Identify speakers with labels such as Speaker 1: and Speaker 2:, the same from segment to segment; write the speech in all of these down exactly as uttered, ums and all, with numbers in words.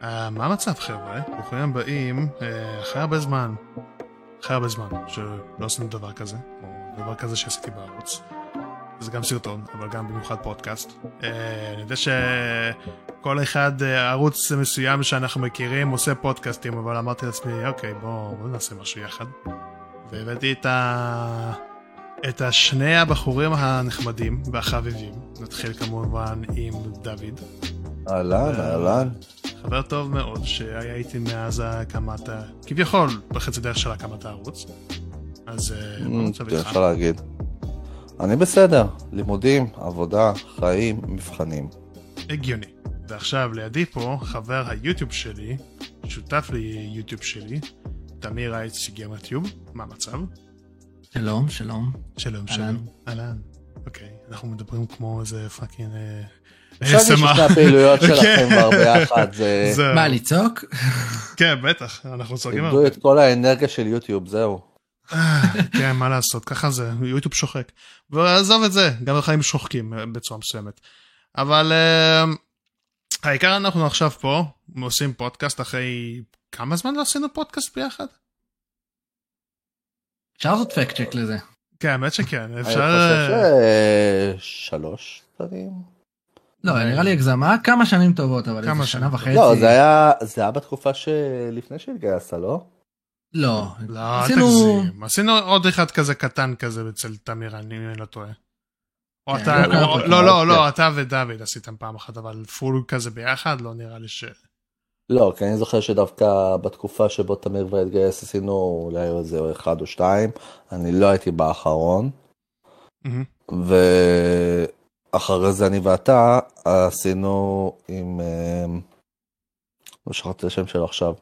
Speaker 1: מה המצב חבר'ה? ברוכים הבאים אחרי הרבה זמן, אחרי הרבה זמן שלא עשינו דבר כזה, או דבר כזה שעשיתי בערוץ. זה גם סרטון, אבל גם במיוחד פודקאסט. אני יודע שכל אחד ערוץ מסוים שאנחנו מכירים עושה פודקאסטים, אבל אמרתי לעצמי, אוקיי, בוא, בוא נעשה משהו יחד. והבאתי את ה... את השני הבחורים הנחמדים והחביבים. נתחיל כמובן עם דוד.
Speaker 2: אהלן, אהלן.
Speaker 1: חבר טוב מאוד שהיה איתי מאז הקמת, כביכול בחצי דרך של הקמת הערוץ. אז בוא נצא איתך.
Speaker 2: אפשר להגיד. אני בסדר, לימודים, עבודה, חיים, מבחנים.
Speaker 1: הגיוני. ועכשיו לידי פה חבר היוטיוב שלי, שותף ליוטיוב שלי, תמיר הייץ שהגיע מהטיוב. מה המצב?
Speaker 3: שלום, שלום.
Speaker 1: שלום, שלום. אהלן. אוקיי, אנחנו מדברים כמו איזה פאקינג...
Speaker 2: אפשר להגיד ששני הפעילויות שלכם כבר ביחד.
Speaker 3: מה, לצעוק?
Speaker 1: כן, בטח, אנחנו צועקים הרבה.
Speaker 2: איבדו את כל האנרגיה של יוטיוב, זהו.
Speaker 1: כן, מה לעשות, ככה זה, יוטיוב שוחק. ועזוב את זה, גם החיים שוחקים בצורה מסוימת. אבל העיקר אנחנו עכשיו פה, עושים פודקאסט אחרי... כמה זמן לא עשינו פודקאסט ביחד?
Speaker 3: אפשר לעשות פקט צ'ק לזה.
Speaker 1: כן, האמת שכן, אפשר...
Speaker 2: אני חושב ששלוש שנים.
Speaker 3: לא, נראה לי הגזמה, כמה שנים טובות, אבל איזה שנה וחצי.
Speaker 2: לא, זה היה, זה היה בתקופה שלפני שהתגייסת, לא?
Speaker 3: לא.
Speaker 1: לא, תגזים. עשינו עוד אחד כזה קטן כזה אצל תמיר, אני לא טועה. לא, לא, לא, אתה ודוד עשיתם פעם אחת, אבל פול כזה ביחד, לא נראה לי ש...
Speaker 2: לא, כי אני זוכר שדווקא בתקופה שבו תמיר והתגייס עשינו אולי איזה אחד או שתיים, אני לא הייתי באחרון, ואחרי זה אני ואתה עשינו עם, לא שכחתי השם שלו עכשיו.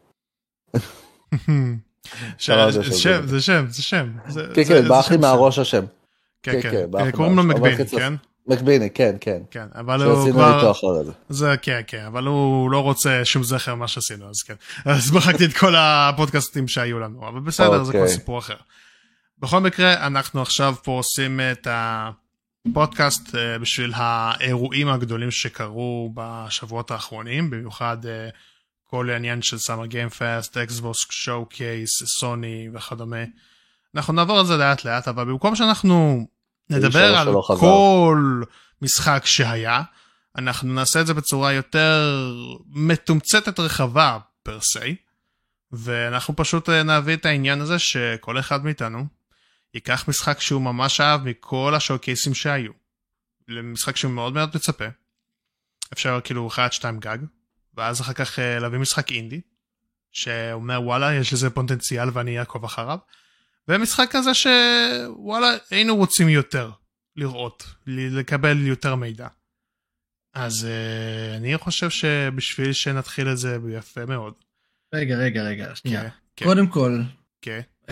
Speaker 1: זה שם, זה שם, זה שם.
Speaker 2: כן, כן, ברח לי מהראש השם.
Speaker 1: כן, כן, קוראים לו מקביני, כן?
Speaker 2: מקביני, כן, כן.
Speaker 1: כן, אבל הוא כבר... זה, כן, כן, אבל הוא לא רוצה שום זכר מה שעשינו, אז כן. אז מחקתי את כל הפודקאסטים שהיו לנו, אבל בסדר, זה כבר סיפור אחר. בכל מקרה, אנחנו עכשיו פה עושים את הפודקאסט בשביל האירועים הגדולים שקרו בשבועות האחרונים, במיוחד כל העניין של סאמר גיים פסט, אקסבוקס שואו קייס, סוני וכדומה. אנחנו נעבור על זה לאט לאט, אבל במקום שאנחנו נדבר על כל משחק שהיה, אנחנו נעשה את זה בצורה יותר מתומצתת רחבה פר סי, ואנחנו פשוט נביא את העניין הזה שכל אחד מאיתנו ייקח משחק שהוא ממש אהב מכל השואו-קייסים שהיו, למשחק שהוא מאוד מאוד מצפה, אפשר כאילו אחד, שתיים גג, ואז אחר כך להביא משחק אינדי, שאומר וואלה יש לזה פוטנציאל ואני אעקוב אחריו, ומשחק כזה שוואלה היינו רוצים יותר לראות, לקבל יותר מידע. אז uh, אני חושב שבשביל שנתחיל את זה יפה מאוד.
Speaker 3: רגע, רגע, רגע, שנייה. Okay, קודם okay. כל,
Speaker 1: okay.
Speaker 3: um,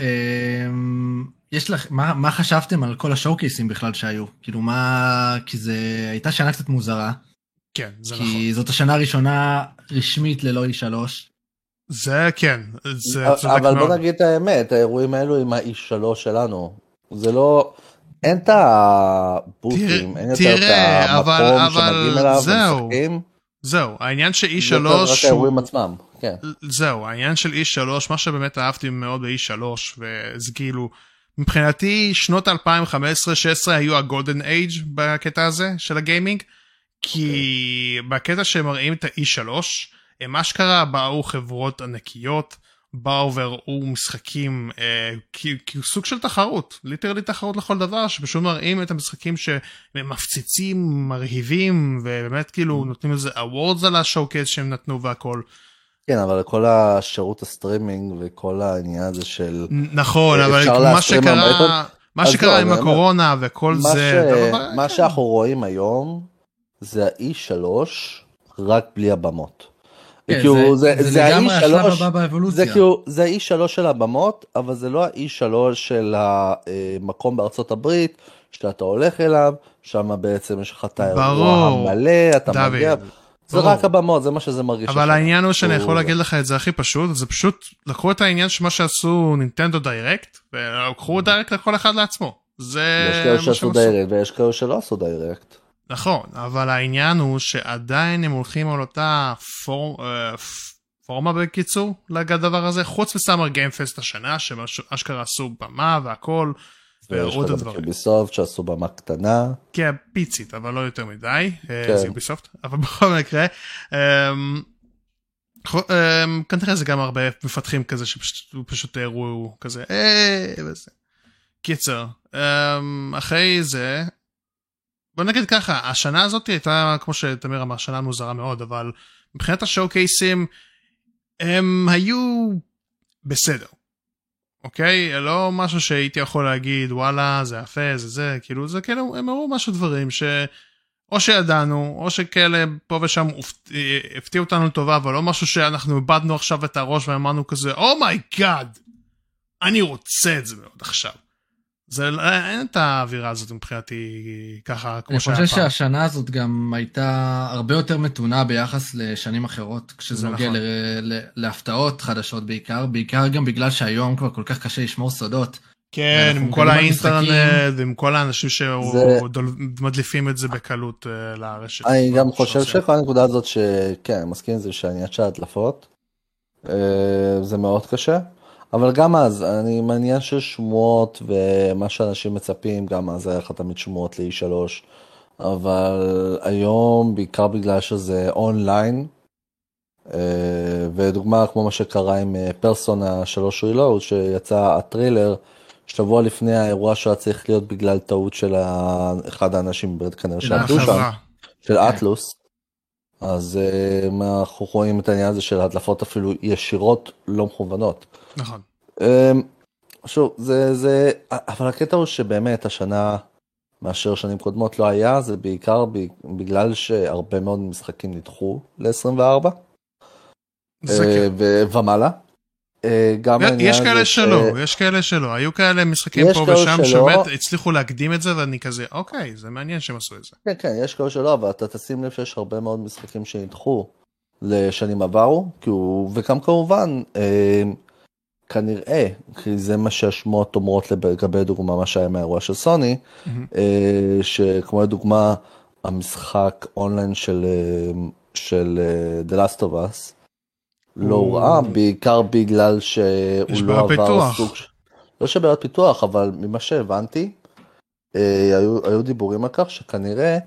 Speaker 3: יש לך, מה, מה חשבתם על כל השואו-קייסים בכלל שהיו? כאילו מה, כי זה הייתה שנה קצת מוזרה.
Speaker 1: כן, זה
Speaker 3: כי
Speaker 1: נכון.
Speaker 3: כי זאת השנה הראשונה רשמית ללא אי שלוש.
Speaker 1: זה כן, זה
Speaker 2: אבל בוא נגיד את האמת, האירועים האלו עם ה-אי שלוש שלנו, זה לא, אין את הבוטים, אין יותר את המקום שמגיעים אליו ומשחקים.
Speaker 1: זהו, העניין של-אי שלוש,
Speaker 2: זה רק האירועים עצמם, כן.
Speaker 1: זהו, העניין של אי שלוש, מה שבאמת אהבתי מאוד ב-אי שלוש, וזה כאילו, מבחינתי שנות אלפיים וחמש עשרה שש עשרה היו הגולדן אייג' בקטע הזה של הגיימינג, כי בקטע שמראים את ה-אי שלוש, מה שקרה, באו חברות ענקיות, באו וראו משחקים, אה, כסוג של תחרות, ליטרלי תחרות לכל דבר, שפשוט מראים את המשחקים שמפציצים, מרהיבים, ובאמת כאילו נותנים איזה אוורדס על השואו-קייס שהם נתנו והכל.
Speaker 2: כן, אבל כל השירות הסטרימינג וכל העניין הזה של...
Speaker 1: נכון, אבל מה שקרה, מה שקרה עם הקורונה וכל זה...
Speaker 2: מה שאנחנו רואים היום, זה ה-אי שלוש, רק בלי הבמות. זה
Speaker 3: לגמרי השלב הבא באבולוציה.
Speaker 2: זה ה-אי שלוש של הבמות, אבל זה לא ה-אי שלוש של המקום בארצות הברית, שאתה הולך אליו, שם בעצם יש לך את האירוע המלא, אתה מגיע, זה רק הבמות, זה מה שזה מרגיש.
Speaker 1: אבל העניין הוא שאני יכול להגיד לך את זה הכי פשוט, זה פשוט לקחו את העניין שמה שעשו נינטנדו דיירקט, ולקחו דיירקט לכל אחד לעצמו.
Speaker 2: יש כאלה שעשו דיירקט, ויש כאלה שלא עשו דיירקט.
Speaker 1: נכון, אבל העניין הוא שעדיין הם הולכים על אותה פור... פלטפורמה בקיצור לדבר הזה, חוץ מסאמר גיימפסט השנה, שאשכרה עשו במה והכל, והראו את הדברים.
Speaker 2: יוביסופט שעשו במה קטנה.
Speaker 1: כן, פיצית, אבל לא יותר מדי, זה יוביסופט, אבל בכל מקרה, כנראה זה גם הרבה מפתחים כזה, שפשוט הראו כזה, אה, וזה. קיצר, אחרי זה, בוא נגיד ככה, השנה הזאת הייתה, כמו שתמיר אמר, שנה מוזרה מאוד, אבל מבחינת השואו-קייסים, הם היו בסדר, אוקיי? לא משהו שהייתי יכול להגיד, וואלה, זה יפה, זה זה, כאילו, זה כאילו, הם הראו משהו דברים ש... או שידענו, או שכאלה פה ושם הפתיעו אותנו לטובה, אבל לא משהו שאנחנו איבדנו עכשיו את הראש ואמרנו כזה, אומייגאד, אני רוצה את זה מאוד עכשיו. זה, אין את האווירה הזאת מבחינתי ככה כמו שהיה פעם.
Speaker 3: אני חושב שהשנה הזאת גם הייתה הרבה יותר מתונה ביחס לשנים אחרות, כשזה נוגע נכון. להפתעות חדשות בעיקר, בעיקר גם בגלל שהיום כבר כל כך קשה לשמור סודות.
Speaker 1: כן, עם כל האינטרנט, ועם כל האנשים שמדליפים את זה בקלות לרשת.
Speaker 2: אני גם חושב שכל הנקודה הזאת שכן, מסכים עם זה שהעניין של ההדלפות, זה מאוד קשה. אבל גם אז, אני מעניין ששמועות ומה שאנשים מצפים, גם אז היה לך תמיד שמועות ל-אי שלוש, אבל היום, בעיקר בגלל שזה אונליין, ודוגמה כמו מה שקרה עם פרסונה שלוש רילוד, שיצא הטרילר, שבוע לפני האירוע שהיה צריך להיות בגלל טעות של אחד האנשים, כנראה שעבדו שם, של אטלוס, אז אנחנו רואים את העניין הזה של הדלפות אפילו ישירות לא מכוונות.
Speaker 1: נכון.
Speaker 2: שוב, זה, זה, אבל הקטע הוא שבאמת השנה, מאשר שנים קודמות לא היה, זה בעיקר בגלל שהרבה מאוד משחקים נדחו ל-עשרים וארבע.
Speaker 1: זה כן.
Speaker 2: ומעלה.
Speaker 1: יש כאלה שלא, יש כאלה שלא. היו כאלה משחקים פה ושם שבאמת הצליחו להקדים את זה, ואני כזה, אוקיי, זה מעניין שהם עשו את זה.
Speaker 2: כן, כן, יש כאלה שלא, אבל אתה תשים לב שיש הרבה מאוד משחקים שנדחו לשנים עברו, וגם כמובן, כנראה, כי זה מה שהשמועות אומרות לגבי דוגמה, מה שהיה מהאירוע של סוני, שכמו לדוגמה, המשחק אונליין של The Last of Us, לא הוראה, בעיקר בגלל שהוא לא עבר סוג... לא שבעיות פיתוח, אבל ממה שהבנתי, היו דיבורים על כך שכנראה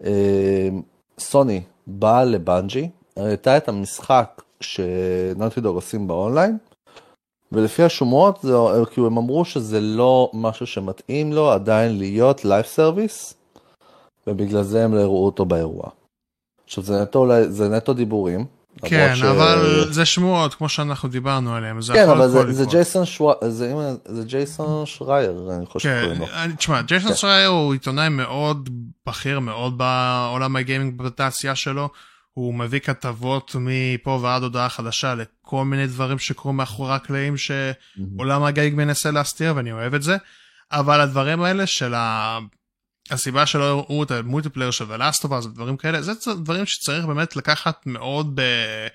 Speaker 2: סוני באה לבנג'י, הראתה את המשחק שנוטי דוג עושים באונליין, ולפי השומות, כי הם אמרו שזה לא משהו שמתאים לו עדיין להיות לייב סרוויס, ובגלל זה הם לא הראו אותו באירוע. עכשיו, זה נטו, זה נטו דיבורים.
Speaker 1: כן, אבל זה שמועות, כמו שאנחנו דיברנו עליהם.
Speaker 2: כן, אבל זה ג'ייסון זה ג'ייסון שרייר, אני חושב
Speaker 1: שקוראים לו. תשמע, ג'ייסון שרייר הוא עיתונאי מאוד בכיר, מאוד בעולם הגיימינג בתעשייה שלו, הוא מביא כתבות מפה ועד הודעה חדשה לכל מיני דברים שקורים מאחורי הקלעים שעולם הגיימינג מנסה להסתיר, ואני אוהב את זה, אבל הדברים האלה של ה... הסיבה שלא הראו את המולטיפלייר של The Last of Us ודברים כאלה, זה דברים שצריך באמת לקחת מאוד ב...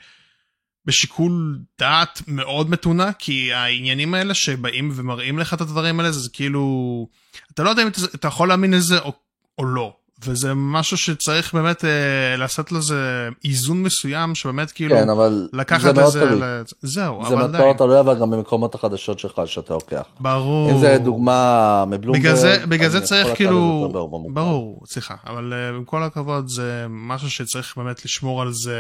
Speaker 1: בשיקול דעת מאוד מתונה, כי העניינים האלה שבאים ומראים לך את הדברים האלה, זה כאילו, אתה לא יודע אם אתה יכול להאמין לזה או, או לא, וזה משהו שצריך באמת אה, לעשות לזה איזון מסוים, שבאמת כאילו,
Speaker 2: כן, אבל
Speaker 1: לקחת
Speaker 2: זה
Speaker 1: לזה,
Speaker 2: ל...
Speaker 1: זהו,
Speaker 2: זה
Speaker 1: אבל
Speaker 2: מאוד תלוי, אבל גם במקומות החדשות שלך שאתה לוקח.
Speaker 1: ברור.
Speaker 2: אם זה דוגמה מבלומברג,
Speaker 1: בגלל זה, בגלל זה צריך כאילו, ברור, סליחה, אבל uh, עם כל הכבוד זה משהו שצריך באמת לשמור על זה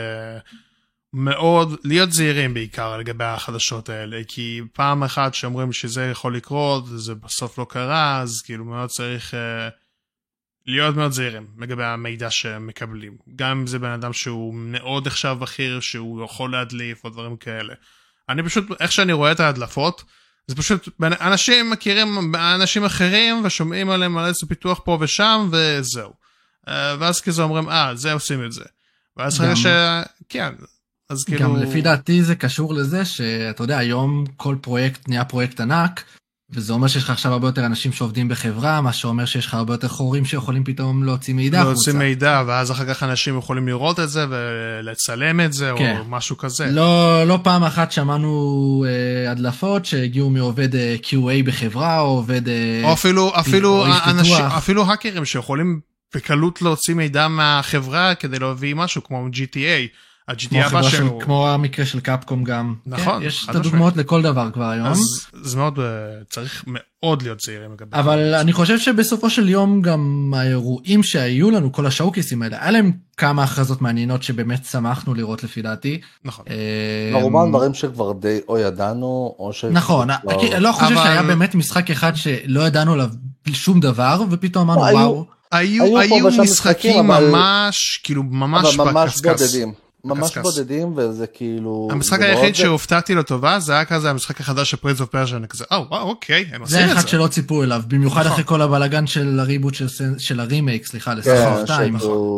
Speaker 1: מאוד, להיות זהירים בעיקר לגבי החדשות האלה, כי פעם אחת שאומרים שזה יכול לקרות, זה בסוף לא קרה, אז כאילו מאוד צריך... Uh, להיות מאוד זהירים לגבי המידע שמקבלים. גם אם זה בן אדם שהוא מאוד עכשיו בכיר, שהוא יכול להדליף או דברים כאלה. אני פשוט, איך שאני רואה את ההדלפות, זה פשוט, אנשים מכירים אנשים אחרים, ושומעים עליהם על איזה פיתוח פה ושם, וזהו. ואז כזה אומרים, אה, זה עושים את זה. ואז חייב ש... כן. אז כאילו...
Speaker 3: גם לפי דעתי זה קשור לזה, שאתה יודע, היום כל פרויקט נהיה פרויקט ענק, וזה אומר שיש לך עכשיו הרבה יותר אנשים שעובדים בחברה, מה שאומר שיש לך הרבה יותר חורים שיכולים פתאום להוציא מידע החוצה.
Speaker 1: להוציא מידע, ואז אחר כך אנשים יכולים לראות את זה, ולצלם את זה, כן. או משהו כזה.
Speaker 3: לא, לא פעם אחת שמענו אה, הדלפות, שהגיעו מעובד אה, קיו איי בחברה, או עובד... אה,
Speaker 1: או אפילו, אפילו, אנשים, אפילו האקרים שיכולים בקלות להוציא מידע מהחברה, כדי להביא משהו כמו ג'י טי איי, ה-ג'י טי איי הבא שהוא...
Speaker 3: כמו המקרה של קפקום גם.
Speaker 1: נכון.
Speaker 3: כן, יש את הדוגמאות לכל דבר כבר היום.
Speaker 1: אז זה מאוד, צריך מאוד להיות צעירים.
Speaker 3: אבל אני חושב שבסופו של יום גם האירועים שהיו לנו, כל השואוקיסים האלה, היה להם כמה הכרזות מעניינות שבאמת שמחנו לראות לפי דעתי.
Speaker 1: נכון.
Speaker 2: ברובם דברים שכבר די או ידענו, או ש...
Speaker 3: נכון, אני לא חושב שהיה באמת משחק אחד שלא ידענו עליו שום דבר, ופתאום אמרנו וואו.
Speaker 1: היו משחקים ממש, כאילו ממש בקסקס.
Speaker 2: ממש בודדים, וזה כאילו...
Speaker 1: המשחק היחיד שהופתעתי לטובה, זה היה כזה המשחק החדש של פרינס אוף פרשן, כזה, אה, וואו, אוקיי, הם עושים את זה.
Speaker 3: זה אחד שלא ציפו אליו, במיוחד אחרי כל הבלגן של הריבוט של הרימייק, סליחה, לסחר שתיים.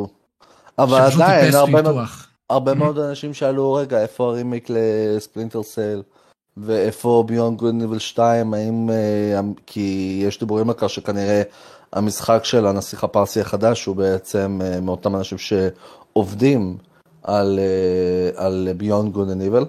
Speaker 2: אבל עדיין, הרבה מאוד אנשים שאלו, רגע, איפה הרימייק לספלינטר סל, ואיפה ביונד גוד ניבל שתיים, האם... כי יש דיבורים לכך שכנראה המשחק של הנסיך הפרסי החדש, הוא בעצם מאותם אנשים שעובדים על, על Beyond Good and Evil,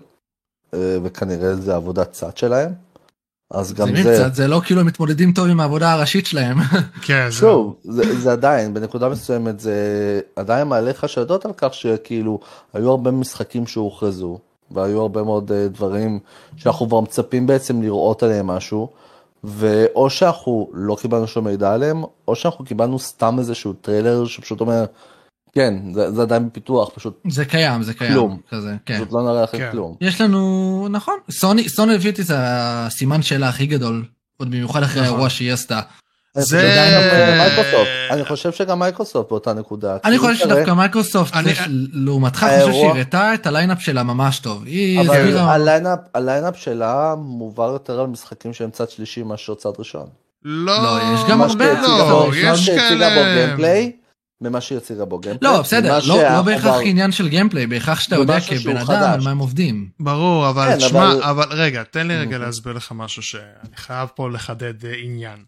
Speaker 2: וכנראה זה עבודת צד שלהם. אז גם זה...
Speaker 3: זה, זה לא כאילו מתמודדים טוב עם העבודה הראשית שלהם.
Speaker 1: כן,
Speaker 2: שוב, זה, זה עדיין, בנקודה מסוימת, זה עדיין מעלה חשדות על כך שכאילו, היו הרבה משחקים שהוכרזו, והיו הרבה מאוד דברים שאנחנו כבר מצפים בעצם לראות עליהם משהו, ואו שאנחנו לא קיבלנו שום מידע עליהם, או שאנחנו קיבלנו סתם איזשהו טריילר שפשוט אומר, כן, זה, זה עדיין בפיתוח, פשוט...
Speaker 3: זה קיים, זה קיים.
Speaker 2: כלום.
Speaker 3: כזה, כן.
Speaker 2: פשוט לא נראה לכם
Speaker 1: כן.
Speaker 2: כלום.
Speaker 3: יש לנו, נכון, סוני, סוני הביא את זה הסימן שאלה הכי גדול, עוד במיוחד אחרי
Speaker 1: נכון.
Speaker 3: האירוע שהיא עשתה.
Speaker 2: זה מייקרוסופט. אני חושב שגם מייקרוסופט באותה נקודה.
Speaker 3: אני חושב שדווקא מייקרוסופט, לעומתך חושב שהיא הראתה את הליינאפ שלה ממש טוב.
Speaker 2: אבל הליינאפ שלה מועבר יותר על משחקים שהם צד שלישי מאשר צד ראשון.
Speaker 1: לא,
Speaker 3: יש גם הרבה,
Speaker 1: לא, יש
Speaker 2: כאלה... ממה שיציגה בו גיימפליי.
Speaker 3: לא, בסדר, לא בהכרח עניין של גיימפליי, בהכרח שאתה יודע כבן אדם על מה הם עובדים.
Speaker 1: ברור, אבל תשמע, אבל רגע, תן לי רגע להסביר לך משהו שאני חייב פה לחדד עניין.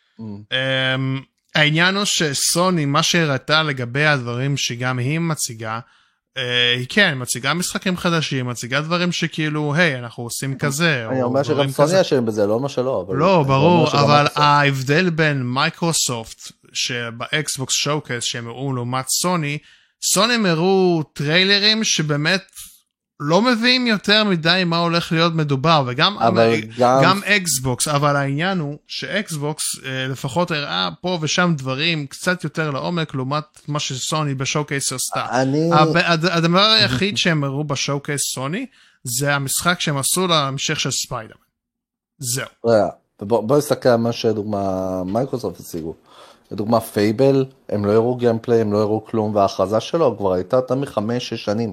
Speaker 1: העניין הוא שסוני, מה שהראתה לגבי הדברים שגם היא מציגה, היא כן, מציגה משחקים חדשים, מציגה דברים שכאילו, היי, אנחנו עושים כזה.
Speaker 2: אני אומר שגם סוני אשם בזה, לא מה שלא.
Speaker 1: לא, ברור, אבל ההבדל בין מייקרוסופט, שבאקסבוקס שואוקייס שהם הראו לעומת סוני, סוני הם הראו טריילרים שבאמת לא מביאים יותר מדי מה הולך להיות מדובר, וגם גם... גם אקסבוקס, אבל העניין הוא שאקסבוקס לפחות הראה פה ושם דברים קצת יותר לעומק לעומת מה שסוני בשואוקייס עשתה. אני... הדבר היחיד שהם הראו בשואוקייס סוני, זה המשחק שהם עשו להמשך של ספיידרמן. זהו.
Speaker 2: בוא נסתכל על מה שדוגמה מייקרוסופט הציגו. לדוגמה פייבל, הם לא הראו גיימפליי, הם לא הראו כלום, וההכרזה שלו כבר הייתה יותר מחמש, שש שנים.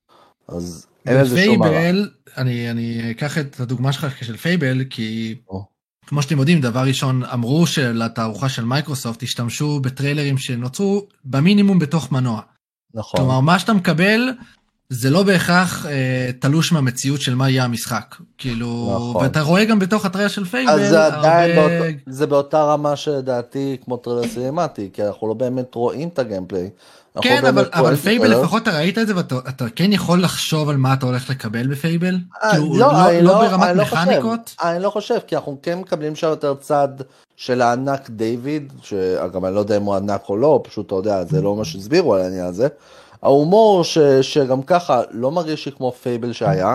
Speaker 2: אז אין איזה שום הרע.
Speaker 3: אני, אני אקח את הדוגמה שלך של פייבל, כי כמו שאתם יודעים, דבר ראשון, אמרו שלתערוכה של מייקרוסופט, השתמשו בטריילרים שנוצרו במינימום בתוך מנוע.
Speaker 2: נכון.
Speaker 3: כלומר, מה שאתה מקבל, זה לא בהכרח אה, תלוש מהמציאות של מה יהיה המשחק. כאילו, נכון. ואתה רואה גם בתוך הטריילר של פייבל.
Speaker 2: אז זה עדיין, הרבה... באותה, זה באותה רמה שדעתי כמו טריילר סינימטי, כי אנחנו לא באמת רואים את הגיימפליי.
Speaker 3: כן, אבל, אבל פייבל לפחות אתה ראית את זה, ואתה אתה כן יכול לחשוב על מה אתה הולך לקבל בפייבל? כאילו, לא, לא, לא ברמת אני מכניקות?
Speaker 2: לא אני לא חושב, כי אנחנו כן מקבלים שם יותר צד של הענק דיוויד, שאגב אני לא יודע אם הוא ענק או לא, פשוט אתה יודע, זה לא מה שהסבירו על העניין הזה. ההומור ש, שגם ככה לא מרגיש לי כמו פייבל שהיה,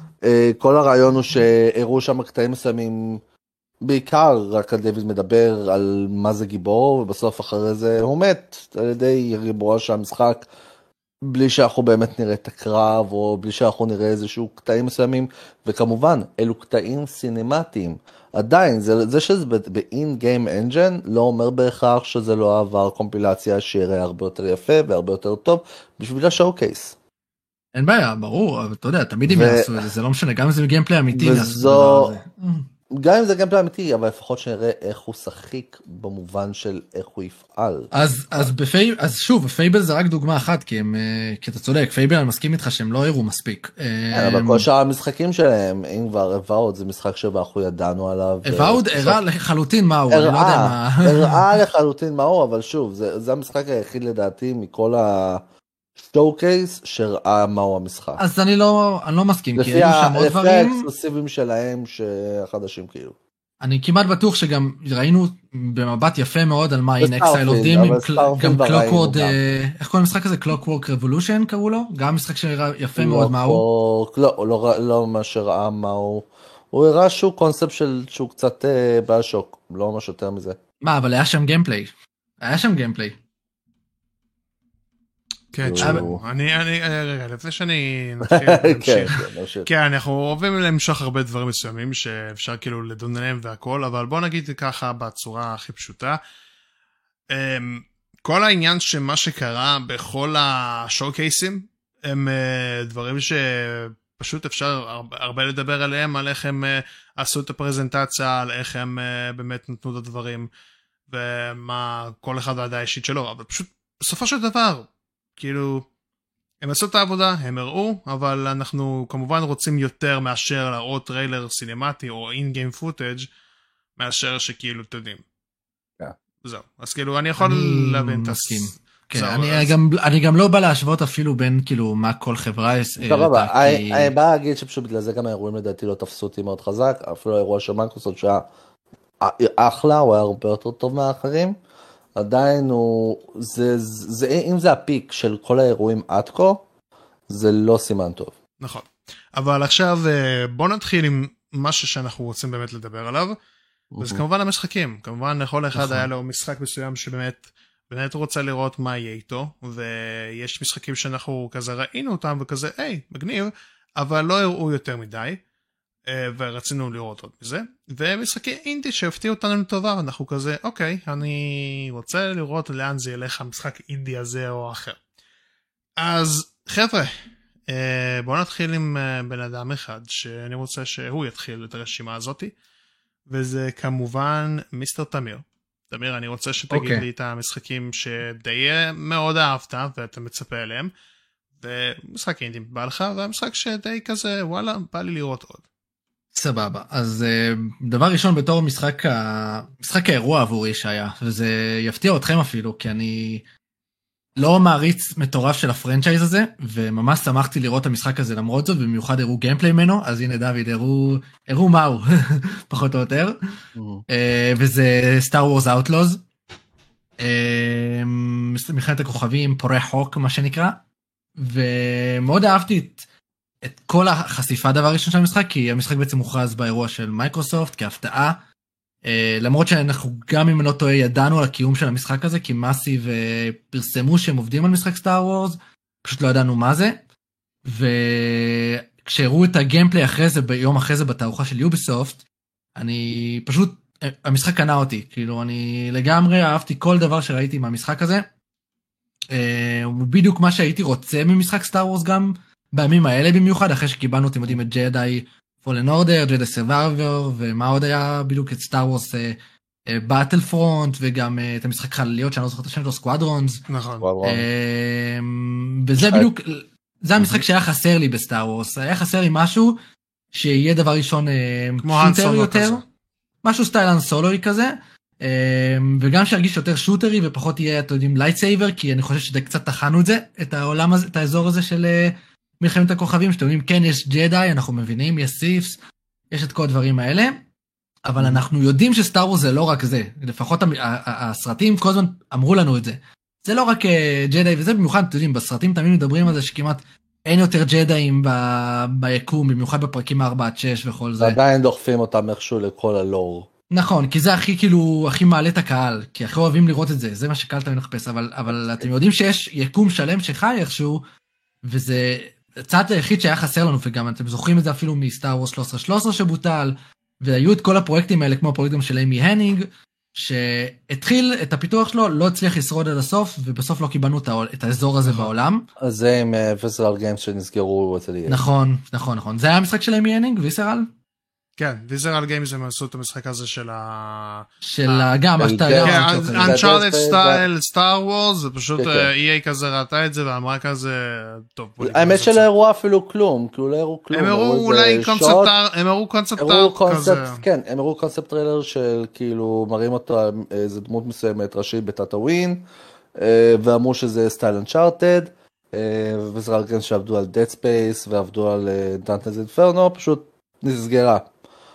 Speaker 2: כל הרעיון הוא שהראו שם קטעים מסוימים, בעיקר רק על דיוויד מדבר על מה זה גיבור, ובסוף אחרי זה הוא מת על ידי גיבורה של המשחק, בלי שאנחנו באמת נראה את הקרב, או בלי שאנחנו נראה איזשהו קטעים מסוימים, וכמובן, אלו קטעים סינמטיים. עדיין, זה, זה שזה ב-in-game engine, לא אומר בהכרח שזה לא עבר קומפילציה שיראה הרבה יותר יפה, והרבה יותר טוב, בשביל השואו-קייס.
Speaker 3: אין בעיה, ברור, אבל אתה יודע, תמיד הם יעשו את זה, זה לא משנה, גם אם זה גיימפליי אמיתי.
Speaker 2: וזו... גם אם זה גיימפליי אמיתי, אבל לפחות שנראה איך הוא שחיק במובן של איך הוא יפעל.
Speaker 3: אז, אז, בפי... אז שוב, פייבל זה רק דוגמה אחת, כי, הם, כי אתה צודק, פייבל אני מסכים איתך שהם לא הראו מספיק.
Speaker 2: אבל כל שאר המשחקים שלהם, אם כבר אבאוד, זה משחק שאנחנו ידענו עליו.
Speaker 3: אבאוד הראה לחלוטין מהו, אני לא יודע מה.
Speaker 2: הראה לחלוטין מהו, אבל שוב, זה, זה המשחק היחיד לדעתי מכל ה... שואו-קייס שראה מהו המשחק.
Speaker 3: אז אני לא, אני לא מסכים, כי היו שם עוד דברים.
Speaker 2: לפי האקסקלוסיבים שלהם, שהחדשים כאילו.
Speaker 3: אני כמעט בטוח שגם ראינו במבט יפה מאוד על מה אין אקסייל עובדים, גם קלוקוורד, איך קוראים למשחק הזה? קלוקוורק רבולושן קראו לו? גם משחק שראה יפה מאוד מה הוא?
Speaker 2: לא מה שראה מה הוא, הוא הראה שהוא קונספט שהוא קצת בשוק, לא ממש יותר מזה.
Speaker 3: מה, אבל היה שם גיימפליי, היה שם גיימפליי.
Speaker 1: כן, אני, אני, רגע, לפני שאני נתחיל, כן, אנחנו אוהבים למשוך הרבה דברים מסוימים שאפשר כאילו לדון עליהם והכל, אבל בוא נגיד ככה בצורה הכי פשוטה, כל העניין שמה שקרה בכל השואו-קייסים, הם דברים שפשוט אפשר הרבה לדבר עליהם, על איך הם עשו את הפרזנטציה, על איך הם באמת נתנו את הדברים, ומה כל אחד והדעה האישית שלו, אבל פשוט בסופו של דבר, כאילו, הם עשו את העבודה, הם הראו, אבל אנחנו כמובן רוצים יותר מאשר להראות טריילר סינמטי או אין-גיים פוטאג' מאשר שכאילו, אתם יודעים. זהו, אז כאילו, אני יכול להבין את
Speaker 3: הסכים. אני גם לא בא להשוות אפילו בין כאילו מה כל חברה...
Speaker 2: סבבה, אני בא להגיד שפשוט בגלל זה גם האירועים לדעתי לא תפסו אותי מאוד חזק, אפילו האירוע של מייקרוסופט שהיה אחלה, הוא היה הרבה יותר טוב מהאחרים, עדיין הוא, זה, זה, אם זה הפיק של כל האירועים עד כה, זה לא סימן טוב.
Speaker 1: נכון. אבל עכשיו בוא נתחיל עם משהו שאנחנו רוצים באמת לדבר עליו, וזה כמובן המשחקים. כמובן לכל אחד היה לו משחק מסוים שבאמת באמת רוצה לראות מה יהיה איתו, ויש משחקים שאנחנו כזה ראינו אותם וכזה, היי, מגניב, אבל לא הראו יותר מדי, ורצינו לראות עוד מזה, ומשחקי אינדי שהפתיעו אותנו לטובה, אנחנו כזה, אוקיי, אני רוצה לראות לאן זה ילך המשחק אינדי הזה או אחר. אז חבר'ה, בואו נתחיל עם בן אדם אחד, שאני רוצה שהוא יתחיל את הרשימה הזאת, וזה כמובן מיסטר תמיר. תמיר, אני רוצה שתגיד okay. לי את המשחקים שדי מאוד אהבת, ואתה מצפה אליהם, ומשחק אינדי בא לך, והמשחק שדי כזה, וואלה, בא לי לראות עוד.
Speaker 3: סבבה, אז דבר ראשון בתור משחק, משחק האירוע עבורי שהיה, וזה יפתיע אתכם אפילו, כי אני לא מעריץ מטורף של הפרנצ'ייז הזה, וממש שמחתי לראות את המשחק הזה למרות זאת, במיוחד הראו גיימפליי ממנו, אז הנה דוד, הראו, הראו מהו, פחות או יותר, וזה סטאר וורס אאוטלוז, מלחמת הכוכבים, פורעי חוק מה שנקרא, ומאוד אהבתי את את כל החשיפה דבר ראשון של המשחק, כי המשחק בעצם מוכרז באירוע של מייקרוסופט כהפתעה, למרות שאנחנו גם אם לא טועה ידענו על הקיום של המשחק הזה, כי מסי ופרסמו שהם עובדים על משחק סטאר וורס, פשוט לא ידענו מה זה, וכשהראו את הגיימפליי אחרי זה, ביום אחרי זה בתערוכה של יוביסופט, אני פשוט, המשחק קנה אותי, כאילו אני לגמרי אהבתי כל דבר שראיתי מהמשחק הזה, הוא בדיוק מה שהייתי רוצה ממשחק סטאר וורס גם, בימים האלה במיוחד, אחרי שקיבלנו, אתם יודעים, את ג'די פולן אורדר, ג'די סרווייבר, ומה עוד היה בדיוק את סטאר וורס באטל פרונט, וגם את המשחק חלליות, שאני לא זוכר את השם שלו, סקואדרונס.
Speaker 1: נכון.
Speaker 3: וזה בדיוק, זה המשחק שהיה חסר לי בסטאר וורס, היה חסר לי משהו, שיהיה דבר ראשון, שוטרי יותר, משהו סטייל אן סולוי כזה, וגם שירגיש יותר שוטרי, ופחות יהיה, אתם יודעים, לייטסייבר, כי אני חושב שקצת תחנו את זה, את העולם הזה, את האזור הזה של מלחמת הכוכבים, שאתם יודעים, כן, יש ג'די, אנחנו מבינים, יש סיפס, יש את כל הדברים האלה, אבל אנחנו יודעים שסטאר וורס זה לא רק זה, לפחות הסרטים כל הזמן אמרו לנו את זה, זה לא רק ג'די, וזה במיוחד, אתם יודעים, בסרטים תמיד מדברים על זה, שכמעט אין יותר ג'דאים ביקום, במיוחד בפרקים ארבע עד שש וכל זה.
Speaker 2: ועדיין דוחפים אותם איכשהו לכל הלור.
Speaker 3: נכון, כי זה הכי כאילו, הכי מעלה את הקהל, כי הכי אוהבים לראות את זה, זה מה שקהל תמיד לחפש, אבל, אבל אתם יודעים שיש יקום שלם שחי איכשהו, וזה הצעד היחיד שהיה חסר לנו, וגם אתם זוכרים את זה אפילו מסטאר וורס שלוש עשרה שלוש עשרה שבוטל, והיו את כל הפרויקטים האלה, כמו הפרויקטים של אימי הנינג, שהתחיל את הפיתוח שלו, לא הצליח לשרוד עד הסוף, ובסוף לא קיבלנו את האזור הזה בעולם.
Speaker 2: אז זה עם ויסרל גיימס שנסגרו אצל יהיה.
Speaker 3: נכון, נכון, נכון. זה היה המשחק של אימי הנינג, ויסרל?
Speaker 1: כן, ויזרל גיימס הם עשו את המשחק הזה של ה...
Speaker 3: של גם, מה שאתה יודע.
Speaker 1: כן, Uncharted סטייל, סטאר וורס, זה פשוט אי איי כזה ראתה את זה, ואמרה כזה, טוב.
Speaker 2: האמת של האירוע אפילו כלום, כאילו לא הראו כלום.
Speaker 1: הם הראו אולי קונספט, הם הראו קונספט כזה.
Speaker 2: כן, הם הראו קונספט טריילר של כאילו מראים אותו איזה דמות מסוימת ראשית בטאטאווין, ואמרו שזה סטייל Uncharted, ויזרל גיימס שעבדו על Dead Space, ועבדו על Dante's Inferno, פשוט נסגרה.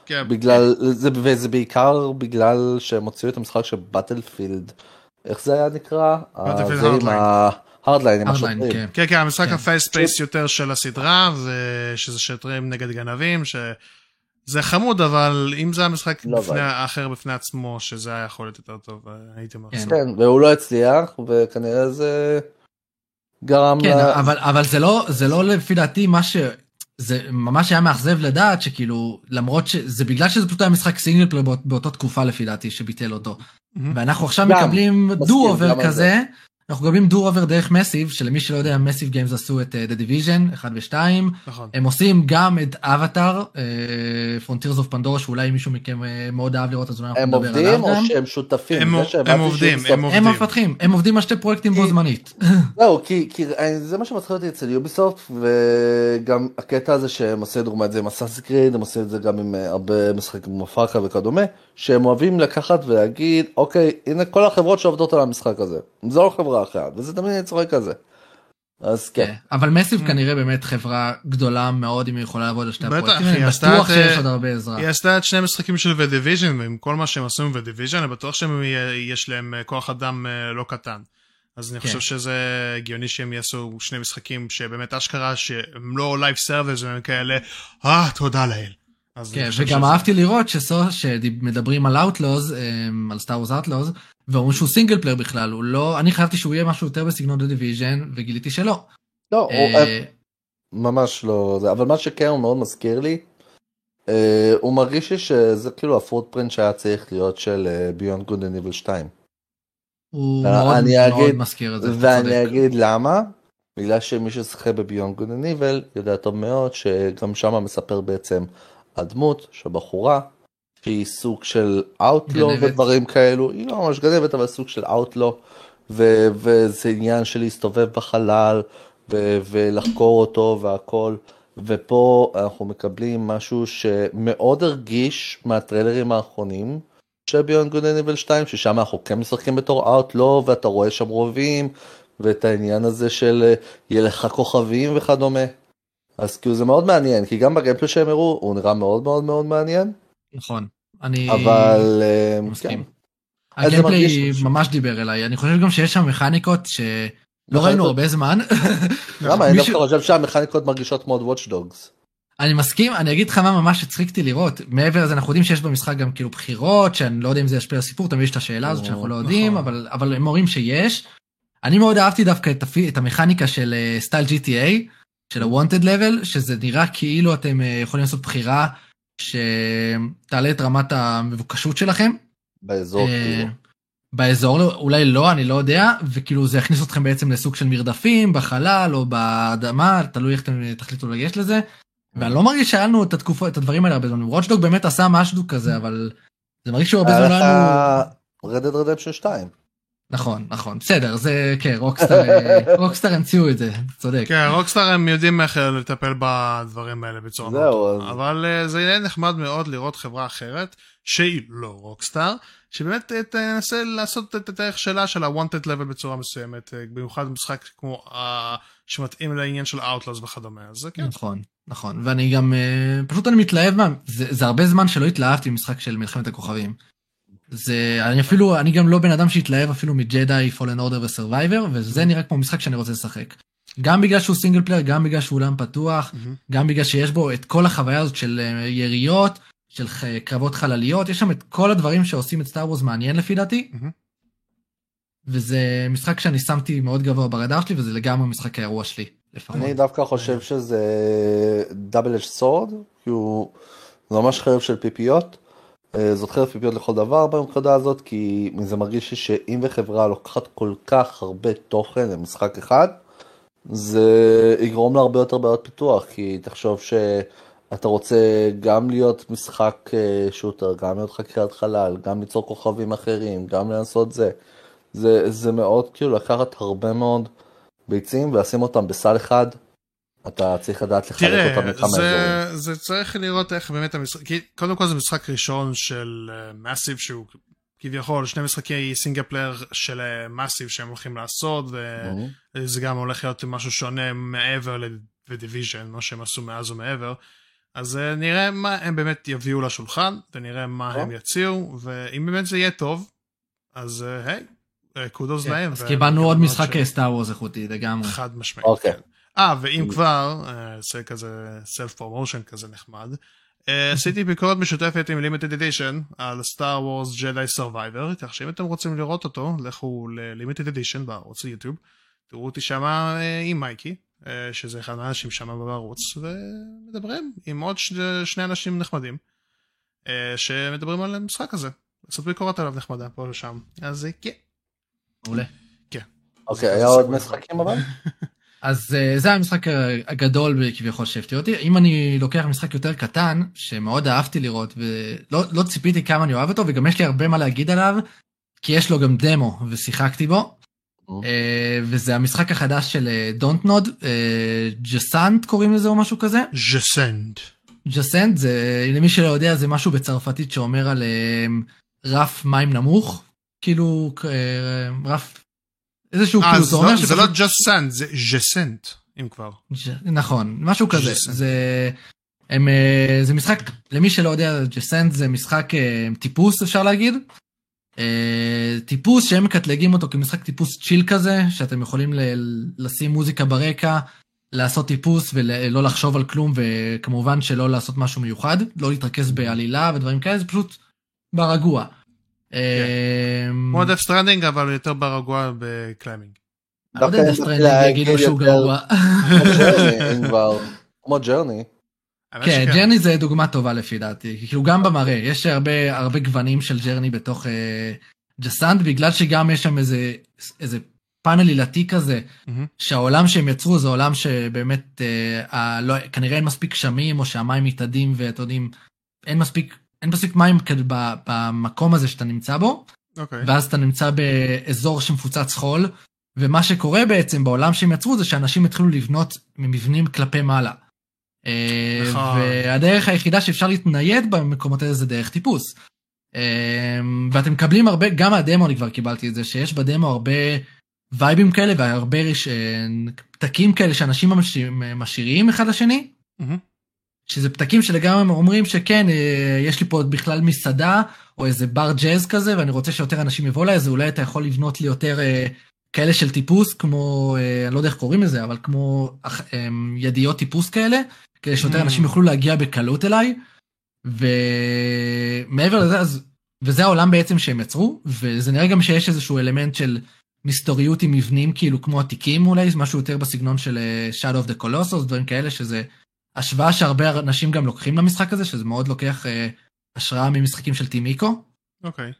Speaker 2: בגלל, וזה בעיקר בגלל שהם הוציאו את המשחק של באטלפילד, איך זה היה נקרא?
Speaker 1: באטלפילד
Speaker 2: הארדליין, עם השוטרים.
Speaker 1: כן, כן, המשחק הפייס ספייס יותר של הסדרה, ושזה שוטרים נגד גנבים, שזה חמוד, אבל אם זה המשחק אחר בפני עצמו, שזה היה יכול להיות יותר טוב, הייתי מרצה.
Speaker 2: כן, והוא לא הצליח, וכנראה זה גרם
Speaker 3: ל... כן, אבל זה לא לפי דעתי מה ש... זה ממש היה מאכזב לדעת שכאילו, למרות שזה בגלל שזה פשוט היה משחק סינגל באותה תקופה לפי דעתי שביטל אותו. ואנחנו עכשיו מקבלים דו-אובר כזה, אנחנו מקבלים דו-אובר דרך מסיב, שלמי שלא יודע, מסיב גיימס עשו את The Division, אחד ושתיים, הם עושים גם את אבטר, Frontiers of Pandora, שאולי מישהו מכם מאוד אהב לראות, אז אולי אנחנו נדבר עליו גם.
Speaker 2: הם עובדים או שהם שותפים?
Speaker 1: הם עובדים, הם עובדים.
Speaker 3: הם מפתחים, הם עובדים על שתי פרויקטים בו זמנית.
Speaker 2: זהו, כי זה מה שמצחיק אותי אצל יוביסופט, וגם הקטע הזה שהם עושים דוגמה את זה עם Assassin's Creed, הם עושים את זה גם עם הרבה משחקים כמו פארקה וכדומה, שהם אוהבים לקחת ולהגיד, אוקיי, הנה כל החברות שעובדות על המשחק הזה. זו לא חברה אחת, וזה תמיד צורך כזה. אז כן.
Speaker 3: אבל מסיב כנראה באמת חברה גדולה מאוד, אם היא יכולה לעבוד על שתי הפרויקטים, אני בטוח שיש עוד הרבה עזרה.
Speaker 1: היא עשתה את שני משחקים של The-Division, ועם כל מה שהם עשו עם The-Division, אני בטוח שיש להם כוח אדם לא קטן. אז אני חושב שזה הגיוני שהם יעשו שני משחקים שבאמת אשכרה, שהם לא לייב סרוויס, והם כאלה, אה, תודה לאל.
Speaker 3: כן, וגם אהבתי לראות שמדברים על Outlaws, על Star Wars Outlaws, ואומרים שהוא סינגל פלייר בכלל, הוא לא, אני חייבתי שהוא יהיה משהו יותר בסגנון The Division, וגיליתי שלא.
Speaker 2: לא, ממש לא, אבל מה שכן הוא מאוד מזכיר לי, הוא מרגיש לי שזה כאילו הפרוטפרינט שהיה צריך להיות של Beyond Good and Evil שתיים.
Speaker 3: הוא מאוד מזכיר את זה.
Speaker 2: ואני אגיד למה, בגלל שמי ששחק ב-Beyond Good and Evil יודע טוב מאוד שגם שם מספר בעצם הדמות של בחורה, שהיא סוג של אאוטלו ודברים כאלו, היא לא ממש גנבת, אבל סוג של אאוטלו, וזה עניין של להסתובב בחלל, ולחקור אותו והכל, ופה אנחנו מקבלים משהו שמאוד הרגיש מהטריילרים האחרונים, של Beyond Good and Evil שתיים, ששם אנחנו כן משחקים בתור אאוטלו, ואתה רואה שם רובים, ואת העניין הזה של יהיה לך כוכבים וכדומה. אז כאילו זה מאוד מעניין, כי גם בגיימפלי שהם הראו, הוא נראה מאוד מאוד מאוד מעניין.
Speaker 3: נכון, אני
Speaker 2: אבל
Speaker 3: מסכים. הגיימפלי ממש דיבר אליי, אני חושב גם שיש שם מכניקות שלא ראינו הרבה זמן.
Speaker 2: למה? אני דווקא חושב שהמכניקות מרגישות מאוד Watch Dogs.
Speaker 3: אני מסכים, אני אגיד לך מה ממש הצחיקתי לראות, מעבר לזה אנחנו יודעים שיש במשחק גם כאילו בחירות, שאני לא יודע אם זה ישפיע על הסיפור, תמיד יש את השאלה הזאת שאנחנו לא יודעים, אבל הם אומרים שיש. אני מאוד אהבתי דווקא את המכניקה של סטייל ג'י טי איי, של ה-Wanted Level, שזה נראה כאילו אתם יכולים לעשות בחירה שתעלה את רמת המבוקשות שלכם.
Speaker 2: באזור כאילו.
Speaker 3: באזור, אולי לא, אני לא יודע, וכאילו זה יכניס אתכם בעצם לסוג של מרדפים, בחלל או באדמה, תלוי איך אתם תחליטו לגשת לזה, ואני לא מרגיש שהיה לנו את התקופה, את הדברים האלה הרבה זמן. וואטשדוג באמת עשה משהו כזה, אבל זה מרגיש שהוא הרבה זמן לא היה לנו...
Speaker 2: Red Dead Redemption שתיים.
Speaker 3: נכון, נכון, בסדר, זה, כן, רוקסטאר, רוקסטאר המציאו את זה, צודק.
Speaker 1: כן, רוקסטאר הם יודעים איך לטפל בדברים האלה בצורה מאוד טובה, אבל זה יהיה נחמד מאוד לראות חברה אחרת, שהיא לא רוקסטאר, שבאמת תנסה לעשות את הדרך שלה, של ה-Wanted Level בצורה מסוימת, במיוחד משחק כמו, שמתאים לעניין של Outlaws וכדומה, אז זה כן.
Speaker 3: נכון, נכון, ואני גם, פשוט אני מתלהב, זה הרבה זמן שלא התלהבתי במשחק של מלחמת הכוכבים. זה, אני אפילו, אני גם לא בן אדם שהתלהב אפילו מג'די, פולן אורדר וסרווייבר, וזה נראה כמו משחק שאני רוצה לשחק. גם בגלל שהוא סינגל פלייר, גם בגלל שהוא עולם פתוח, גם בגלל שיש בו את כל החוויה הזאת של יריות, של קרבות חלליות, יש שם את כל הדברים שעושים את סטאר וורס מעניין לפי דעתי, וזה משחק שאני שמתי מאוד גבוה ברדאר שלי, וזה לגמרי משחק האירוע שלי, לפחות.
Speaker 2: אני דווקא חושב שזה דאבל אדג' סורד, כי הוא ממש חרב של פיפיות, זאת חרב פיפיות לכל דבר במקודה הזאת, כי זה מרגיש לי שאם וחברה לוקחת כל כך הרבה תוכן למשחק אחד, זה יגרום לה הרבה יותר בעיות פיתוח, כי תחשוב שאתה רוצה גם להיות משחק שוטר, גם להיות חקירת חלל, גם ליצור כוכבים אחרים, גם לנסות זה. זה, זה מאוד כאילו לקחת הרבה מאוד ביצים ולשים אותם בסל אחד, אתה צריך לדעת לחלק אותם לכמה אזורים.
Speaker 1: תראה, זה צריך לראות איך באמת המשחק, כי קודם כל זה משחק ראשון של מאסיב, שהוא כביכול שני משחקי סינגל פלייר של מאסיב שהם הולכים לעשות, וזה גם הולך להיות משהו שונה מעבר ל-Division, מה שהם עשו מאז ומעבר, אז נראה מה הם באמת יביאו לשולחן, ונראה מה הם יציעו, ואם באמת זה יהיה טוב, אז היי, קודוס להם.
Speaker 3: אז קיבלנו עוד משחק סטאר וורס איכותי, לגמרי.
Speaker 1: חד משמעית, כן. אה, ואם כבר, זה כזה סלף פרומושן כזה נחמד, עשיתי ביקורת משותפת עם לימיטד אדישן על סטאר וורס ג'די סרווייבר, כך שאם אתם רוצים לראות אותו, לכו ללימיטד אדישן בערוץ היוטיוב, תראו אותי שמה עם מייקי, שזה אחד האנשים שמה בערוץ, ומדברים עם עוד שני אנשים נחמדים, שמדברים על המשחק הזה. קצת ביקורת עליו נחמדה פה ושם, אז כן.
Speaker 3: מעולה.
Speaker 1: כן.
Speaker 2: אוקיי, היה עוד משחקים אבל?
Speaker 3: אז זה המשחק הגדול כביכול שהפתיע אותי. אם אני לוקח משחק יותר קטן, שמאוד אהבתי לראות, ולא לא ציפיתי כמה אני אוהב אותו, וגם יש לי הרבה מה להגיד עליו, כי יש לו גם דמו, ושיחקתי בו, וזה המשחק החדש של Don't Nod, ג'סנט קוראים לזה או משהו כזה?
Speaker 1: ג'סנט.
Speaker 3: ג'סנט, למי שלא יודע, זה משהו בצרפתית שאומר על רף מים נמוך, כאילו רף... איזשהו כאילו,
Speaker 1: זה אומר זה לא ג'סנט, זה ג'סנט, אם כבר.
Speaker 3: נכון, משהו כזה. זה משחק, למי שלא יודע, ג'סנט זה משחק טיפוס, אפשר להגיד. טיפוס שהם מקטלגים אותו כמשחק טיפוס צ'יל כזה, שאתם יכולים לשים מוזיקה ברקע, לעשות טיפוס ולא לחשוב על כלום, וכמובן שלא לעשות משהו מיוחד, לא להתרכז בעלילה ודברים כאלה, זה פשוט ברגוע.
Speaker 2: כמו
Speaker 1: דף סטרנדינג, אבל יותר ברגוע בקליימינג.
Speaker 3: עוד דף סטרנדינג יגידו שהוא גרוע.
Speaker 2: כמו ג'רני.
Speaker 3: כן, ג'רני זה דוגמה טובה לפי דעתי, כאילו גם במראה, יש הרבה גוונים של ג'רני בתוך ג'סנט, בגלל שגם יש שם איזה פאנל עילתי כזה, שהעולם שהם יצרו זה עולם שבאמת כנראה אין מספיק שמים, או שהמים מתאדים, ואתה יודעים, אין מספיק, אין מספיק מים במקום הזה שאתה נמצא בו, ואז אתה נמצא באזור שמפוצץ חול, ומה שקורה בעצם בעולם שהם יצרו זה שאנשים התחילו לבנות ממבנים כלפי מעלה. והדרך היחידה שאפשר להתנייד במקומות האלה זה דרך טיפוס. ואתם מקבלים הרבה, גם מהדמו אני כבר קיבלתי את זה, שיש בדמו הרבה וייבים כאלה, והרבה פתקים כאלה שאנשים משאירים אחד לשני, שזה פתקים שלגמרי אומרים שכן, יש לי פה בכלל מסעדה, או איזה בר ג'אז כזה, ואני רוצה שיותר אנשים יבואו לה, אז אולי אתה יכול לבנות לי יותר כאלה של טיפוס, כמו, אני לא יודע איך קוראים לזה, אבל כמו ידיעות טיפוס כאלה, כדי שיותר אנשים יוכלו להגיע בקלות אליי, ומעבר לזה, אז, וזה העולם בעצם שהם יצרו, וזה נראה גם שיש איזשהו אלמנט של מסתוריות עם מבנים, כאילו כמו עתיקים אולי, משהו יותר בסגנון של Shadow of the Colossus, דברים כאלה, שזה השוואה שהרבה אנשים גם לוקחים למשחק הזה, שזה מאוד לוקח השראה ממשחקים של טימיקו.
Speaker 1: אוקיי.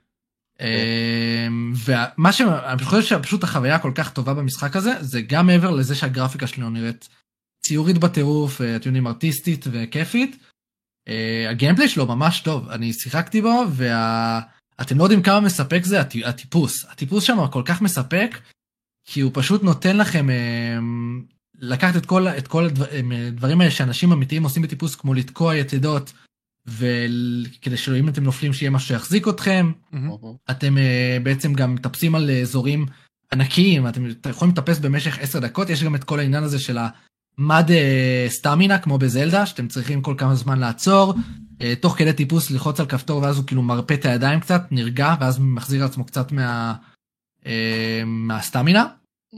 Speaker 3: ומה שאני חושב שפשוט החוויה כל כך טובה במשחק הזה, זה גם מעבר לזה שהגרפיקה שלנו נראית ציורית בטירוף, אתם יודעים, ארטיסטית וכיפית, הגיימפליי שלו ממש טוב, אני שיחקתי בו, ואתם לא יודעים כמה מספק זה הטיפוס, הטיפוס שם כל כך מספק, כי הוא פשוט נותן לכם לקחת את כל, את כל הדברים האלה שאנשים אמיתיים עושים בטיפוס, כמו לתקוע יתדות, וכדי שאם אתם נופלים שיהיה משהו שיחזיק אתכם, אתם בעצם גם מטפסים על אזורים ענקיים, אתם יכולים לטפס במשך עשר דקות, יש גם את כל העניין הזה של המד סטמינה, כמו בזלדה, שאתם צריכים כל כמה זמן לעצור, תוך כדי טיפוס ללחוץ על כפתור, ואז הוא כאילו מרפא את הידיים קצת, נרגע, ואז מחזיר לעצמו קצת מה, מהסטמינה.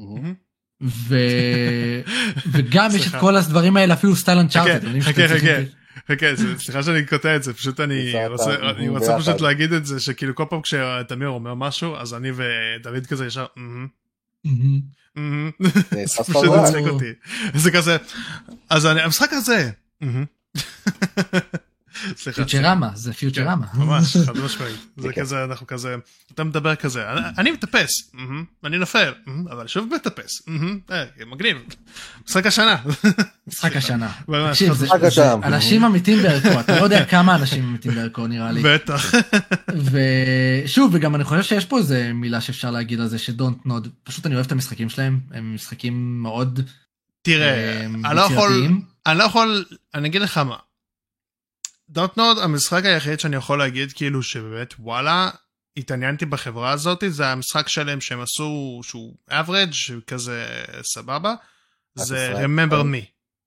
Speaker 3: וגם יש את כל הדברים האלה, אפילו סטייל אנצ'ארטד.
Speaker 1: חכה, חכה. חכה, סליחה שאני קוטע את זה, פשוט אני רוצה פשוט להגיד את זה, שכאילו כל פעם כשתמיר אומר משהו, אז אני ודוד כזה ישר, זה פשוט מצחיק אותי. זה כזה, אז המשחק הזה,
Speaker 3: פיוטרמה, זה פיוטרמה.
Speaker 1: ממש, חד משמעית. זה כזה, אנחנו כזה, אתה מדבר כזה, אני מטפס, אני נופל, אבל שוב מטפס, מגניב. משחק השנה.
Speaker 3: משחק השנה. אנשים אמיתים בערכו, אתה לא יודע כמה אנשים אמיתים בערכו נראה לי.
Speaker 1: בטח.
Speaker 3: ושוב, וגם אני חושב שיש פה איזה מילה שאפשר להגיד על זה, שדונט נוד, פשוט אני אוהב את המשחקים שלהם, הם משחקים מאוד
Speaker 1: תראה, אני לא יכול, אני לא יכול, אני אגיד לך מה. Don't Nod, המשחק היחיד שאני יכול להגיד כאילו שבאמת וואלה, התעניינתי בחברה הזאת, זה המשחק שלהם שהם עשו שהוא average, כזה סבבה, זה Remember Me.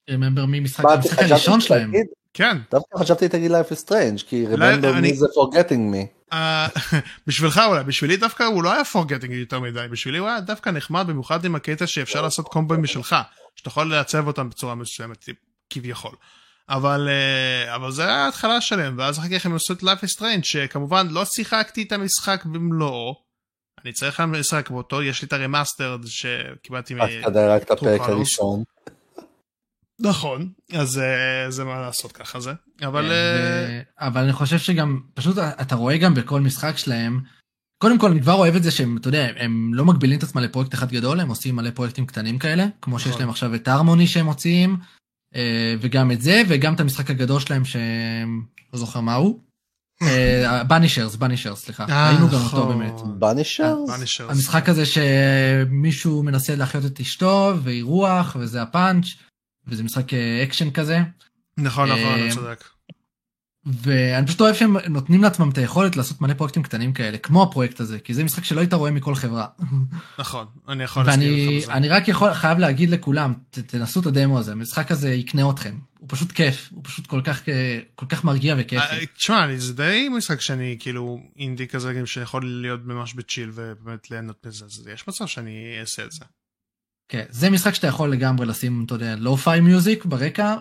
Speaker 3: remember me משחק הראשון שלהם.
Speaker 1: כן.
Speaker 2: דווקא חשבתי תגיד Life is Strange, כי remember me זה forgetting me.
Speaker 1: בשבילך אולי, בשבילי דווקא הוא לא היה forgetting יותר מדי, בשבילי הוא היה דווקא נחמד, במיוחד עם הקטע שאפשר לעשות קומבוים משלך, שאתה יכול לעצב אותם בצורה מסוימת, כביכול. אבל, אבל זה היה ההתחלה שלהם, ואז אחר כך הם עשו את Life is Strange, שכמובן לא שיחקתי את המשחק במלואו, אני צריך לשחק באותו, יש לי את הרמאסטרד שקיבלתי
Speaker 2: מ... אז כדאי רק את הפרק הראשון.
Speaker 1: נכון, אז זה מה לעשות ככה זה, אבל...
Speaker 3: אבל אני חושב שגם, פשוט אתה רואה גם בכל משחק שלהם, קודם כל אני כבר אוהב את זה שהם, אתה יודע, הם לא מגבילים את עצמם לפרויקט אחד גדול, הם עושים מלא פרויקטים קטנים כאלה, כמו שיש להם עכשיו את הרמוני שהם מוציאים, וגם את זה, וגם את המשחק הגדול שלהם שהם, לא זוכר מה הוא, בנישרס, בנישרס, סליחה, ראינו גם אותו באמת.
Speaker 2: בנישרס?
Speaker 3: המשחק הזה שמישהו מנסה להחיות את אשתו, והיא רוח, וזה הפאנץ', וזה משחק אקשן כזה.
Speaker 1: נכון, נכון, אני צודק.
Speaker 3: ואני פשוט אוהב שהם נותנים לעצמם את היכולת לעשות מלא פרויקטים קטנים כאלה, כמו הפרויקט הזה, כי זה משחק שלא היית רואה מכל חברה.
Speaker 1: נכון, אני יכול להסכים לך בזה.
Speaker 3: ואני רק חייב להגיד לכולם, תנסו את הדמו הזה, המשחק הזה יקנה אתכם. הוא פשוט כיף, הוא פשוט כל כך, כל כך מרגיע וכיפי.
Speaker 1: תשמע, זה די משחק שאני כאילו אינדי כזה, שיכול להיות ממש בצ'יל ובאמת ליהנות בזה, אז יש מצב שאני אעשה את זה.
Speaker 3: כן, זה משחק שאתה יכול לגמרי לשים, אתה יודע, לואו-פיי מיוזיק ברקע,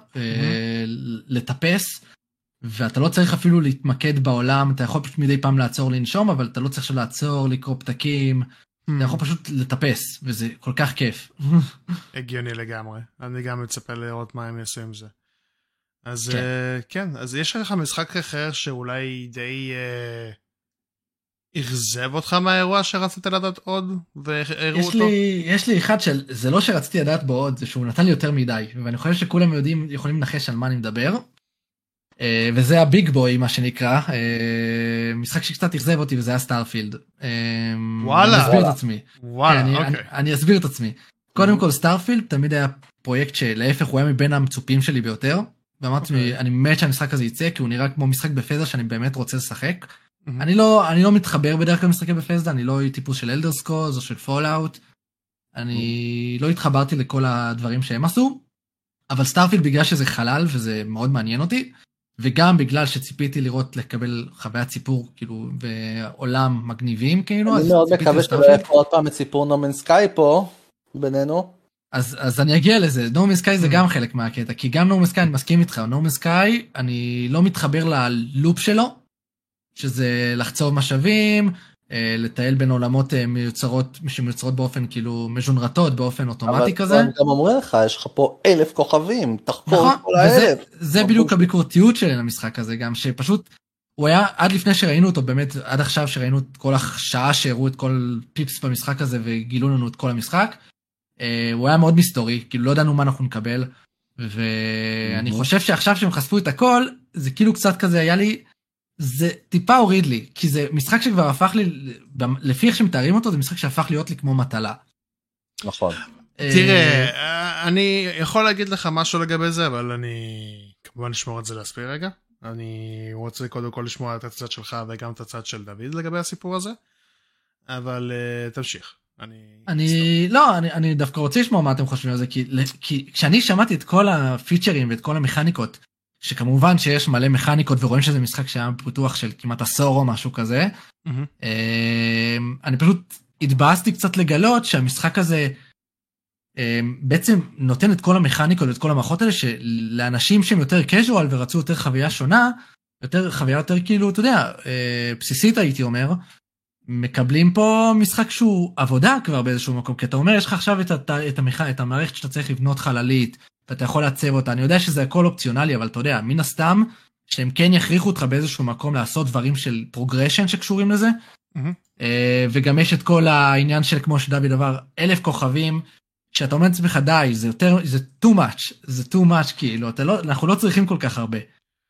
Speaker 3: לטפס, ואתה לא צריך אפילו להתמקד בעולם, אתה יכול פשוט מדי פעם לעצור לנשום, אבל אתה לא צריך לעצור, לקרוא פתקים, אתה יכול פשוט לטפס, וזה כל כך כיף.
Speaker 1: הגיוני לגמרי, אני גם מצפה לראות מה הם יעשו עם זה. אז כן, אז יש לך משחק אחר שאולי די אכזב אותך מהאירוע שרצית לדעת עוד, והראו אותו?
Speaker 3: יש לי אחד של, זה לא שרציתי לדעת בו עוד, זה שהוא נתן לי יותר מדי, ואני חושב שכולם יודעים, יכולים לנחש על מה אני מדבר, וזה הביג בוי, מה שנקרא, משחק שקצת אכזב אותי, וזה היה סטארפילד.
Speaker 1: וואלה.
Speaker 3: אני אסביר את עצמי.
Speaker 1: וואלה, אוקיי.
Speaker 3: אני אסביר את עצמי. קודם כל, סטארפילד תמיד היה פרויקט שלהפך הוא היה מבין המצופים שלי ביותר, ואמרתי לי, אני מת שהמשחק הזה יצא, כי הוא נראה כמו משחק בפזה שאני באמת רוצה לשחק. אני לא, אני לא מתחבר בדרך כלל משחקי בפזה, אני לא טיפוס של אלדר סקרולס או של פולאאוט. אני לא התחברתי לכל הדברים שהם עשו, אבל סטארפילד בגלל שזה חלל וזה מאוד מעניין אותי, וגם בגלל שציפיתי לראות לקבל חוויית סיפור, כאילו, בעולם מגניבים, כאילו.
Speaker 2: אני מאוד מקווה שלא יהיה פה עוד פעם את סיפור נומן סקאי פה, בינינו.
Speaker 3: אז, אז אני אגיע לזה, נומן סקאי זה גם חלק מהקטע, כי גם נומן סקאי, אני מסכים איתך, נומן סקאי, אני לא מתחבר ללופ שלו, שזה לחצוב משאבים, לטייל בין עולמות מיוצרות, שמיוצרות באופן כאילו מז'ונרטות, באופן אוטומטי כזה.
Speaker 2: אבל גם אומרים לך, יש לך פה אלף כוכבים, תחקור את כל האלף.
Speaker 3: זה בדיוק הביקורתיות שלי למשחק הזה, גם שפשוט, הוא היה, עד לפני שראינו אותו, באמת, עד עכשיו שראינו את כל השעה שהראו את כל פיפס במשחק הזה, וגילו לנו את כל המשחק, הוא היה מאוד מסתורי, כאילו לא ידענו מה אנחנו נקבל, ואני חושב שעכשיו שהם חשפו את הכל, זה כאילו קצת כזה היה לי, זה טיפה הוריד לי, כי זה משחק שכבר הפך לי, לפי איך שמתארים אותו, זה משחק שהפך להיות לי כמו מטלה.
Speaker 2: נכון.
Speaker 1: תראה, אני יכול להגיד לך משהו לגבי זה, אבל אני כמובן אשמור את זה להספיק רגע. אני רוצה קודם כל לשמוע את הצד שלך וגם את הצד של דוד לגבי הסיפור הזה, אבל תמשיך.
Speaker 3: אני, לא, אני דווקא רוצה לשמוע מה אתם חושבים על זה, כי כשאני שמעתי את כל הפיצ'רים ואת כל המכניקות, שכמובן שיש מלא מכניקות ורואים שזה משחק שהיה פתוח של כמעט עשור או משהו כזה, mm-hmm. אני פשוט התבאסתי קצת לגלות שהמשחק הזה בעצם נותן את כל המכניקות ואת כל המערכות האלה שלאנשים שהם יותר קז'ואל ורצו יותר חוויה שונה, יותר חוויה יותר כאילו, אתה יודע, בסיסית הייתי אומר, מקבלים פה משחק שהוא עבודה כבר באיזשהו מקום, כי אתה אומר יש לך עכשיו את, את, את, המכ... את המערכת שאתה צריך לבנות חללית, ואתה יכול לעצב אותה, אני יודע שזה הכל אופציונלי, אבל אתה יודע, מן הסתם, שהם כן יכריחו אותך באיזשהו מקום לעשות דברים של פרוגרשן שקשורים לזה, mm-hmm. וגם יש את כל העניין של כמו שדוד דבר, אלף כוכבים, שאתה אומר לעצמך די, זה יותר, זה too much, זה too much כאילו, אתה לא, אנחנו לא צריכים כל כך הרבה.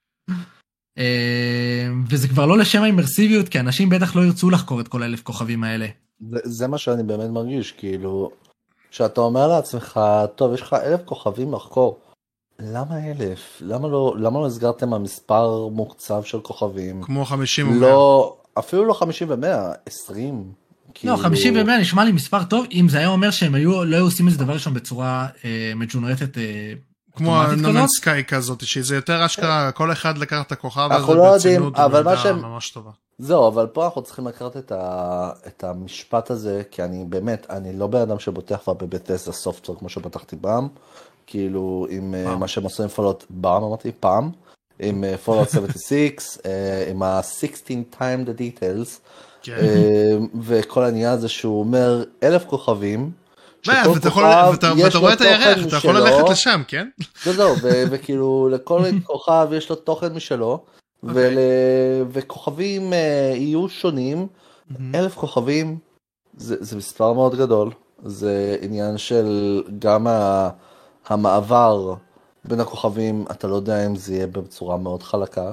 Speaker 3: וזה כבר לא לשם האימרסיביות, כי אנשים בטח לא ירצו לחקור את כל אלף כוכבים האלה.
Speaker 2: זה, זה מה שאני באמת מרגיש, כאילו, שאתה אומר לעצמך, טוב, יש לך אלף כוכבים לחקור, למה אלף? למה לא, למה לא הסגרתם המספר מוקצב של כוכבים?
Speaker 1: כמו חמישים ומאה.
Speaker 2: לא, אפילו לא חמישים ומאה, עשרים.
Speaker 3: לא, חמישים ומאה נשמע לי מספר טוב, אם זה היה אומר שהם היו, לא היו עושים איזה דבר ראשון בצורה אה, מג'ונרטת אה,
Speaker 1: כמו נומן סקאי כזאת, שזה יותר אשכרה, כל אחד לקח את הכוכב הזה
Speaker 2: ברצינות, ובמידה ממש טובה. זהו, אבל פה אנחנו צריכים לקחת את, ה... את המשפט הזה, כי אני באמת, אני לא בן אדם שבוטח כבר בבתסדה סופטוור, כמו שבטחתי פעם, כאילו עם פעם. מה שהם עושים פולאאוט, פעם אמרתי, פעם, עם פולאאוט שבעים ושש, עם ה-sixteen time the details, כן. וכל העניין הזה שהוא אומר אלף כוכבים,
Speaker 1: ואתה רואה את הירח, אתה יכול ללכת לשם, כן?
Speaker 2: זהו, וכאילו לכל כוכב יש לו תוכן משלו, וכוכבים יהיו שונים, אלף כוכבים, זה מספר מאוד גדול, זה עניין של גם המעבר בין הכוכבים, אתה לא יודע אם זה יהיה בצורה מאוד חלקה,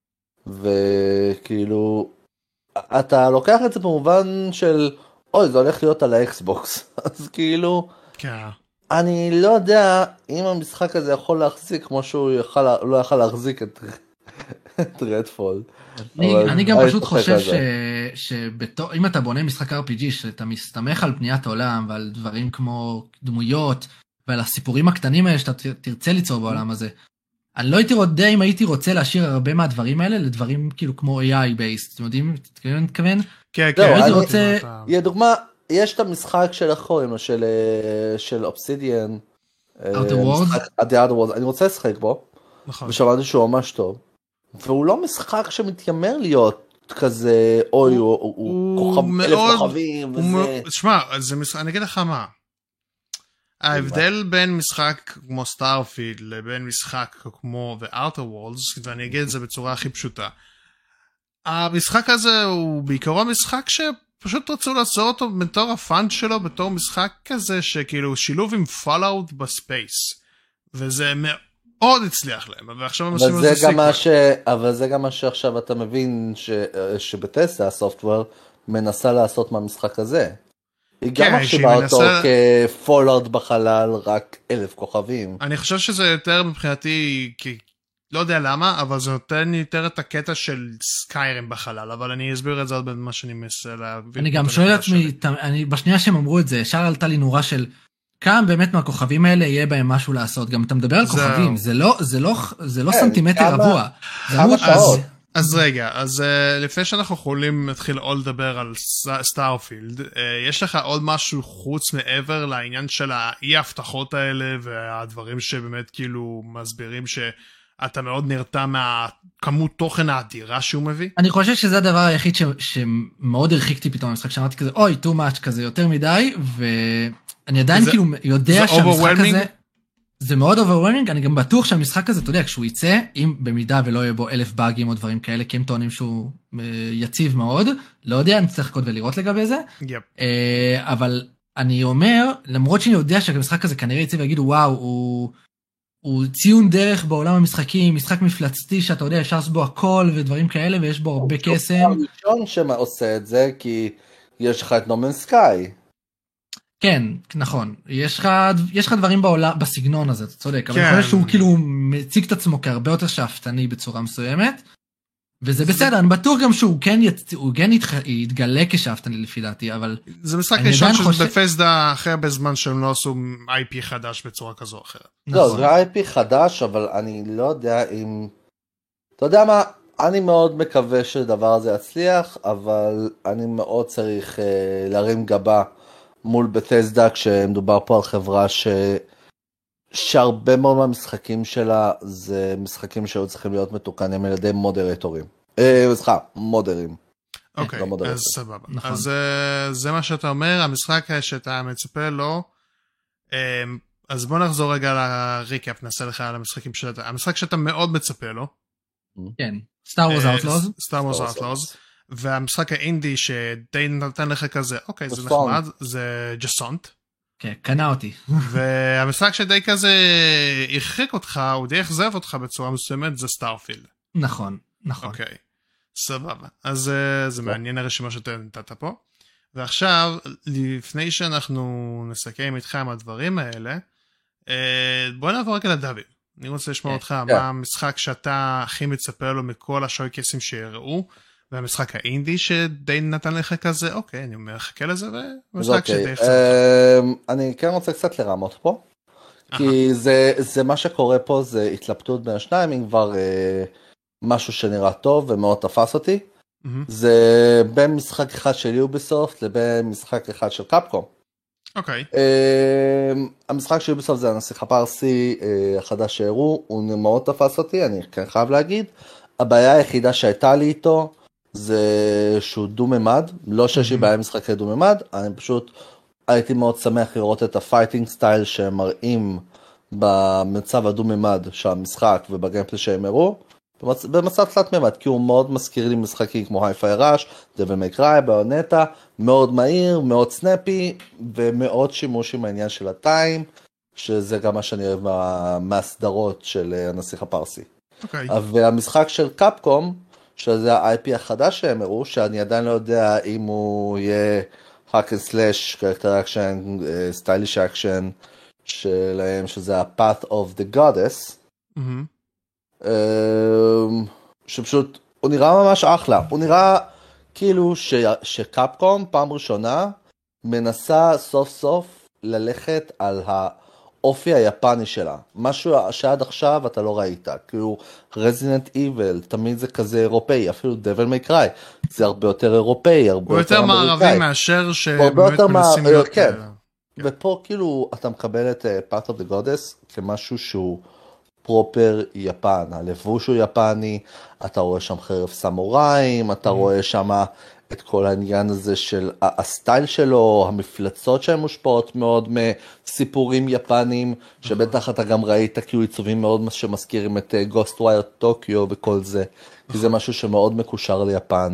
Speaker 2: וכאילו, אתה לוקח את זה במובן של, אוי, זה הולך להיות על האקסבוקס, אז כאילו, אני לא יודע אם המשחק הזה יכול להחזיק כמו שהוא לא יכל להחזיק את רדפול.
Speaker 3: אני גם פשוט חושב שאם אתה בונה משחק אר פי ג'י, שאתה מסתמך על בניית העולם ועל דברים כמו דמויות, ועל הסיפורים הקטנים האלה שאתה תרצה ליצור בעולם הזה, אני לא הייתי יודע אם הייתי רוצה להשאיר הרבה מהדברים האלה לדברים כאילו כמו איי איי based, אתם יודעים, אני מתכוון?
Speaker 1: כן, כן.
Speaker 2: הייתי רוצה... דוגמה, יש את המשחק של החורים, של אובסידיאן,
Speaker 3: Outer Worlds,
Speaker 2: אני רוצה לשחק בו, ושמעתי שהוא ממש טוב, והוא לא משחק שמתיימר להיות כזה, אוי, הוא אלף כוכבים, וזה...
Speaker 1: תשמע, אני אגיד לך מה, ההבדל בין משחק כמו סטארפילד לבין משחק כמו The Outer Worlds, ואני אגיד את זה בצורה הכי פשוטה, המשחק הזה הוא בעיקרו משחק שפשוט רצו לעשות אותו בתור הפאנט שלו, בתור משחק כזה שכאילו שילוב עם פולאאוט בספייס, וזה מאוד הצליח להם, ועכשיו הם עושים איזה
Speaker 2: סיקוול. אבל זה גם מה שעכשיו אתה מבין שבתסדה הסופטוור מנסה לעשות מהמשחק הזה. היא גם מחשיבה אותו כפולאאוט בחלל, רק אלף כוכבים.
Speaker 1: אני חושב שזה יותר מבחינתי, כי לא יודע למה, אבל זה נותן יותר את הקטע של סקיירים בחלל, אבל אני אסביר את זה עוד במה שאני מנסה להבין.
Speaker 3: אני גם שואל עצמי, בשנייה שהם אמרו את זה, ישר עלתה לי נורה של כמה באמת מהכוכבים האלה יהיה בהם משהו לעשות. גם אתה מדבר על כוכבים, זה לא סנטימטר רבוע.
Speaker 1: אז רגע, אז לפני שאנחנו יכולים להתחיל עוד לדבר על סטארפילד, יש לך עוד משהו חוץ מעבר לעניין של האי ההבטחות האלה, והדברים שבאמת כאילו מסבירים שאתה מאוד נרתע מהכמות תוכן האדירה שהוא מביא?
Speaker 3: אני חושב שזה הדבר היחיד שמאוד הרחיקתי פתאום במשחק, שאמרתי כזה, אוי, too much כזה, יותר מדי, ואני עדיין כאילו יודע שהמשחק הזה... זה מאוד אוברוולמינג, אני גם בטוח שהמשחק הזה, אתה יודע, כשהוא יצא, אם במידה ולא יהיה בו אלף באגים או דברים כאלה, כי הם טוענים שהוא יציב מאוד, לא יודע, אני צריך לקוד ולראות לגבי זה,
Speaker 1: yep.
Speaker 3: אבל אני אומר, למרות שאני יודע שהמשחק הזה כנראה יצא ויגידו, וואו, הוא, הוא ציון דרך בעולם המשחקים, משחק מפלצתי שאתה יודע, אפשר לעשות בו הכל ודברים כאלה, ויש בו הרבה קסם. הוא
Speaker 2: הראשון שעושה את זה, כי יש לך את נומן סקאי.
Speaker 3: כן, נכון. יש לך, יש לך דברים בעולם, בסגנון הזה, אתה צודק. אבל אני חושב שהוא כאילו מציג את עצמו כהרבה יותר שאפתני בצורה מסוימת, וזה בסדר, אני בטוח גם שהוא כן, הוא כן יתגלה כשאפתני לפי דעתי, אבל...
Speaker 1: זה משחק ראשון של בפסדה אחרי הרבה זמן שהם לא עשו איי פי חדש בצורה כזו או אחרת.
Speaker 2: לא, זה איי פי חדש, אבל אני לא יודע אם... אתה יודע מה? אני מאוד מקווה שדבר הזה יצליח, אבל אני מאוד צריך להרים גבה מול בתסדה, כשמדובר פה על חברה ש... שהרבה מאוד מהמשחקים שלה, זה משחקים שהיו צריכים להיות מתוקנים על ידי מודרטורים. אה, סליחה, מודרים.
Speaker 1: אוקיי, אז סבבה. אז זה מה שאתה אומר, המשחק שאתה מצפה לו, אז בוא נחזור רגע לריקאפ, נעשה לך על המשחקים שאתה, המשחק שאתה מאוד מצפה לו.
Speaker 3: כן, Star Wars Outlaws.
Speaker 1: Star Wars Outlaws. והמשחק האינדי שדי נתן לך כזה, אוקיי, זה נחמד, זה ג'סונט.
Speaker 3: כן, קנה אותי.
Speaker 1: והמשחק שדי כזה הרחיק אותך, הוא די אכזב אותך בצורה מסוימת, זה סטארפילד.
Speaker 3: נכון, נכון.
Speaker 1: אוקיי, סבבה. אז זה מעניין הרשימה שאתה נתת פה. ועכשיו, לפני שאנחנו נסכם איתך עם הדברים האלה, בוא נעבור רק לדוד. אני רוצה לשמוע אותך, מה המשחק שאתה הכי מצפה לו מכל השואו-קייסים שיראו, והמשחק האינדי שדי נתן לך כזה, אוקיי, אני מחכה לזה, ומשחק שדי חצה.
Speaker 2: אני כן רוצה קצת לרמות פה, כי זה, זה מה שקורה פה, זה התלבטות בין השניים, אם כבר אה, משהו שנראה טוב ומאוד תפס אותי. Mm-hmm. זה בין משחק אחד של יוביסופט לבין משחק אחד של קפקום.
Speaker 1: אוקיי. Okay.
Speaker 2: אה, המשחק של יוביסופט זה הנסיך הפרסי אה, החדש שהראו, הוא מאוד תפס אותי, אני כן חייב להגיד. הבעיה היחידה שהייתה לי איתו, זה שהוא דו-ממד, לא שיש לי בעיה משחקי דו-ממד, אני פשוט הייתי מאוד שמח לראות את הפייטינג סטייל שהם מראים במצב הדו-ממד של המשחק ובגיימפלי שהם הראו, במצ... במצב תלת ממד, כי הוא מאוד מזכיר לי משחקים כמו היי-פיי ראש, דבל מיי קריי, באונטה, מאוד מהיר, מאוד סנאפי, ומאוד שימוש עם העניין של הטיים, שזה גם מה שאני אוהב מה... מהסדרות של הנסיך הפרסי.
Speaker 1: אוקיי.
Speaker 2: Okay. והמשחק של קפקום, שזה ה-איי פי החדש שהם הראו, שאני עדיין לא יודע אם הוא יהיה hack and slash, character action, stylish action שלהם, שזה ה-path of the goddess, mm-hmm. שפשוט, הוא נראה ממש אחלה, הוא נראה כאילו ש- שקפקום פעם ראשונה מנסה סוף סוף ללכת על האופי היפני שלה, משהו שעד עכשיו אתה לא ראית, כאילו Resident Evil, תמיד זה כזה אירופאי, אפילו Devil May Cry, זה הרבה יותר אירופאי, הרבה יותר
Speaker 1: אמריקאי. הוא יותר מערבי מאשר שבאמת מנסים להיות...
Speaker 2: כן, ופה כאילו אתה מקבל את Path of the Goddess כמשהו שהוא פרופר יפן, הלבוש הוא יפני, אתה רואה שם חרב סמוראים, אתה רואה שם את כל העניין הזה של הסטייל שלו, המפלצות שהן מושפעות מאוד מסיפורים יפניים, שבטח אתה גם ראית כאילו עיצובים מאוד שמזכירים את Ghostwire טוקיו וכל זה, כי זה משהו שמאוד מקושר ליפן.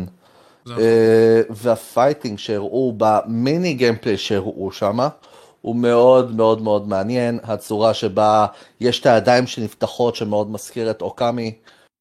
Speaker 2: והפייטינג שהראו במיני גיימפלי שהראו שם, הוא מאוד מאוד מאוד מעניין, הצורה שבה יש את הידיים שנפתחות שמאוד מזכיר את אוקאמי,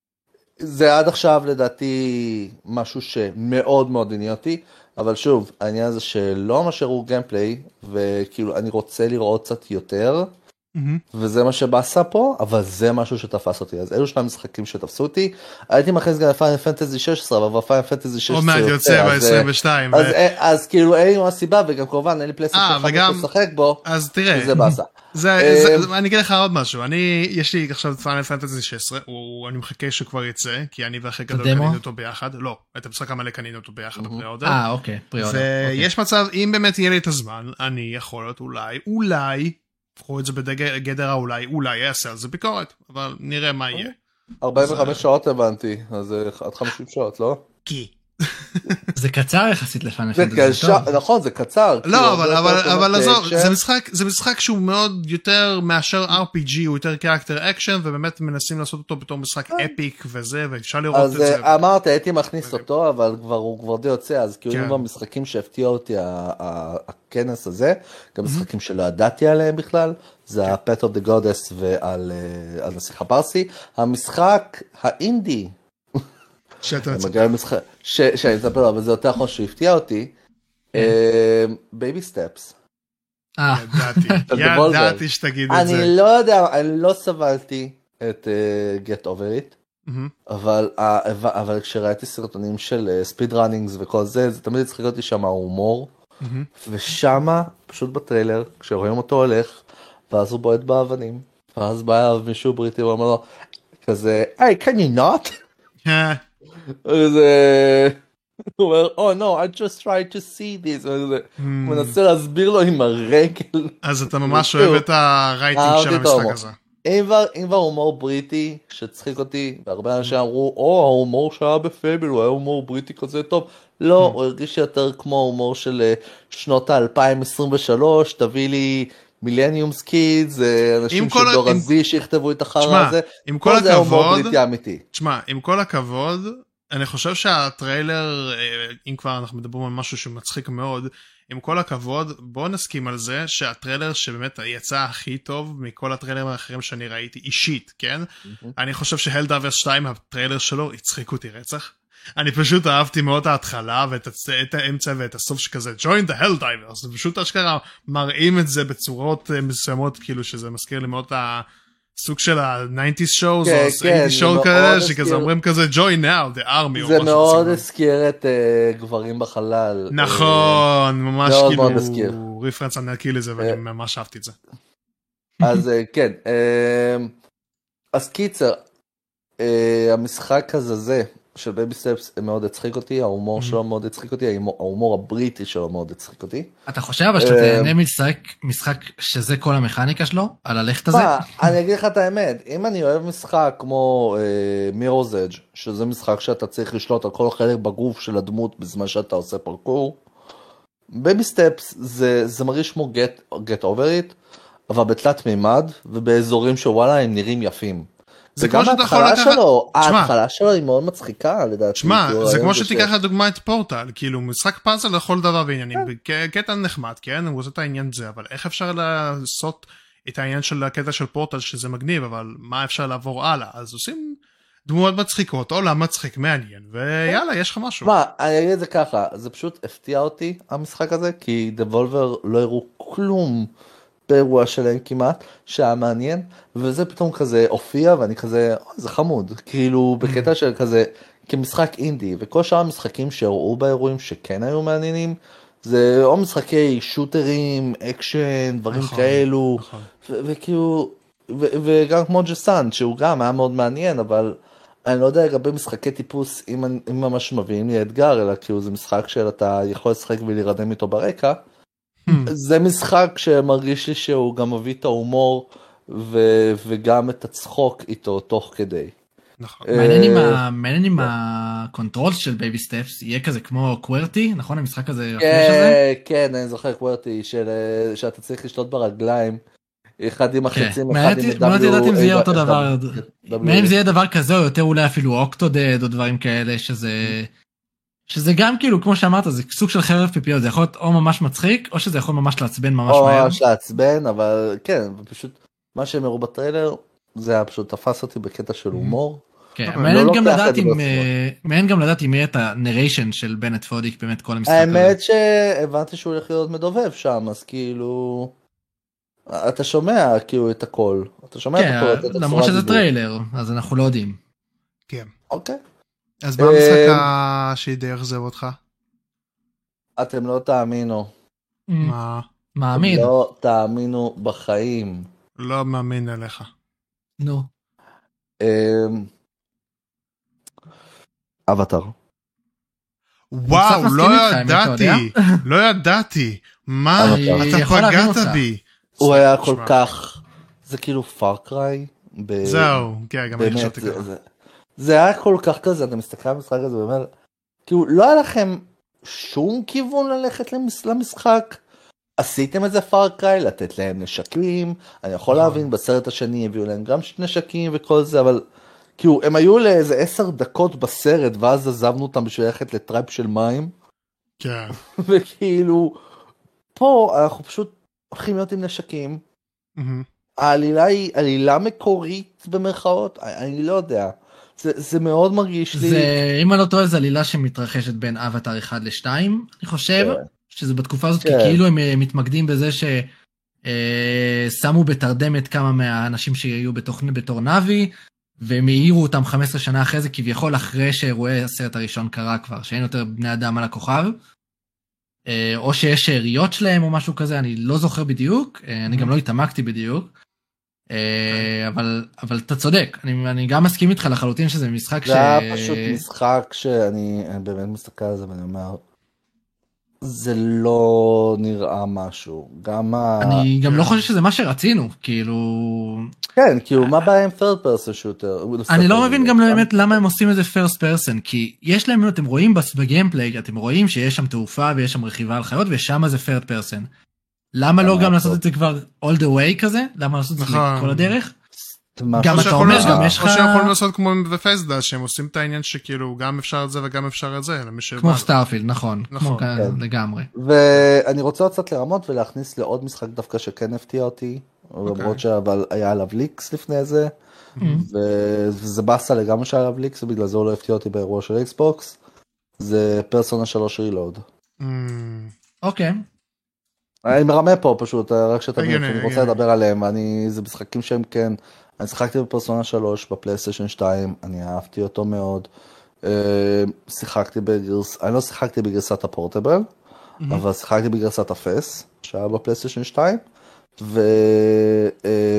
Speaker 2: זה עד עכשיו לדעתי משהו שמאוד מאוד עניין אותי, אבל שוב, העניין הזה שלא מה שהראו גיימפליי, וכאילו אני רוצה לראות קצת יותר, וזה מה שבעשה פה, אבל זה משהו שתפס אותי. אז אלו שני המשחקים שתפסו אותי. הייתי מכניס גם לפיינל פנטזי שש עשרה, אבל פיינל פנטזי שש עשרה
Speaker 1: עוד מעט יוצא ב-עשרים ושתיים.
Speaker 2: אז כאילו אין לי מה סיבה, וגם כמובן אין לי פלייסטיישן חמש לשחק בו,
Speaker 1: אז תראה,
Speaker 2: זה בעשה.
Speaker 1: אני אגיד לך עוד משהו, אני, יש לי עכשיו את פיינל פנטזי שש עשרה, אני מחכה שכבר יצא, כי אני ואחרי גדול קנינו אותו ביחד, לא, את המשחק המלא קנינו אותו ביחד בפרי-אורדר.
Speaker 3: אה, אוקיי, פרי-אורדר.
Speaker 1: ויש מצב, אם באמת יהיה לי את הזמן, אני יכול להיות אולי, אולי, קחו את זה בגדר האולי, אולי יעשה על זה ביקורת, אבל נראה מה יהיה.
Speaker 2: ארבעים וחמש שעות הבנתי, אז עד חמישים שעות, לא?
Speaker 1: כי.
Speaker 3: זה קצר יחסית לפני פנטזי.
Speaker 2: נכון, זה קצר.
Speaker 1: לא, אבל עזוב, זה משחק שהוא מאוד יותר מאשר אר פי ג'י, הוא יותר קרקטר אקשן, ובאמת מנסים לעשות אותו בתור משחק אפיק וזה, ואפשר לראות את זה.
Speaker 2: אז אמרתי, הייתי מכניס אותו, אבל הוא כבר די יוצא, אז כאילו אם במשחקים שהפתיע אותי הכנס הזה, גם משחקים שלא ידעתי עליהם בכלל, זה ה-Path of the Goddess ועל נסיך הפרסי, המשחק האינדי,
Speaker 1: שאתה
Speaker 2: מצא. שאני אספר, אבל זה יותר חושב שהפתיע אותי, בייבי סטפס.
Speaker 1: ידעתי, ידעתי שתגיד את זה.
Speaker 2: אני לא יודע, אני לא סבלתי את Get Over It, אבל כשראיתי סרטונים של ספיד ראנינגס וכל זה, זה תמיד הצחיק אותי שם ההומור, ושמה, פשוט בטריילר, כשרואים אותו הולך, ואז הוא בועט באבנים, ואז בא אליו מישהו בריטי, הוא אומר לו, כזה, hey, can you not? וזה, הוא אומר, oh no, I just tried to see this, הוא מנסה להסביר לו עם הרגל.
Speaker 1: אז אתה ממש אוהב את הרייטינג של המשחק הזה.
Speaker 2: אם כבר הומור בריטי שצחיק אותי, והרבה אנשים אמרו, או, ההומור שהיה בפייבל, הוא היה הומור בריטי כזה טוב. לא, הוא הרגיש יותר כמו הומור של שנות ה-אלפיים עשרים ושלוש, תביא לי מיליניומס קידס, אנשים של דור הזי שיכתבו את החרא הזה.
Speaker 1: עם כל הכבוד, תשמע, עם כל הכבוד, אני חושב שהטריילר, אם כבר אנחנו מדברים על משהו שמצחיק מאוד, עם כל הכבוד, בואו נסכים על זה שהטריילר שבאמת יצא הכי טוב מכל הטריילרים האחרים שאני ראיתי אישית, כן? אני חושב שהלדייברס שתיים, הטריילר שלו, הצחיק אותי רצח. אני פשוט אהבתי מאוד ההתחלה ואת האמצע ואת הסוף שכזה, join the Helldivers, זה פשוט אשכרה מראים את זה בצורות מסוימות, כאילו שזה מזכיר לי מאוד הסוג של ה-ניינטיז shows, או ה-אייטיז show כאלה, שכזה אומרים כזה, join now, the army.
Speaker 2: זה מאוד הזכיר את גברים בחלל.
Speaker 1: נכון, ממש כאילו, ריפרנס ענקי לזה, ואני ממש אהבתי את זה.
Speaker 2: אז כן, אז קיצר, המשחק הזה זה, של בייבי סטפס מאוד הצחיק אותי, ההומור שלו מאוד הצחיק אותי, ההומור הבריטי שלו מאוד הצחיק אותי.
Speaker 3: אתה חושב אבל שאתה תהנה משחק, משחק שזה כל המכניקה שלו, על הלכת הזה?
Speaker 2: מה, אני אגיד לך את האמת, אם אני אוהב משחק כמו מירור's Edge, שזה משחק שאתה צריך לשלוט על כל חלק בגוף של הדמות בזמן שאתה עושה פרקור, בייבי סטפס זה, זה מרגיש כמו get, get over it, אבל בתלת מימד, ובאזורים שוואלה הם נראים יפים. זה וגם ההתחלה שלו, ההתחלה שלו היא מאוד מצחיקה לדעתי.
Speaker 1: שמע, זה כמו שתיקח לדוגמה את פורטל, כאילו משחק פאזל לכל דבר ועניינים, קטע נחמד, כן, הוא עושה את העניין זה, אבל איך אפשר לעשות את העניין של הקטע של פורטל שזה מגניב, אבל מה אפשר לעבור הלאה? אז עושים דמויות מצחיקות, עולם מצחיק, מעניין, ויאללה, יש לך משהו.
Speaker 2: מה, אני אגיד את זה ככה, זה פשוט הפתיע אותי המשחק הזה, כי דבולבר לא הראו כלום באירוע שלהם כמעט, שהיה מעניין, וזה פתאום כזה הופיע, ואני כזה, אוי, זה חמוד, כאילו בקטע של כזה, כמשחק אינדי, וכל שאר המשחקים שהראו באירועים שכן היו מעניינים, זה או משחקי שוטרים, אקשן, דברים נכון, כאלו, נכון. וכאילו, וגם כמו ג'סן, שהוא גם היה מאוד מעניין, אבל אני לא יודע לגבי משחקי טיפוס, אם, אם ממש מביאים לי אתגר, אלא כאילו זה משחק שאתה יכול לשחק ולהירדם איתו ברקע, זה משחק שמרגיש לי שהוא גם מביא את ההומור ו- וגם את הצחוק איתו תוך כדי.
Speaker 3: נכון. מעניין אם הקונטרול של בייבי סטפס יהיה כזה כמו קוורטי, נכון? המשחק הזה?
Speaker 2: כן, כן, אני זוכר קוורטי שאתה צריך לשלוט ברגליים, אחד עם החצים, אחד עם
Speaker 3: מאוד ידעת אם זה יהיה אותו דבר, מעניין אם זה יהיה דבר כזה או יותר אולי אפילו אוקטודד או דברים כאלה שזה... שזה גם כאילו, כמו שאמרת, זה סוג של חרב פיפיות, זה יכול להיות או ממש מצחיק, או שזה יכול ממש לעצבן ממש מהר.
Speaker 2: או ממש לעצבן, אבל כן, ופשוט, מה שהם הראו בטריילר, זה היה פשוט תפס אותי בקטע של הומור.
Speaker 3: כן, מעניין גם לדעת אם יהיה את הנריישן של בנט פודיק, באמת כל המשחק הזה.
Speaker 2: האמת שהבנתי שהוא הולך להיות מדובב שם, אז כאילו, אתה שומע כאילו את הכל, אתה שומע את הכל.
Speaker 3: כן, למרות שזה טריילר, אז אנחנו לא יודעים.
Speaker 1: כן.
Speaker 2: אוקיי.
Speaker 1: אז מה המשחק שידי אכזב אותך?
Speaker 2: אתם לא תאמינו.
Speaker 1: מה?
Speaker 3: מאמין.
Speaker 2: לא תאמינו בחיים.
Speaker 1: לא מאמין עליך.
Speaker 3: נו.
Speaker 2: אבטר.
Speaker 1: וואו, לא ידעתי. לא ידעתי. מה? אתה פגעת בי.
Speaker 2: הוא היה כל כך... זה כאילו פארקריי.
Speaker 1: זהו, כן, גם אני חשבתי ככה.
Speaker 2: זה היה כל כך כזה, אתה מסתכל על המשחק הזה ואומר, כאילו, לא היה לכם שום כיוון ללכת למשחק? עשיתם את זה פארקריי, לתת להם נשקים, אני יכול להבין, בסרט השני הביאו להם גם נשקים וכל זה, אבל כאילו, הם היו לאיזה עשר דקות בסרט, ואז עזבנו אותם בשביל ללכת לטרייפ של מים.
Speaker 1: כן.
Speaker 2: וכאילו, פה אנחנו פשוט הולכים להיות עם נשקים, העלילה היא עלילה מקורית במרכאות, אני לא יודע. זה, זה מאוד מרגיש לי...
Speaker 3: זה, אם אני לא טועה, זו עלילה שמתרחשת בין אבטר אחד לשתיים, אני חושב, כן. שזה בתקופה הזאת, כן. כי כאילו הם מתמקדים בזה ששמו בתרדמת כמה מהאנשים שיהיו בתוכן, בתור נאבי, והם העירו אותם חמש עשרה שנה אחרי זה, כביכול אחרי שאירועי הסרט הראשון קרה כבר, שאין יותר בני אדם על הכוכב, או שיש שאריות שלהם או משהו כזה, אני לא זוכר בדיוק, אני גם לא התעמקתי בדיוק, אבל אבל אתה צודק, אני אני גם מסכים איתך לחלוטין שזה משחק ש...
Speaker 2: זה היה פשוט משחק שאני באמת מסתכל על זה ואני אומר, זה לא נראה משהו, גם
Speaker 3: אני גם לא חושב שזה מה שרצינו, כאילו...
Speaker 2: כן, כאילו מה בעיה עם third person shooter?
Speaker 3: אני לא מבין גם באמת למה הם עושים את זה first person, כי יש להם, אתם רואים בגיימפליי, אתם רואים שיש שם תעופה ויש שם רכיבה על חיות ושם זה third person. למה לא גם לעשות את זה כבר all the way כזה? למה לעשות את זה כל הדרך?
Speaker 1: גם אתה אומר, גם יש לך... או שיכולים לעשות כמו בפסדה, שהם עושים את העניין שכאילו גם אפשר את זה וגם אפשר את זה.
Speaker 3: כמו סטארפילד, נכון. נכון. לגמרי.
Speaker 2: ואני רוצה קצת לרמות ולהכניס לעוד משחק דווקא שכן הפתיע אותי, למרות אבל היה עליו ליקס לפני זה, וזה בסה לגמרי שהיה עליו ליקס, ובגלל זה הוא לא הפתיע אותי באירוע של אקסבוקס, זה פרסונה שלוש רילוד.
Speaker 3: אוקיי.
Speaker 2: אני מרמה פה פשוט, רק שאתה רוצה לדבר עליהם, זה משחקים שהם כן, אני שחקתי בפרסונה שלוש בפלייסטיישן שתיים, אני אהבתי אותו מאוד, שיחקתי בגרס, אני לא שיחקתי בגרסת הפורטבל, אבל שיחקתי בגרסת הפס, שהיה בפלייסטיישן שתיים,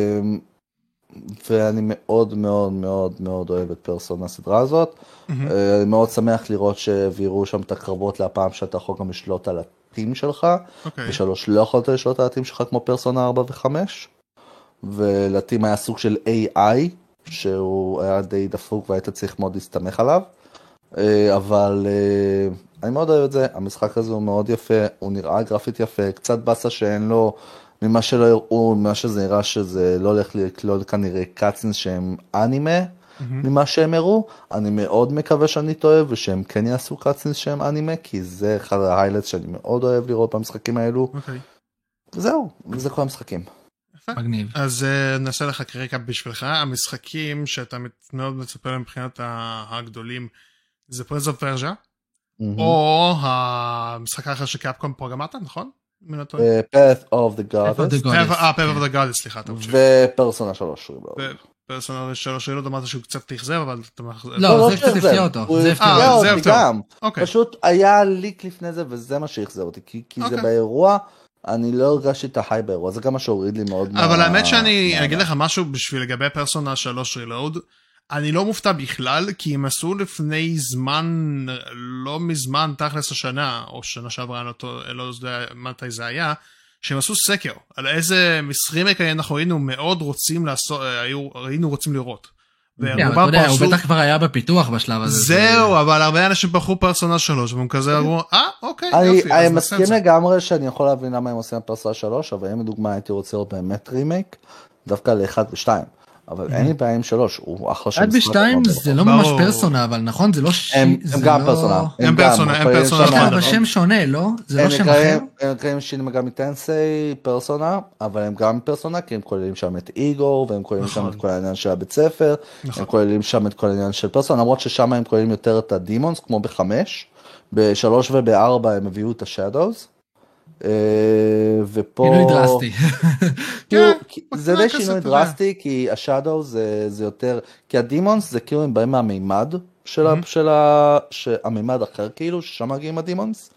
Speaker 2: ואני מאוד מאוד מאוד מאוד אוהב את פרסונה הסדרה הזאת. אני מאוד שמח לראות שהעבירו שם את הקרבות להפעם שאתה יכול גם לשלוט על הטים שלך, ושלוש לא יכולת לשלוט על הטים שלך כמו פרסונה ארבע וחמש, ולטים היה סוג של איי איי, שהוא היה די דפוק והיית צריך מאוד להסתמך עליו, אבל אני מאוד אוהב את זה, המשחק הזה הוא מאוד יפה, הוא נראה גרפית יפה, קצת בסה שאין לו, ממה שלא הראו, ממה שזה נראה שזה לא הולך לכלול כנראה קאצינס שהם אנימה, ממה שהם הראו, אני מאוד מקווה שאני טועה, ושהם כן יעשו קאצינס שהם אנימה, כי זה אחד ההיילטס שאני מאוד אוהב לראות במשחקים האלו, וזהו, וזה כל המשחקים.
Speaker 1: מגניב. אז נעשה לך כרקע בשבילך, המשחקים שאתה מאוד מצפה להם מבחינת הגדולים, זה פרינס אוף פרז'ה, או המשחק האחר שקפקום פרוגרמטה, נכון?
Speaker 2: Path of the Goddess.
Speaker 1: אה, Path of the Goddess, סליחה.
Speaker 2: ופרסונה שלוש.
Speaker 1: פרסונה שלוש, לא אמרת שהוא קצת תחזב, אבל...
Speaker 3: לא, זה קצת הפתיע אותו.
Speaker 2: זה הפתיע אותי גם. פשוט היה ליק לפני זה, וזה מה שהחזב אותי, כי זה באירוע... אני לא הרגשתי את החי באירוע, זה גם מה שהוריד לי מאוד.
Speaker 1: אבל האמת שאני אגיד לך משהו בשביל לגבי פרסונה שלוש רילוד, אני לא מופתע בכלל, כי הם עשו לפני זמן, לא מזמן, תכלס השנה, או שנה שעברה, אני לא יודע מתי זה היה, שהם עשו סקר, על איזה מסרימק אנחנו היינו מאוד רוצים לעשות, היינו רוצים לראות.
Speaker 3: אתה יודע, הוא בטח כבר היה בפיתוח בשלב הזה.
Speaker 1: זהו, אבל הרבה אנשים בחרו פרסונה שלוש, והם כזה אמרו, אה, אוקיי, יופי.
Speaker 2: אני מסכים לגמרי שאני יכול להבין למה הם עושים פרסונה שלוש, אבל אם לדוגמה הייתי רוצה לראות באמת רימייק, דווקא ל-אחד ושתיים. אבל אין לי בעיה עם שלוש, הוא אחלה של
Speaker 3: משחק. אחד ושתיים זה לא ממש פרסונה, אבל נכון, זה לא...
Speaker 2: הם גם פרסונה.
Speaker 1: הם פרסונה, הם פרסונה.
Speaker 3: בשם שונה, לא? זה לא שם אחר?
Speaker 2: הם נקראים שיני מגמי טנסי פרסונה, אבל הם גם פרסונה, כי הם כוללים שם את איגור, והם כוללים שם את כל העניין של הבית ספר, הם כוללים שם את כל העניין של פרסונה, למרות ששם הם כוללים יותר את הדימונס, כמו בחמש, בשלוש ובארבע הם הביאו את השאדווז, ופה...
Speaker 3: שינוי דרסטי.
Speaker 2: זה די שינוי דרסטי, כי השאדו זה יותר, כי הדימונס זה כאילו הם באים מהמימד של המימד אחר כאילו, ששם מגיעים הדימונס,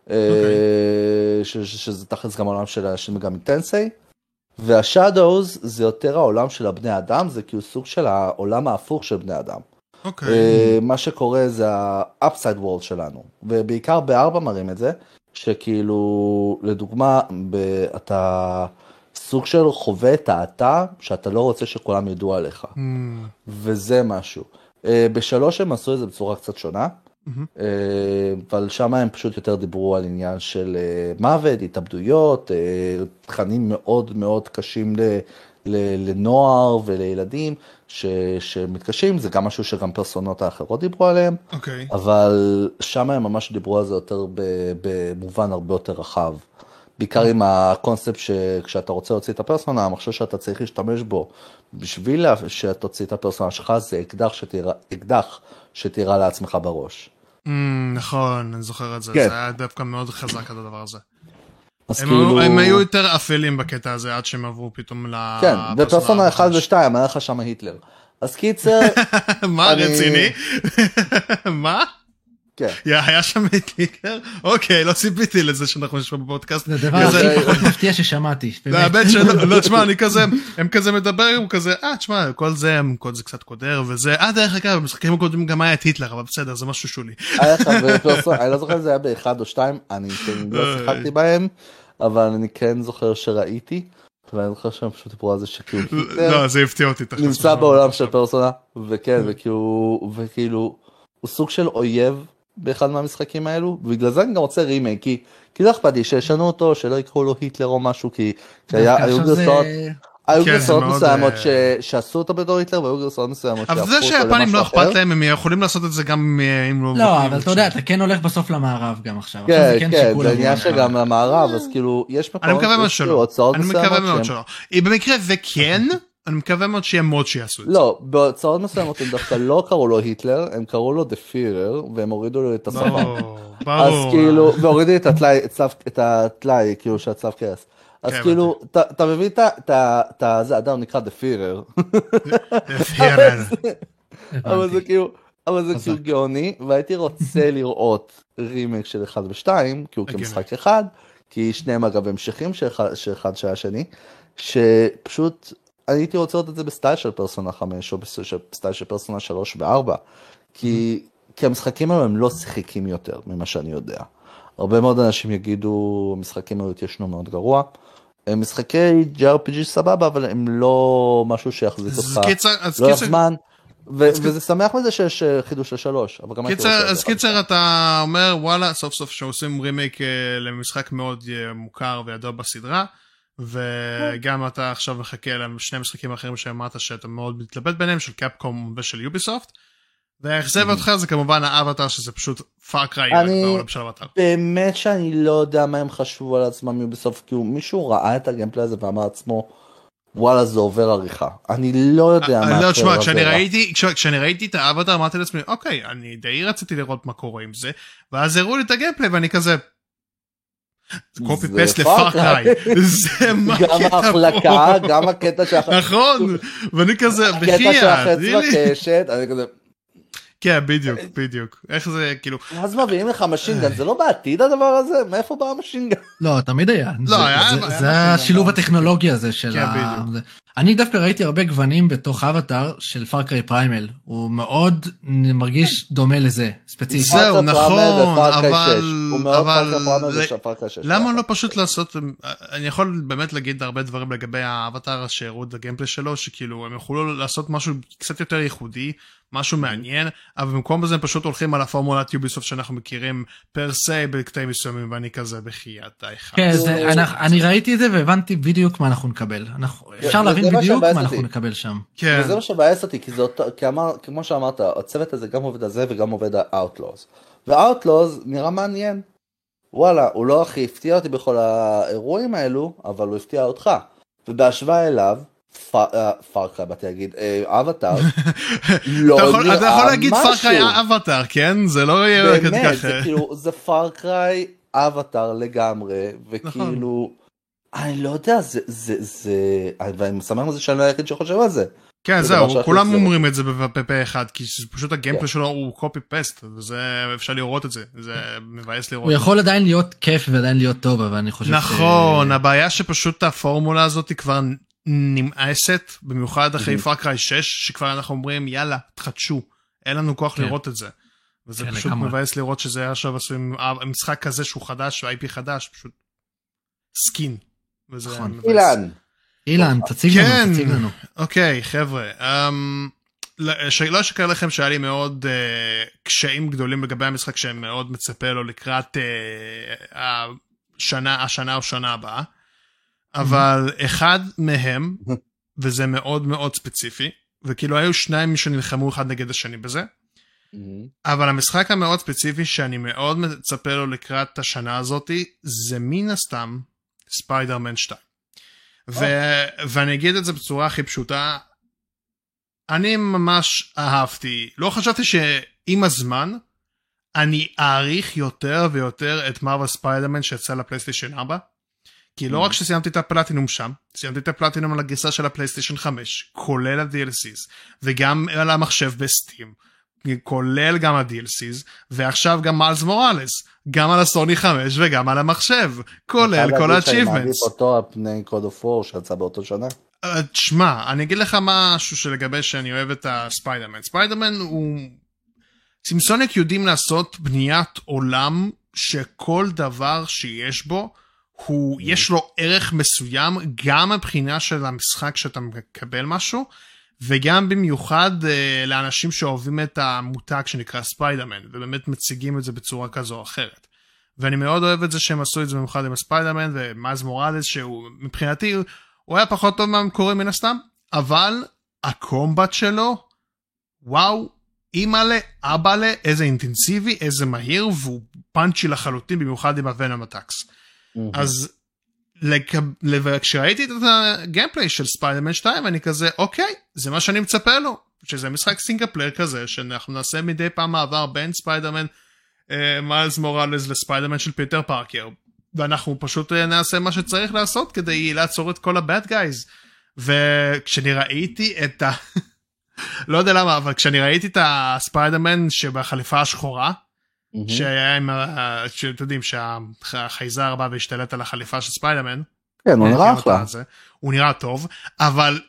Speaker 2: שזה תכלס גם העולם של מגמי טנסי, והשאדווז זה יותר העולם של הבני אדם, זה כאילו סוג של העולם ההפוך של בני אדם. מה שקורה זה ה-upside world שלנו, ובעיקר בארבע מראים את זה, שכאילו, לדוגמה, אתה סוג של חווה את האתה, שאתה לא רוצה שכולם ידעו עליך. Mm. וזה משהו. בשלוש הם עשו את זה בצורה קצת שונה, mm-hmm. אבל שם הם פשוט יותר דיברו על עניין של מוות, התאבדויות, תכנים מאוד מאוד קשים לנוער ולילדים, ש, שמתקשים, זה גם משהו שגם פרסונות האחרות דיברו עליהם,
Speaker 1: okay.
Speaker 2: אבל שם הם ממש דיברו על זה יותר במובן הרבה יותר רחב, בעיקר עם הקונספט שכשאתה רוצה להוציא את הפרסונה, המחשב שאתה צריך להשתמש בו, בשביל שתוציא את הפרסונה שלך, זה אקדח שתירה, אקדח שתירה לעצמך בראש.
Speaker 1: Mm, נכון, אני זוכר את זה, כן. זה היה דווקא מאוד חזק הדבר הזה. הם,
Speaker 2: כאילו...
Speaker 1: הם היו יותר אפלים בקטע הזה, עד שהם עברו פתאום לפרסונה.
Speaker 2: כן, בפרסונה אחד ושתיים, היה לך שם היטלר. אז קיצר...
Speaker 1: מה, רציני? מה?
Speaker 2: כן.
Speaker 1: היה שם היטלר? אוקיי, לא ציפיתי לזה שאנחנו נשמע בפודקאסט.
Speaker 3: זה הדבר הכי פחות מפתיע ששמעתי.
Speaker 1: באמת שלא, לא, תשמע, אני כזה, הם כזה מדברים, הוא כזה, אה, תשמע, כל זה, כל זה קצת קודר, וזה, אה, דרך אגב, במשחקים הקודמים גם היה את היטלר, אבל בסדר, זה משהו שולי.
Speaker 2: היה לך בפרסונה, אני לא זוכר אם זה היה באחד או שתיים, אני לא שיחקתי בהם, אבל אני כן זוכר שראיתי, ואני זוכר שהם פשוט דיברו על זה שכאילו
Speaker 1: לא, זה הפתיע אותי.
Speaker 2: נמצא בעולם של פרסונה, וכן, וכאילו, הוא סוג של אויב באחד מהמשחקים האלו, ובגלל זה אני גם רוצה רימייק, כי לא אכפת לי שישנו אותו, שלא יקראו לו היטלר או משהו, כי היו גרסאות... היו גרסאות מסוימות שעשו אותו בתור היטלר, והיו גרסאות מסוימות
Speaker 1: שהפכו אותו למשהו אחר. אבל זה שהיפנים לא אכפת להם, הם יכולים לעשות את זה גם אם לא...
Speaker 3: לא, אבל אתה יודע, אתה כן הולך בסוף למערב גם עכשיו.
Speaker 2: כן, כן, זה עניין שגם למערב, אז כאילו, יש מקומות...
Speaker 1: אני מקווה מאוד שלא. אני מקווה מאוד שלא. במקרה וכן, אני מקווה מאוד שיהיה מוד שיעשו את זה.
Speaker 2: לא, בהוצאות מסוימות הם דווקא לא קראו לו היטלר, הם קראו לו The Führer, והם הורידו לו את השפה. אז כאילו, והורידו את הטלאי, כאילו, שהצלב כעס. אז כאילו, אתה מבין את זה, אדם נקרא The Führer.
Speaker 1: The Führer.
Speaker 2: אבל זה כאילו, אבל זה כאילו גאוני, והייתי רוצה לראות רימייק של אחד ושתיים, כי הוא כמשחק אחד, כי שניהם אגב המשכים של אחד שהיה שני, שפשוט, הייתי רוצה לראות את זה בסטייל של פרסונה חמש, או בסטייל של פרסונה שלוש וארבע, כי, כי המשחקים האלה הם לא שיחקים יותר, ממה שאני יודע. הרבה מאוד אנשים יגידו, המשחקים האלה יתיישנו מאוד גרוע, הם משחקי ג'י אר פי ג'י סבבה, אבל הם לא משהו שיחזיק אותך, לא זמן, וזה שמח מזה שיש חידוש לשלוש.
Speaker 1: אז קיצר, אתה אומר, וואלה, סוף סוף שעושים רימייק למשחק מאוד מוכר וידוע בסדרה, וגם אתה עכשיו מחכה לשני משחקים אחרים שאמרת שאתה מאוד מתלבט ביניהם, של קפקום ושל יוביסופט, והאכזב אותך זה כמובן האבטר, שזה פשוט פאר קריי בעולם של האבטר.
Speaker 2: באמת שאני לא יודע מה הם חשבו על עצמם יוביסופט, כי מישהו ראה את הגיימפליי הזה ואמר עצמו, וואלה זה עובר עריכה. אני לא יודע מה...
Speaker 1: לא, תשמע, כשאני ראיתי את האבטר אמרתי לעצמי, אוקיי, אני די רציתי לראות מה קורה עם זה, ואז הראו לי את הגיימפליי ואני כזה... קופי פסט לפאר קריי. זה מה קטע פה.
Speaker 2: גם ההחלקה, גם הקטע שאחרי...
Speaker 1: נכון, ואני כזה, בחיה.
Speaker 2: הקטע שאחרי בקשת, אני כזה...
Speaker 1: כן, בדיוק, בדיוק. איך זה, כאילו...
Speaker 2: אז מביאים לך משינגן, זה לא בעתיד הדבר הזה? מאיפה בא המשינגן?
Speaker 3: לא, תמיד היה.
Speaker 1: לא, היה...
Speaker 3: זה השילוב הטכנולוגי הזה של ה... אני דווקא ראיתי הרבה גוונים בתוך אבטר של פאר קריי פריימל. הוא מאוד מרגיש דומה לזה, ספציפית.
Speaker 1: זהו, נכון, אבל... למה לא פשוט לעשות... אני יכול באמת להגיד הרבה דברים לגבי האבטר שהראו את הגיימפלי שלו, שכאילו הם יכולו לעשות משהו קצת יותר ייחודי, משהו מעניין, אבל במקום בזה הם פשוט הולכים על הפורמולת יוביסופט שאנחנו מכירים פר סי בקטעים מסוימים, ואני כזה בחיית האחד. כן,
Speaker 3: אני ראיתי את זה והבנתי בדיוק מה אנחנו נקבל. אפשר להבין בדיוק מה אנחנו נקבל שם.
Speaker 2: וזה מה שבאס אותי, כי כמו שאמרת, הצוות הזה גם עובד על זה וגם עובד על Outlaws. ו-Outlaws נראה מעניין. וואלה, הוא לא הכי הפתיע אותי בכל האירועים האלו, אבל הוא הפתיע אותך. ובהשוואה אליו, פאר קריי, באתי להגיד, אבטר, לא נראה משהו.
Speaker 1: אתה יכול להגיד פאר קריי אבטר, כן? זה לא יהיה כזה ככה.
Speaker 2: באמת, זה כאילו, זה פאר קריי אבטר לגמרי, וכאילו, אני לא יודע, זה, זה, זה, ואני מסמך מזה שאני לא היחיד שחושב על זה.
Speaker 1: כן, זהו, כולם אומרים את זה בפה אחד, כי פשוט הגיימפלי שלו הוא קופי פסט, וזה, אפשר לראות את זה, זה מבאס לראות.
Speaker 3: הוא יכול עדיין להיות כיף ועדיין להיות טוב, אבל אני חושב...
Speaker 1: נכון, הבעיה שפשוט הפורמולה הזאת היא כבר נמאסת, במיוחד אחרי פאר קריי שש, שכבר אנחנו אומרים, יאללה, תחדשו, אין לנו כוח לראות את זה. וזה פשוט מבאס לראות שזה עכשיו עשויים, המשחק כזה שהוא חדש, איי פי חדש, פשוט סקין.
Speaker 2: אילן.
Speaker 3: אילן, תציג לנו, תציג לנו.
Speaker 1: אוקיי, חבר'ה, לא אשקר לכם שהיה לי מאוד קשיים גדולים לגבי המשחק שהם מאוד מצפה לו לקראת השנה, השנה או שנה הבאה, אבל אחד מהם, וזה מאוד מאוד ספציפי, וכאילו היו שניים שנלחמו אחד נגד השני בזה, אבל המשחק המאוד ספציפי שאני מאוד מצפה לו לקראת השנה הזאת, זה מן הסתם ספיידרמן שתיים. ואני אגיד את זה בצורה הכי פשוטה, אני ממש אהבתי, לא חשבתי שעם הזמן, אני אעריך יותר ויותר את מרוויל ספיידרמן שיצא לפלייסטיישן ארבע, כי לא רק שסיימתי את הפלטינום שם, סיימתי את הפלטינום על הגרסה של הפלייסטיישן חמש, כולל ה-די אל סיז, וגם על המחשב בסטים, כולל גם ה-די אל סיז, ועכשיו גם מיילס מוראלס, גם על הסוני חמש וגם על המחשב, כולל כל ה-achievements. אני מעדיף
Speaker 2: אותו על פני קוד אוף וור שיצא באותו שנה.
Speaker 1: תשמע, אני אגיד לך משהו שלגבי שאני אוהב את הספיידרמן. ספיידרמן הוא... סימסוניק יודעים לעשות בניית עולם שכל דבר שיש בו, הוא, יש לו ערך מסוים, גם מבחינה של המשחק שאתה מקבל משהו, וגם במיוחד uh, לאנשים שאוהבים את המותג שנקרא ספיידרמן, ובאמת מציגים את זה בצורה כזו או אחרת. ואני מאוד אוהב את זה שהם עשו את זה במיוחד עם הספיידרמן, ומאז מוראלס, שהוא מבחינתי, הוא היה פחות טוב מהמקורי מן הסתם, אבל הקומבט שלו, וואו, אימאלה, אבאלה, איזה אינטנסיבי, איזה מהיר, והוא פאנצ'י לחלוטין, במיוחד עם הוונום אטאקס. אז כשראיתי את הגיימפליי של ספיידרמן שתיים, אני כזה, אוקיי, זה מה שאני מצפה לו, שזה משחק סינגל פלייר כזה, שאנחנו נעשה מדי פעם מעבר בין ספיידרמן, מיילס מוראלס לספיידרמן של פיטר פארקר, ואנחנו פשוט נעשה מה שצריך לעשות, כדי לעצור את כל הבאד גייז, וכשאני ראיתי את ה... לא יודע למה, אבל כשאני ראיתי את הספיידרמן שבחליפה השחורה, שהיה עם, שאתם יודעים, שהחייזר בא והשתלט על החליפה של ספיידרמן.
Speaker 2: כן, הוא נראה אחלה.
Speaker 1: הוא נראה טוב, אבל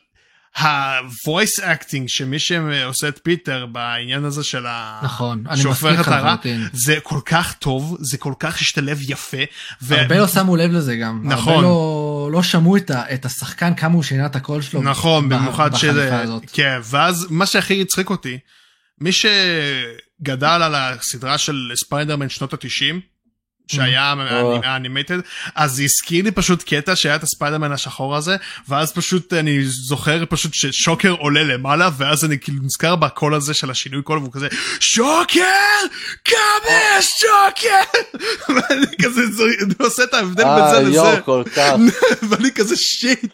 Speaker 1: ה-voice acting שמי שעושה את פיטר בעניין הזה של
Speaker 3: נכון, אני מסכים לחלוטין.
Speaker 1: זה כל כך טוב, זה כל כך השתלב יפה.
Speaker 3: הרבה לא שמו לב לזה גם. נכון. הרבה לא, לא שמעו את, ה, את השחקן כמה הוא שינה את הקול שלו.
Speaker 1: נכון, במיוחד שזה, כן, ואז מה שהכי הצחיק אותי, מי שגדל על הסדרה של ספיידרמן שנות ה-תשעים, שהיה אנימייטד, אז הזכיר לי פשוט קטע שהיה את הספיידרמן השחור הזה, ואז פשוט אני זוכר פשוט ששוקר עולה למעלה, ואז אני כאילו נזכר בקול הזה של השינוי קול, והוא כזה, שוקר! כמה שוקר! ואני כזה, אני עושה את ההבדל בין זה לזה.
Speaker 2: אה, יו, כל כך.
Speaker 1: ואני כזה שיט.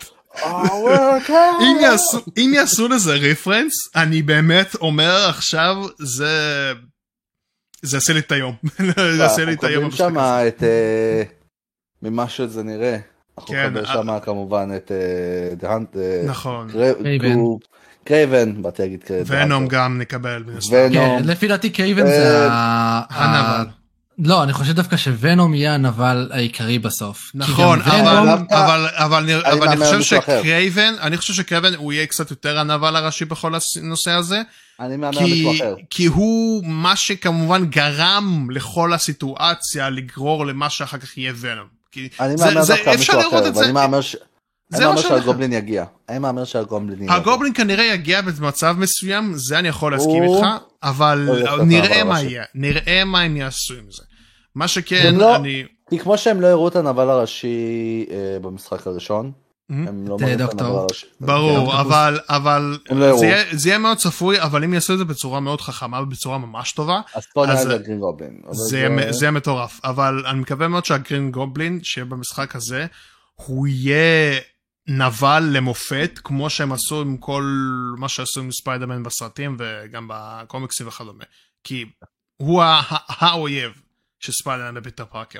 Speaker 1: אם יעשו לזה ריפרנס, אני באמת אומר עכשיו, זה... זה עשה לי את היום. זה עשה לי את היום.
Speaker 2: אנחנו קובעים שם את... ממה שזה נראה. אנחנו קובעים שם כמובן את...
Speaker 1: נכון.
Speaker 2: קרייבן, באתי להגיד קרייבן.
Speaker 1: ונום גם נקבל.
Speaker 3: לפי דעתי קרייבן זה...
Speaker 1: הנבל.
Speaker 3: לא, אני חושב דווקא שוונום יהיה הנבל העיקרי בסוף.
Speaker 1: נכון, אבל אני חושב שקרייבן, אני חושב שקרייבן הוא יהיה קצת יותר הנבל הראשי בכל הנושא הזה.
Speaker 2: אני מאמר משהו אחר.
Speaker 1: כי הוא מה שכמובן גרם לכל הסיטואציה לגרור למה שאחר כך יהיה ונום.
Speaker 2: אני מאמר דווקא משהו אחר, ואני מאמר ש... אני מאמר שהגובלין יגיע. אני מאמר שהגובלין יגיע.
Speaker 1: הגובלין כנראה יגיע במצב מסוים, זה אני יכול להסכים איתך, אבל נראה מה יהיה. נראה מה הם יעשו עם זה. מה שכן, אני...
Speaker 2: כי כמו שהם לא הראו את הנבל הראשי במשחק הראשון, הם לא מראו את הנבל הראשי.
Speaker 1: ברור, אבל זה יהיה מאוד צפוי, אבל אם יעשו את זה בצורה מאוד חכמה ובצורה ממש טובה,
Speaker 2: אז פה נראה את הגרין גובלין.
Speaker 1: זה יהיה מטורף, אבל אני מקווה מאוד שהגרין גובלין, שיהיה במשחק הזה, הוא יהיה נבל למופת, כמו שהם עשו עם כל מה שעשו עם ספיידרמן בסרטים, וגם בקומיקסים וכדומה. כי הוא האויב של ספיידרמן ופיטר פארקר.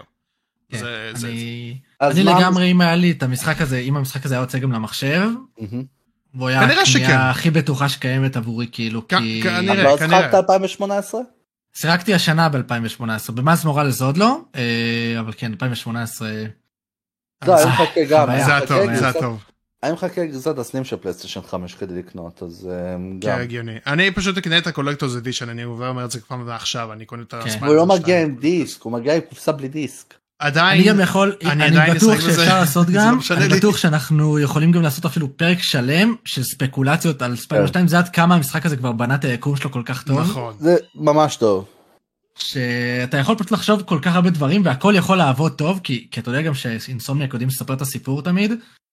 Speaker 3: אני לגמרי, אם היה לי את המשחק הזה, אם המשחק הזה היה יוצא גם למחשב, והוא היה הקנייה הכי בטוחה שקיימת עבורי, כאילו, כי...
Speaker 2: אבל לא שחקת אלפיים שמונה עשרה?
Speaker 3: שיחקתי השנה ב-אלפיים שמונה עשרה, במאז מורלס עוד לא, אבל כן, אלפיים שמונה עשרה...
Speaker 2: לא, אני מחכה גם.
Speaker 1: זה הטוב, זה הטוב.
Speaker 2: אני מחכה גזת הסלים של פלייסטיישן חמש כדי לקנות, אז גם...
Speaker 1: כן, הגיוני. אני פשוט אקנה את הקולקטורס אדישן, אני אומר את זה כבר עכשיו, אני קונה את הספיידרמן.
Speaker 2: הוא לא מגיע עם דיסק, הוא מגיע עם קופסה בלי דיסק.
Speaker 1: עדיין...
Speaker 3: אני גם יכול, אני בטוח שאפשר לעשות גם, אני בטוח שאנחנו יכולים גם לעשות אפילו פרק שלם של ספקולציות על ספיידרמן שתיים, זה עד כמה המשחק הזה כבר בנה את היקום שלו כל כך טוב.
Speaker 1: נכון.
Speaker 2: זה ממש טוב.
Speaker 3: שאתה יכול פשוט לחשוב כל כך הרבה דברים, והכל יכול לעבוד טוב, כי אתה יודע גם שאינסומניאק יודעים לספר את הסיפור תמיד.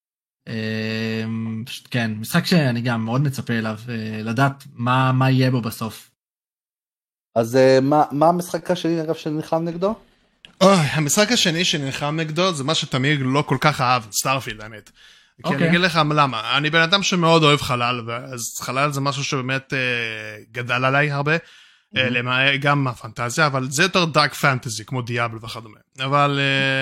Speaker 3: כן, משחק שאני גם מאוד מצפה אליו, לדעת מה יהיה בו בסוף.
Speaker 2: אז מה המשחק השני אגב שנלחם נגדו?
Speaker 1: המשחק השני שנלחם נגדו זה מה שתמיר לא כל כך אהב, סטארפילד האמת. כי אני אגיד לך למה, אני בן אדם שמאוד אוהב חלל, אז חלל זה משהו שבאמת גדל עליי הרבה, גם הפנטזיה, אבל זה יותר דארק פנטזי, כמו דיאבל וכדומה. אבל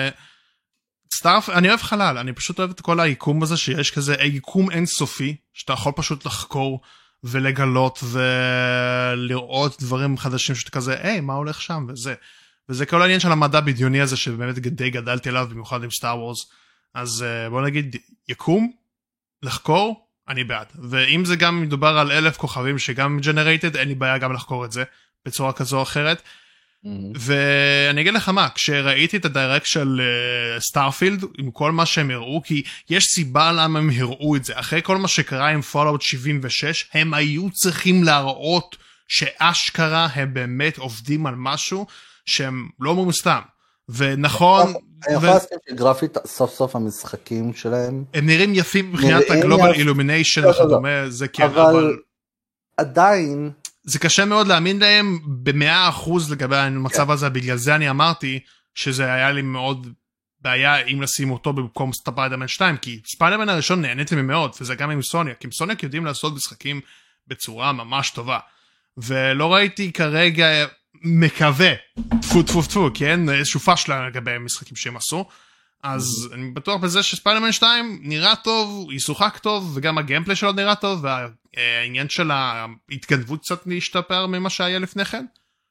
Speaker 1: סטארפ, אני אוהב חלל, אני פשוט אוהב את כל היקום הזה, שיש כזה יקום אינסופי, שאתה יכול פשוט לחקור ולגלות ולראות דברים חדשים שאתה כזה, היי, מה הולך שם וזה. וזה כל העניין של המדע בדיוני הזה, שבאמת די גדלתי עליו, במיוחד עם סטאר וורס. אז בוא נגיד, יקום, לחקור, אני בעד. ואם זה גם מדובר על אלף כוכבים שגם ג'נרייטד, אין לי בעיה גם לחקור את זה, בצורה כזו או אחרת. Mm-hmm. ואני אגיד לך מה, כשראיתי את הדיירקט של סטארפילד, עם כל מה שהם הראו, כי יש סיבה למה הם הראו את זה. אחרי כל מה שקרה עם פולאאוט שבעים ושש, הם היו צריכים להראות שאשכרה הם באמת עובדים על משהו, שהם לא אומרים סתם. ונכון...
Speaker 2: אני יכול להסכים שגרפית סוף סוף המשחקים שלהם...
Speaker 1: הם נראים יפים מבחינת הגלובל אילומיניישן וכדומה, זה כן, אבל...
Speaker 2: עדיין...
Speaker 1: זה קשה מאוד להאמין להם במאה אחוז לגבי המצב הזה, בגלל זה אני אמרתי שזה היה לי מאוד בעיה אם לשים אותו במקום ספיידרמן שתיים, כי ספיידרמן הראשון נהניתי מאוד, וזה גם עם סוניק, כי סוניק יודעים לעשות משחקים בצורה ממש טובה, ולא ראיתי כרגע... מקווה, טפו טפו טפו, כן, איזשהו פשלה לגבי המשחקים שהם עשו, אז אני בטוח בזה שספיידרמן שתיים נראה טוב, ישוחק טוב, וגם הגיימפלי שלו נראה טוב, והעניין של ההתגנבות קצת להשתפר ממה שהיה לפני כן,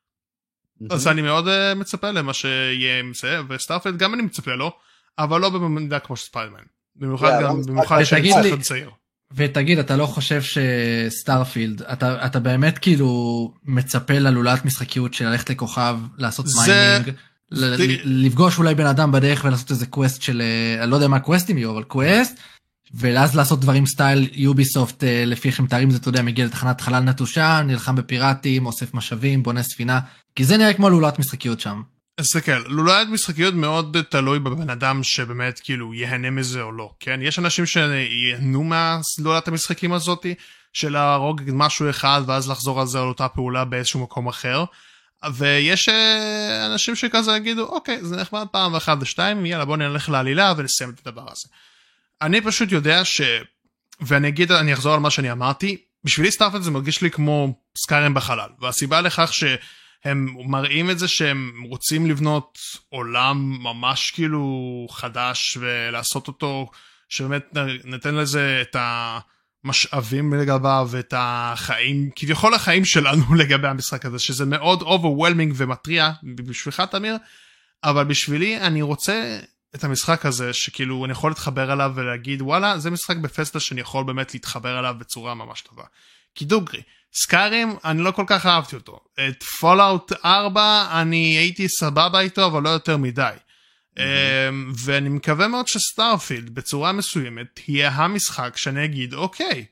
Speaker 1: אז אני מאוד מצפה למה שיהיה עם זה, וסטארפילד גם אני מצפה לו, אבל לא במידה כמו ספיידרמן, במיוחד גם, במיוחד שאני צריך עוד צעיר.
Speaker 3: ותגיד, אתה לא חושב שסטארפילד, אתה, אתה באמת כאילו מצפה ללולת משחקיות של ללכת לכוכב, לעשות זה... מיינינג, לפגוש אולי בן אדם בדרך ולעשות איזה קווסט של, אני לא יודע מה קווסטים יהיו, אבל קווסט, ואז לעשות דברים סטייל יוביסופט, לפי איך הם מתארים זה, אתה יודע, מגיע לתחנת חלל נטושה, נלחם בפיראטים, אוסף משאבים, בונה ספינה, כי זה נראה כמו לולת משחקיות שם.
Speaker 1: אז כן, לולת משחקיות מאוד תלוי בבן אדם שבאמת כאילו יהנה מזה או לא, כן? יש אנשים שיהנו מהלולת המשחקים הזאת, של להרוג משהו אחד ואז לחזור על זה על אותה פעולה באיזשהו מקום אחר, ויש אנשים שכזה יגידו, אוקיי, זה נחמד פעם ואחד ושתיים, יאללה בוא נלך לעלילה ונסיים את הדבר הזה. אני פשוט יודע ש... ואני אגיד, אני אחזור על מה שאני אמרתי, בשבילי סטארפילד זה מרגיש לי כמו סקיירים בחלל, והסיבה לכך שהם מראים את זה שהם רוצים לבנות עולם ממש כאילו חדש, ולעשות אותו, שבאמת נתן לזה את המשאבים לגביו, ואת החיים, כביכול החיים שלנו לגבי המשחק הזה, שזה מאוד overwhelming ומטריע, בשבילך תמיר, אבל בשבילי אני רוצה... את המשחק הזה, שכאילו אני יכול להתחבר אליו ולהגיד, וואלה, זה משחק בפסטה שאני יכול באמת להתחבר אליו בצורה ממש טובה. כי דוגרי, סקיירים, אני לא כל כך אהבתי אותו. את פולאוט ארבע, אני הייתי סבבה איתו, אבל לא יותר מדי. Mm-hmm. ואני מקווה מאוד שסטארפילד, בצורה מסוימת, תהיה המשחק שאני אגיד, אוקיי,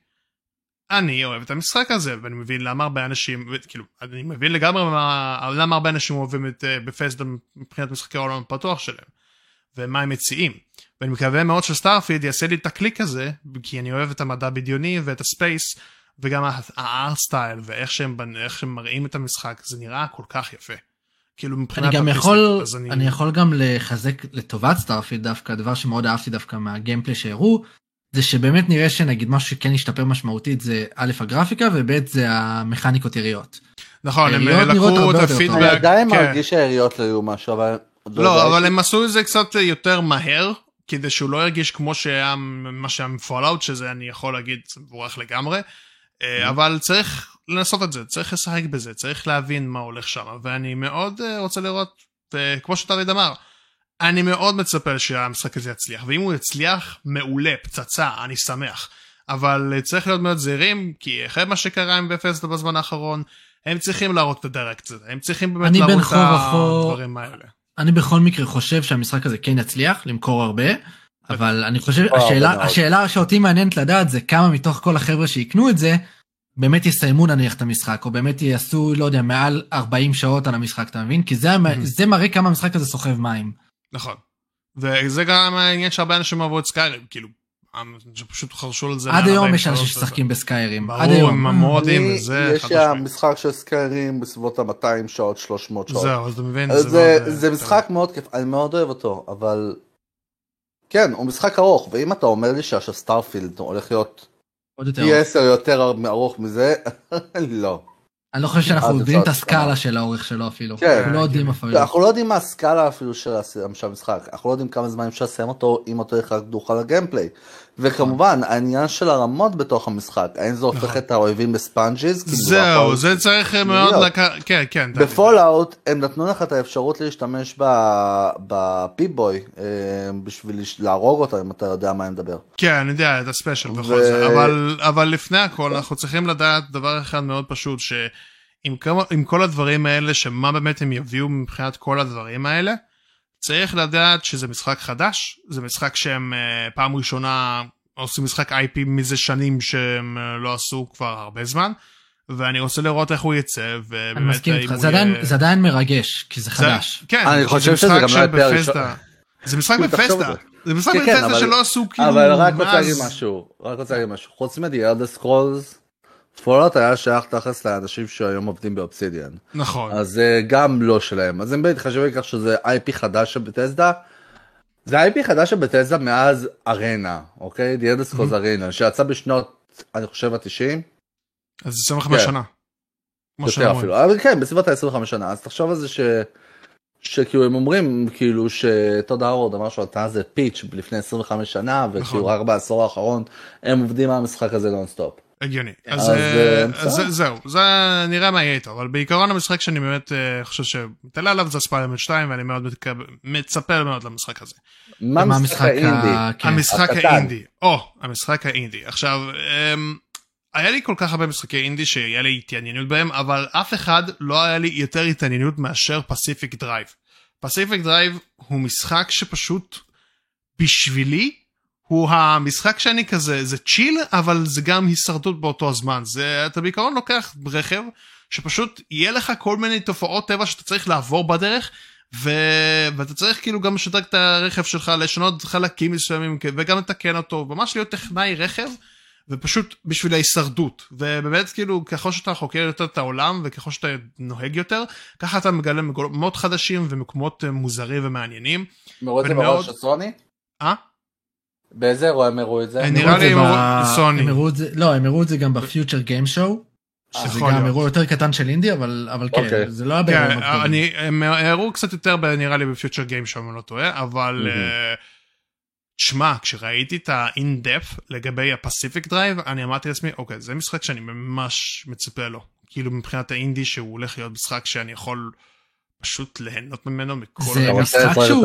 Speaker 1: אני אוהב את המשחק הזה, ואני מבין למה הרבה אנשים, כאילו, אני מבין לגמרי למה הרבה אנשים אוהבים את בפסטה מבחינת משחקי העולם הפתוח שלהם. ומה הם מציעים. ואני מקווה מאוד שסטארפילד יעשה לי את הקליק הזה, כי אני אוהב את המדע בדיוני ואת הספייס, וגם הארט סטייל, ואיך שהם, איך שהם מראים את המשחק, זה נראה כל כך יפה. כאילו מבחינת...
Speaker 3: אני גם יכול, אני... אני יכול גם לחזק לטובת סטארפילד דווקא, הדבר שמאוד אהבתי דווקא מהגיימפלי שהראו, זה שבאמת נראה שנגיד משהו שכן ישתפר משמעותית, זה א' הגרפיקה, וב' זה המכניקות יריות.
Speaker 1: נכון, הם לקחו את הפידבק.
Speaker 2: אני עדיין מרגיש שהיריות לא יהיו משהו, אבל...
Speaker 1: לא, אבל הם עשו את זה קצת יותר מהר, כדי שהוא לא ירגיש כמו שהיה מה שהיה מפולאוט, שזה אני יכול להגיד, זה מבורך לגמרי, אבל צריך לנסות את זה, צריך לשחק בזה, צריך להבין מה הולך שם, ואני מאוד רוצה לראות, כמו שתמיד אמר, אני מאוד מצפה שהמשחק הזה יצליח, ואם הוא יצליח, מעולה, פצצה, אני שמח, אבל צריך להיות מאוד זהירים, כי אחרי מה שקרה עם בפסטה בזמן האחרון, הם צריכים להראות את הדירקט הזה, הם צריכים באמת להראות את הדברים האלה.
Speaker 3: אני בכל מקרה חושב שהמשחק הזה כן יצליח למכור הרבה, אבל אני חושב, השאלה, השאלה שאותי מעניינת לדעת זה כמה מתוך כל החבר'ה שיקנו את זה, באמת יסיימו נניח את המשחק, או באמת יעשו, לא יודע, מעל ארבעים שעות על המשחק, אתה מבין? כי זה, זה מראה כמה המשחק הזה סוחב מים.
Speaker 1: נכון. וזה גם העניין שהרבה אנשים אוהבו את סקיירים, כאילו, שפשוט חרשו על זה.
Speaker 3: עד היום יש אנשים ששחקים בסקיירים.
Speaker 1: ברור, הם המורדים, וזה...
Speaker 2: יש המשחק של סקיירים בסביבות ה-מאתיים שעות, שלוש מאות שעות.
Speaker 1: זהו, אז אתה מבין.
Speaker 2: זה משחק מאוד כיף, אני מאוד אוהב אותו, אבל... כן, הוא משחק ארוך, ואם אתה אומר לי שהסטארפילד הולך להיות פי עשר יותר ארוך מזה, לא.
Speaker 3: אני לא חושב שאנחנו יודעים את הסקאלה של האורך שלו אפילו. אנחנו לא יודעים אפילו.
Speaker 2: אנחנו לא יודעים מה הסקאלה אפילו של המשחק. אנחנו לא יודעים כמה זמן אפשר לסיים אותו אם אותו יחד דוחה לגיימפליי. וכמובן, העניין של הרמות בתוך המשחק, האם זה הופך את האויבים בספאנג'יז?
Speaker 1: זהו, זה צריך מאוד לקחת, כן, כן.
Speaker 2: בפולאוט, הם נתנו לך את האפשרות להשתמש בפיפבוי, בשביל להרוג אותה, אם אתה יודע מה אני מדבר.
Speaker 1: כן, אני יודע, את הספיישל בכל זה. אבל לפני הכל, אנחנו צריכים לדעת דבר אחד מאוד פשוט, שעם כל הדברים האלה, שמה באמת הם יביאו מבחינת כל הדברים האלה, צריך לדעת שזה משחק חדש, זה משחק שהם uh, פעם ראשונה עושים משחק איי פי מזה שנים שהם uh, לא עשו כבר הרבה זמן, ואני רוצה לראות איך הוא יצא,
Speaker 3: אני מסכים איתך, זה, יהיה... זה עדיין מרגש, כי זה חדש.
Speaker 1: זה, כן,
Speaker 2: אני חושב שזה גם לא יפה ראשון.
Speaker 1: זה משחק בפסטה, זה משחק כן, בפסטה אבל... שלא עשו כאילו...
Speaker 2: אבל רק רוצה להגיד משהו, רק רוצה להגיד משהו, חוץ מדי אלדר סקרולס, פולאוט היה שייך תחס לאנשים שהיום עובדים באובסידיאן.
Speaker 1: נכון.
Speaker 2: אז זה גם לא שלהם. אז הם באמת חשבו לכך שזה איי פי חדש של בטסדה. זה איי פי חדש של בטסדה מאז ארנה, אוקיי? The Elder Scrolls ארנה, שיצא בשנות, אני חושב, ה-תשעים.
Speaker 1: אז עשרים וחמש שנה.
Speaker 2: יותר אפילו. אבל כן, בסביבות ה-עשרים וחמש שנה. אז תחשוב על זה ש... שכאילו הם אומרים, כאילו, שתודה הורד אמר שהוא עלתה זה פיץ' לפני עשרים וחמש שנה, וכאילו רק בעשור האחרון, הם עובדים על המשחק הזה נונסטופ.
Speaker 1: הגיוני. אז זהו, זה נראה מה יהיה איתו, אבל בעיקרון המשחק שאני באמת חושב שמתעלה עליו זה ספיילרמן שתיים, ואני מאוד מצפה מאוד למשחק הזה.
Speaker 2: מה המשחק האינדי?
Speaker 1: המשחק האינדי. או, המשחק האינדי. עכשיו, היה לי כל כך הרבה משחקי אינדי שהיה לי התעניינות בהם, אבל אף אחד לא היה לי יותר התעניינות מאשר פסיפיק דרייב. פסיפיק דרייב הוא משחק שפשוט בשבילי, הוא המשחק שאני כזה, זה צ'יל, אבל זה גם הישרדות באותו הזמן. זה, אתה בעיקרון לוקח רכב, שפשוט יהיה לך כל מיני תופעות טבע שאתה צריך לעבור בדרך, ו... ואתה צריך כאילו גם לשדרג את הרכב שלך, לשנות חלקים מסוימים, וגם לתקן אותו, ממש להיות טכנאי רכב, ופשוט בשביל ההישרדות. ובאמת כאילו, ככל שאתה חוקר יותר את העולם, וככל שאתה נוהג יותר, ככה אתה מגלה מקומות חדשים, ומקומות מוזרים ומעניינים.
Speaker 2: מראו את זה בראש הסוני?
Speaker 1: אה?
Speaker 2: באיזה אירוע הם הראו את זה?
Speaker 1: נראה לי סוני.
Speaker 3: לא, הם הראו את זה גם בפיוטר גיים שואו, שזה גם אירוע יותר קטן של אינדי, אבל כן, זה לא היה באירוע
Speaker 1: מגדולים. הם הראו קצת יותר נראה לי בפיוטר גיים שואו, אני לא טועה, אבל שמע, כשראיתי את ה-in-depth לגבי הפסיפיק דרייב, אני אמרתי לעצמי, אוקיי, זה משחק שאני ממש מצפה לו, כאילו מבחינת האינדי שהוא הולך להיות משחק שאני יכול פשוט ליהנות ממנו מכל...
Speaker 3: זה משחק שהוא...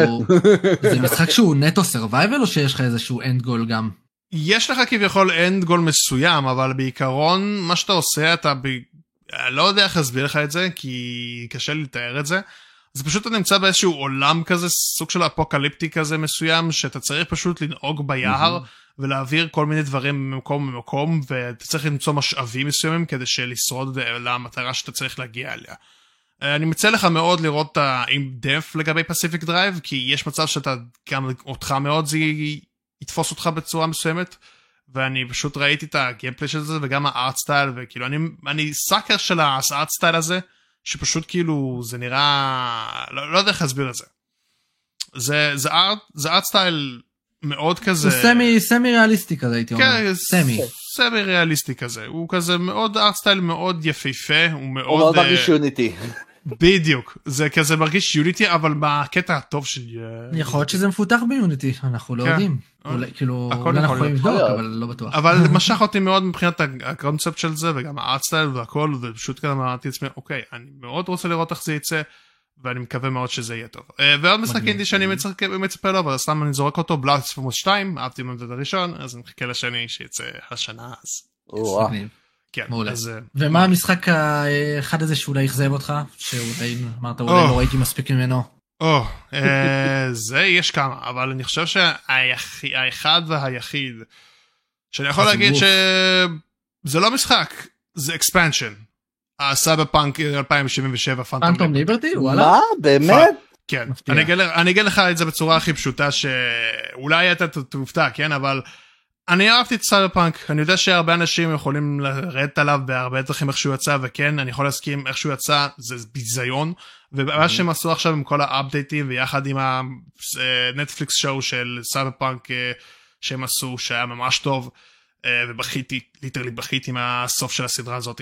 Speaker 3: זה משחק שהוא נטו סרווייבל, או שיש לך איזשהו אנד גול גם?
Speaker 1: יש לך כביכול אנד גול מסוים, אבל בעיקרון מה שאתה עושה, אתה ב... לא יודע איך להסביר לך את זה, כי קשה לי לתאר את זה. זה פשוט אתה נמצא באיזשהו עולם כזה, סוג של אפוקליפטי כזה מסוים, שאתה צריך פשוט לנהוג ביער, ולהעביר כל מיני דברים ממקום למקום, ואתה צריך למצוא משאבים מסוימים, כדי שלשרוד למטרה שאתה צריך להגיע אליה. אני מצא לך מאוד לראות עם דף לגבי פסיפיק דרייב, כי יש מצב שאתה גם אותך מאוד זה יתפוס אותך בצורה מסוימת, ואני פשוט ראיתי את הגיימפלי של זה, וגם הארט סטייל, וכאילו אני, אני סאקר של הארט סטייל הזה, שפשוט כאילו זה נראה, לא, לא יודע איך להסביר את זה. זה, זה ארט, זה ארט סטייל מאוד כזה...
Speaker 3: זה סמי, סמי ריאליסטי כזה הייתי אומר.
Speaker 1: כן, סמי. סמי ריאליסטי כזה. הוא כזה מאוד ארט סטייל מאוד יפהפה, הוא מאוד... הוא
Speaker 2: מאוד מרגיש יוניטי.
Speaker 1: בדיוק. זה כזה מרגיש יוניטי, אבל בקטע הטוב של...
Speaker 3: יכול להיות שזה מפותח ביוניטי, אנחנו לא יודעים. כאילו, אולי אנחנו יכולים לבדוק, אבל לא בטוח.
Speaker 1: אבל משך אותי מאוד מבחינת הקונספט של זה, וגם הארט סטייל והכל, ופשוט כזה אמרתי לעצמי, אוקיי, אני מאוד רוצה לראות איך זה יצא, ואני מקווה מאוד שזה יהיה טוב. ועוד משחק אינדי שאני מצפה לו, אבל סתם אני זורק אותו, בלאספמוס שתיים, אהבתי מאוד את הראשון, אז אני מחכה לשני שיצא השנה אז. כן, אז...
Speaker 3: ומה המשחק האחד הזה שאולי יחזב אותך? שאולי, אמרת, אולי לא ראיתי מספיק ממנו.
Speaker 1: או, זה יש כמה, אבל אני חושב שהאחד והיחיד, שאני יכול להגיד שזה לא משחק, זה expansion. הסייברפאנק אלפיים שבעים ושבע
Speaker 3: פנטום ליברטי?
Speaker 2: מה? באמת?
Speaker 1: כן, אני אגיד לך את זה בצורה הכי פשוטה, שאולי אתה תופתע, כן, אבל אני אהבתי את סייברפאנק, אני יודע שהרבה אנשים יכולים לרדת עליו בהרבה דרכים איך שהוא יצא, וכן, אני יכול להסכים איך שהוא יצא, זה ביזיון, ומה שהם עשו עכשיו עם כל האפדייטים, ויחד עם הנטפליקס שואו של סייברפאנק שהם עשו, שהיה ממש טוב, ובכיתי, ליטרלי בכיתי עם הסוף של הסדרה הזאת,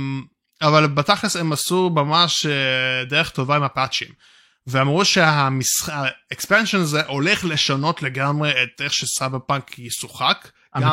Speaker 1: אבל בתכלס הם עשו ממש דרך טובה עם הפאצ'ים, ואמרו שהאקספנשן הזה הולך לשנות לגמרי את איך שסייברפאנק ישוחק,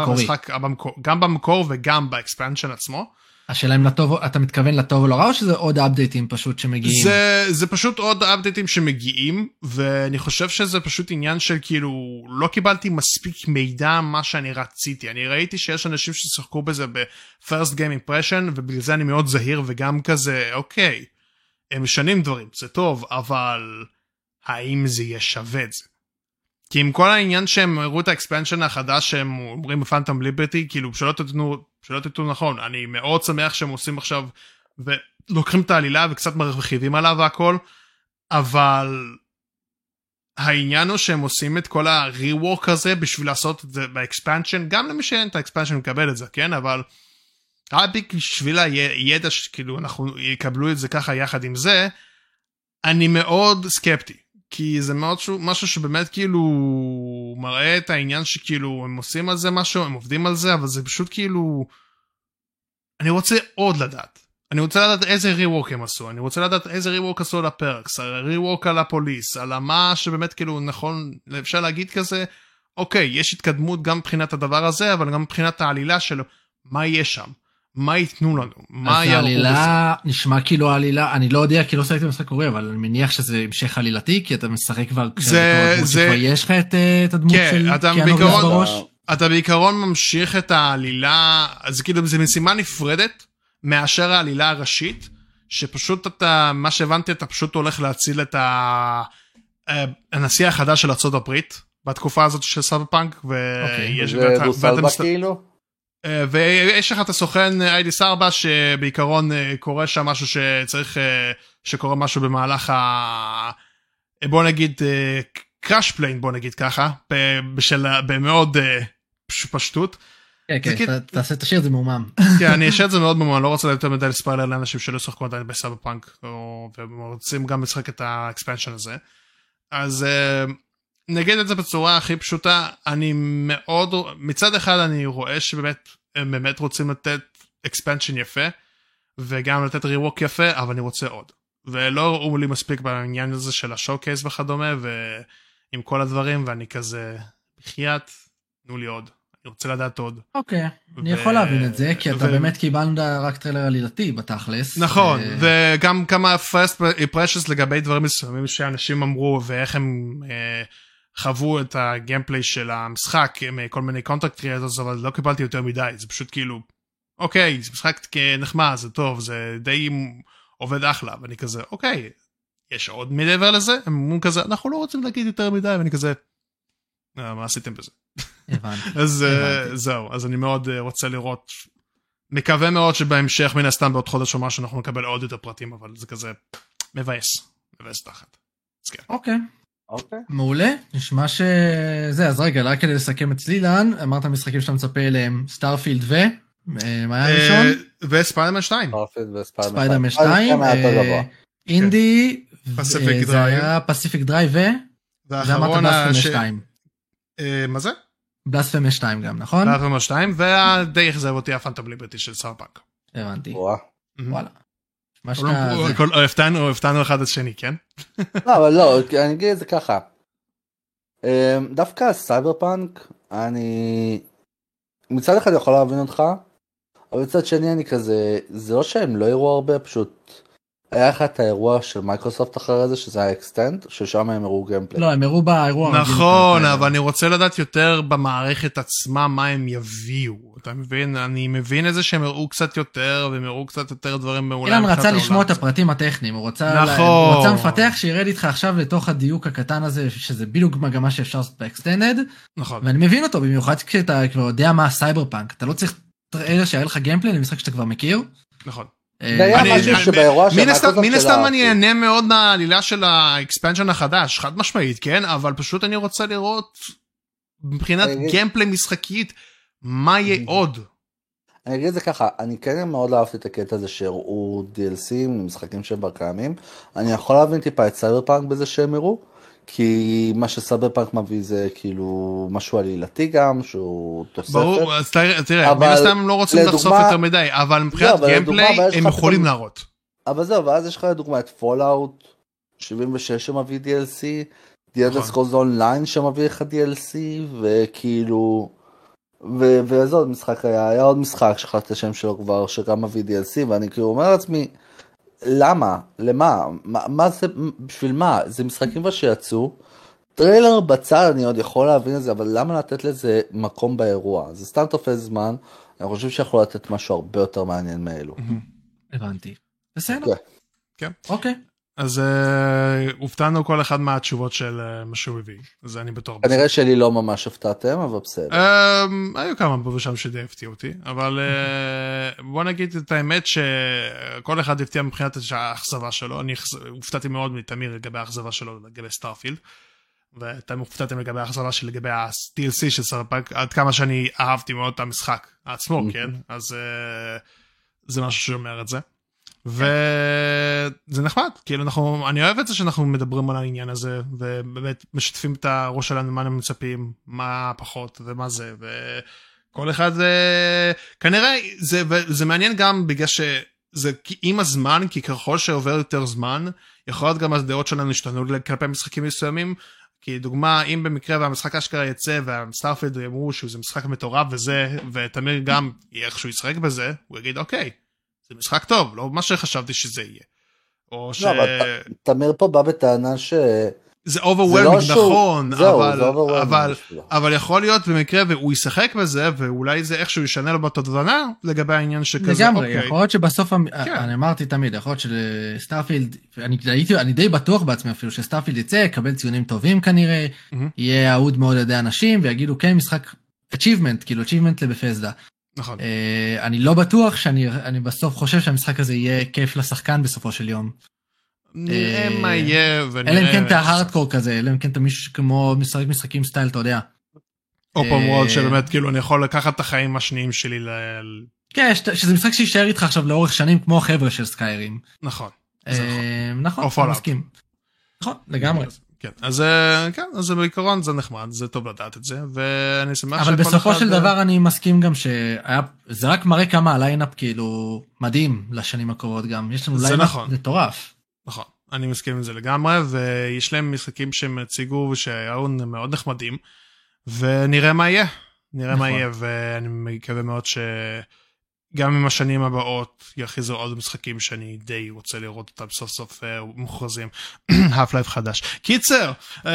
Speaker 1: גם במקור וגם באקספנשן עצמו.
Speaker 3: השאלה אם לטוב, אתה מתכוון לטוב או לא רע, או שזה עוד אפדייטים פשוט שמגיעים?
Speaker 1: זה, זה פשוט עוד אפדייטים שמגיעים, ואני חושב שזה פשוט עניין של כאילו, לא קיבלתי מספיק מידע מה שאני רציתי. אני ראיתי שיש אנשים ששחקו בזה ב-first game impression, ובגלל זה אני מאוד זהיר, וגם כזה, אוקיי, הם משנים דברים, זה טוב, אבל האם זה יהיה שווה את זה? כי עם כל העניין שהם הראו את האקספנשן החדש שהם אומרים בפנטום ליברטי, כאילו שלא תתנו, שלא תתנו נכון, אני מאוד שמח שהם עושים עכשיו, ולוקחים את העלילה וקצת מרחיבים עליו והכל, אבל העניין הוא שהם עושים את כל ה-rework הזה בשביל לעשות את זה באקספנשן, גם למי שאין את האקספנשן מקבל את זה, כן? אבל רק בשביל הידע שכאילו אנחנו יקבלו את זה ככה יחד עם זה, אני מאוד סקפטי. כי זה מאוד משהו שבאמת כאילו מראה את העניין שכאילו הם עושים על זה משהו, הם עובדים על זה, אבל זה פשוט כאילו, אני רוצה עוד לדעת. אני רוצה לדעת איזה ריוורק הם עשו, אני רוצה לדעת איזה ריוורק עשו על הפרקס, על הריוורק על הפוליס, על מה שבאמת כאילו נכון, אפשר להגיד כזה, אוקיי, יש התקדמות גם מבחינת הדבר הזה, אבל גם מבחינת העלילה שלו, מה יהיה שם? מה ייתנו לנו? מה
Speaker 3: אז העלילה נשמע כאילו העלילה, אני לא יודע כי לא עושה את המשחק קורה, אבל אני מניח שזה המשך עלילתי, כי אתה משחק כבר כשכבר יש לך את הדמות של קיאנו ריבס בראש.
Speaker 1: אתה בעיקרון ממשיך את העלילה, אז כאילו זה משימה נפרדת מאשר העלילה הראשית, שפשוט אתה, מה שהבנתי, אתה פשוט הולך להציל את הנשיא החדש של ארצות הברית, בתקופה הזאת של סייברפאנק,
Speaker 2: זה דוסלבה כאילו?
Speaker 1: ויש לך את הסוכן איידיס ארבע שבעיקרון קורה שם משהו שצריך, שקורה משהו במהלך ה... בוא נגיד קראש פליין, בוא נגיד ככה, במאוד פשטות.
Speaker 3: כן, כן, תעשה, תשאיר את זה מאומם.
Speaker 1: כן, אני אשאר את זה מאוד מאומם, לא רוצה יותר מדי לספיילר לאנשים שלא שחקו עדיין בסייברפאנק, ורוצים גם לשחק את האקספנשן הזה. אז נגיד את זה בצורה הכי פשוטה, אני מאוד, מצד אחד אני רואה שבאמת, הם באמת רוצים לתת אקספנשן יפה, וגם לתת ריווק יפה, אבל אני רוצה עוד. ולא ראו לי מספיק בעניין הזה של השואו-קייס וכדומה, ועם כל הדברים, ואני כזה, בחייאת, תנו לי עוד. אני רוצה לדעת עוד.
Speaker 3: אוקיי, אני יכול להבין את זה, כי אתה באמת קיבלת רק טריילר עלילתי בתכלס.
Speaker 1: נכון, וגם כמה first impressions לגבי דברים מסוימים שאנשים אמרו, ואיך הם חוו את הגיימפליי של המשחק, כל מיני קונטרקט קריאטורס, אבל לא קיבלתי יותר מדי, זה פשוט כאילו, אוקיי, זה משחק נחמד, זה טוב, זה די עובד אחלה, ואני כזה, אוקיי, יש עוד מעבר לזה? הם אומרים כזה, אנחנו לא רוצים להגיד יותר מדי, ואני כזה, מה עשיתם בזה?
Speaker 3: הבנתי.
Speaker 1: אז זהו, אז אני מאוד רוצה לראות, מקווה מאוד שבהמשך מן הסתם בעוד חודש או משהו אנחנו נקבל עוד יותר פרטים, אבל זה כזה מבאס, מבאס תחת.
Speaker 3: אוקיי. מעולה, נשמע שזה, אז רגע, רק כדי לסכם את סלילן, אמרת המשחקים שאתה מצפה אליהם, סטארפילד ו... מה היה ראשון?
Speaker 1: וספיידרמן שתיים.
Speaker 3: ספיידרמן שתיים, אינדי, זה היה פסיפיק דרייב ו... ואמרת בלספמיה שתיים.
Speaker 1: מה זה?
Speaker 3: בלספמיה שתיים גם, נכון?
Speaker 1: בלספמיה שתיים, ודי אכזב אותי הפנטום ליברטי של סייברפאנק.
Speaker 3: הבנתי. וואלה.
Speaker 1: הפתענו, הפתענו אחד את שני, כן?
Speaker 2: לא, אבל לא, אני אגיד את זה ככה. דווקא סייברפאנק, אני מצד אחד יכול להבין אותך, אבל מצד שני אני כזה, זה לא שהם לא יראו הרבה, פשוט היה לך את האירוע של מייקרוסופט אחרי זה, שזה היה אקסטנד, ששם הם הראו גיימפליי.
Speaker 3: לא, הם הראו באירוע.
Speaker 1: נכון, אבל אני רוצה לדעת יותר במערכת עצמה, מה הם יביאו. אתה מבין? אני מבין את זה שהם הראו קצת יותר, והם הראו קצת יותר דברים מעולם.
Speaker 3: אילן רצה לשמוע את הפרטים הטכניים, הוא רצה מפתח שירד איתך עכשיו לתוך הדיוק הקטן הזה, שזה בדיוק מגמה שאפשר לעשות באקסטנד.
Speaker 1: נכון.
Speaker 3: ואני מבין אותו, במיוחד כשאתה כבר יודע מה סייברפאנק, אתה לא צריך טריילר שהיה לך גיימפליי למשחק שאתה כבר מכיר.
Speaker 1: נכון.
Speaker 2: מן
Speaker 1: הסתם אני אענה מאוד מהעלילה של האקספנשן החדש, חד משמעית, כן? אבל פשוט אני רוצה לראות מבחינת גיימפליי משחקית, מה יהיה עוד?
Speaker 2: אני אגיד את זה ככה, אני כן מאוד אהבתי את הקטע הזה שהראו די אל סי משחקים שהם קיימים, אני יכול להבין טיפה את סייברפאנק בזה שהם הראו, כי מה שסייברפאנק מביא זה כאילו משהו עלילתי גם, שהוא תוספת.
Speaker 1: ברור, אז תראה, מן הסתם הם לא רוצים לחשוף יותר מדי, אבל מבחינת גיימפליי הם יכולים להראות.
Speaker 2: אבל זהו, ואז יש לך לדוגמה את פולאוט שבעים ושש שמביא די אל סי, די אלדר סקרולס אונליין שמביא לך די אל סי, וכאילו, וזה עוד משחק היה, היה עוד משחק שחלטת השם שלו כבר, שגם מביא די אל סי, ואני כאילו אומר לעצמי, למה? למה? מה, מה זה, בשביל מה? זה משחקים כבר שיצאו, טריילר בצד אני עוד יכול להבין את זה, אבל למה לתת לזה מקום באירוע? זה סתם תופס זמן, אני חושב שיכול לתת משהו הרבה יותר מעניין מאלו.
Speaker 3: הבנתי. בסדר.
Speaker 1: כן.
Speaker 3: אוקיי.
Speaker 1: אז הופתענו כל אחד מהתשובות של מה שהוא הביא, אז אני בטוח.
Speaker 2: כנראה שלי לא ממש הפתעתם, אבל בסדר.
Speaker 1: היו כמה פה ושם שדי הפתיעו אותי, אבל בוא נגיד את האמת שכל אחד הפתיע מבחינת האכזבה שלו, אני הופתעתי מאוד מתמיר לגבי האכזבה שלו לגבי סטארפילד, ואתם הופתעתם לגבי האכזבה שלי לגבי ה-די אל סי של סייברפאנק, עד כמה שאני אהבתי מאוד את המשחק עצמו, כן? אז זה משהו שאומר את זה. וזה נחמד, כאילו אנחנו, אני אוהב את זה שאנחנו מדברים על העניין הזה, ובאמת משתפים את הראש שלנו, מה הם מצפים, מה פחות ומה זה, וכל אחד, כנראה, זה, זה מעניין גם בגלל שזה עם הזמן, כי ככל שעובר יותר זמן, יכול להיות גם הדעות שלנו השתנו כלפי משחקים מסוימים, כי דוגמה, אם במקרה והמשחק אשכרה יצא, והסטארפילד יאמרו שזה משחק מטורף וזה, ותמיר גם, איך שהוא ישחק בזה, הוא יגיד, אוקיי, זה משחק טוב, לא מה שחשבתי שזה יהיה. או ש...
Speaker 2: לא, אבל תמיר פה בא בטענה ש...
Speaker 1: זה overwhelming, נכון, אבל יכול להיות במקרה והוא ישחק בזה, ואולי זה איכשהו ישנה לו בתודנה לגבי העניין שכזה.
Speaker 3: לגמרי, יכול להיות שבסוף, אני אמרתי תמיד, יכול להיות שסטארפילד, אני די בטוח בעצמי אפילו, שסטארפילד יצא, יקבל ציונים טובים כנראה, יהיה אהוד מאוד לידי אנשים, ויגידו כן משחק achievement, כאילו achievement לבפסדה.
Speaker 1: נכון.
Speaker 3: אני לא בטוח שאני בסוף חושב שהמשחק הזה יהיה כיף לשחקן בסופו של יום.
Speaker 1: נראה מה יהיה
Speaker 3: ונראה... אלא אם כן אתה הארדקור כזה, אלא אם כן אתה מישהו כמו משחק משחקים סטייל, אתה יודע.
Speaker 1: או פעם וולד שבאמת כאילו אני יכול לקחת את החיים השניים שלי ל...
Speaker 3: כן, שזה משחק שישאר איתך עכשיו לאורך שנים כמו החבר'ה של סקיירים.
Speaker 1: נכון.
Speaker 3: נכון, אני מסכים. נכון, לגמרי.
Speaker 1: כן, אז כן, אז בעיקרון זה נחמד, זה טוב לדעת את זה, ואני שמח
Speaker 3: אבל בסופו של דבר אני מסכים גם שהיה, זה רק מראה כמה הליינאפ כאילו מדהים לשנים הקרובות גם, יש לנו ליינאפ מטורף.
Speaker 1: נכון, אני מסכים עם זה לגמרי, ויש להם משחקים שהם הציגו שהיו מאוד נחמדים, ונראה מה יהיה, נראה מה יהיה, ואני מקווה מאוד שגם עם השנים הבאות יכריזו עוד משחקים שאני די רוצה לראות אותם סוף סוף מוכרזים, Half-Life חדש. קיצר,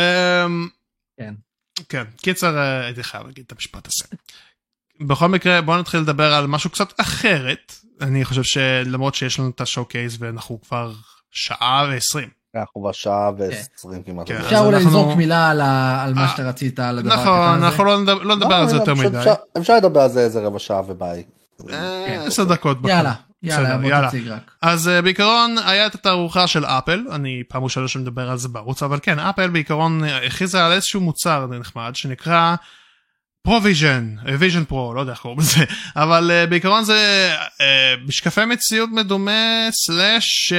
Speaker 3: כן,
Speaker 1: כן, קיצר, הייתי חייב להגיד את המשפט הזה. בכל מקרה, בואו נתחיל לדבר על משהו קצת אחרת, אני חושב שלמרות שיש לנו את השואו-קייס ואנחנו כבר שעה ועשרים.
Speaker 2: אנחנו בשעה ועשרים כמעט.
Speaker 3: אפשר אולי לזרוק מילה על מה שאתה רצית, על הדבר הקטן הזה.
Speaker 1: נכון, אנחנו לא נדבר על זה יותר מדי.
Speaker 2: אפשר לדבר על זה איזה רבע שעה וביי.
Speaker 1: עשר דקות.
Speaker 3: יאללה, יאללה, בוא תציג רק.
Speaker 1: אז בעיקרון היה את התערוכה של אפל, אני פעם ראשונה שמדבר על זה בערוץ, אבל כן, אפל בעיקרון הכריזה על איזשהו מוצר נחמד, שנקרא פרו-ויז'ן, ויז'ן פרו, לא יודע איך קוראים לזה, אבל בעיקרון זה משקפי מציאות מדומה, סלש,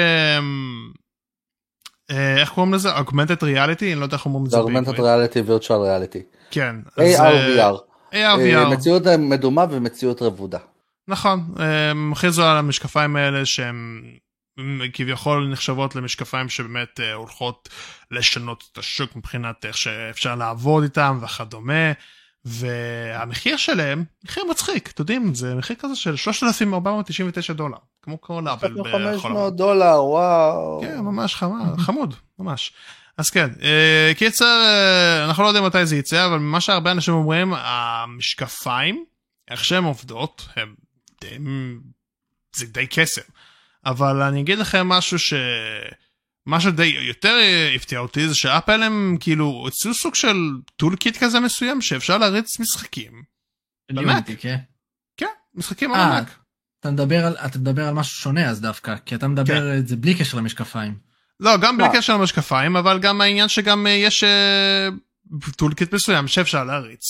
Speaker 1: איך קוראים לזה? Augmented Reality, אני לא יודע איך אומרים את זה
Speaker 2: בעברית. Augmented Reality, Virtual Reality.
Speaker 1: כן.
Speaker 2: איי אר וי אר.
Speaker 1: איי אר וי אר.
Speaker 2: מציאות מדומה ומציאות רבודה.
Speaker 1: נכון, הם הכריזו על המשקפיים האלה שהם כביכול נחשבות למשקפיים שבאמת הולכות לשנות את השוק מבחינת איך שאפשר לעבוד איתם וכדומה, והמחיר שלהם, מחיר מצחיק, אתם יודעים, זה מחיר כזה של שלושת אלפים ארבע מאות תשעים ותשע דולר, כמו כל אפל.
Speaker 2: חמש מאות דולר, וואו.
Speaker 1: כן, ממש חמוד, ממש. אז כן, קיצר, אנחנו לא יודעים מתי זה יצא, אבל מה שהרבה אנשים אומרים, המשקפיים, איך שהן עובדות, הם די, זה די קסם. אבל אני אגיד לכם משהו ש... מה שדי יותר הפתיע אותי זה שאפל הם כאילו הוציאו סוג של טולקיט כזה מסוים שאפשר להריץ משחקים.
Speaker 3: במק.
Speaker 1: כן, משחקים על המק.
Speaker 3: אתה מדבר על, אתה מדבר על משהו שונה אז דווקא, כי אתה מדבר את זה בלי קשר למשקפיים.
Speaker 1: לא, גם בלי קשר למשקפיים, אבל גם העניין שגם יש טולקיט מסוים שאפשר להריץ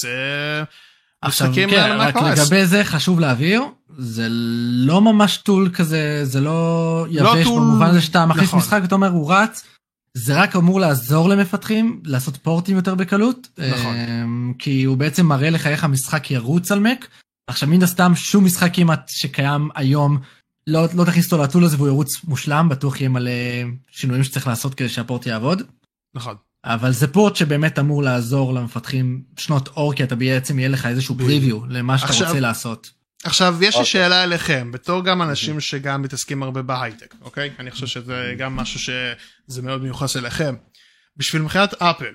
Speaker 1: משחקים על המק.
Speaker 3: רק לגבי זה חשוב להבהיר, זה לא ממש טול כזה, זה לא יבש במובן הזה שאתה מכניס משחק ואתה אומר הוא רץ, זה רק אמור לעזור למפתחים, לעשות פורטים יותר בקלות, כי הוא בעצם מראה לך איך המשחק ירוץ על מק, עכשיו מן הסתם שום משחק כמעט שקיים היום, לא, לא תכניס אותו לטול הזה והוא ירוץ מושלם, בטוח יהיה מלא שינויים שצריך לעשות כדי שהפורט יעבוד.
Speaker 1: נכון.
Speaker 3: אבל זה פורט שבאמת אמור לעזור למפתחים שנות אור, כי אתה בעצם יהיה לך איזשהו פריוויו למה שאתה עכשיו, רוצה לעשות.
Speaker 1: עכשיו, יש לי שאלה אליכם, בתור גם אנשים שגם מתעסקים הרבה בהייטק, אוקיי? אני חושב שזה גם משהו שזה מאוד מיוחס אליכם. בשביל מבחינת אפל,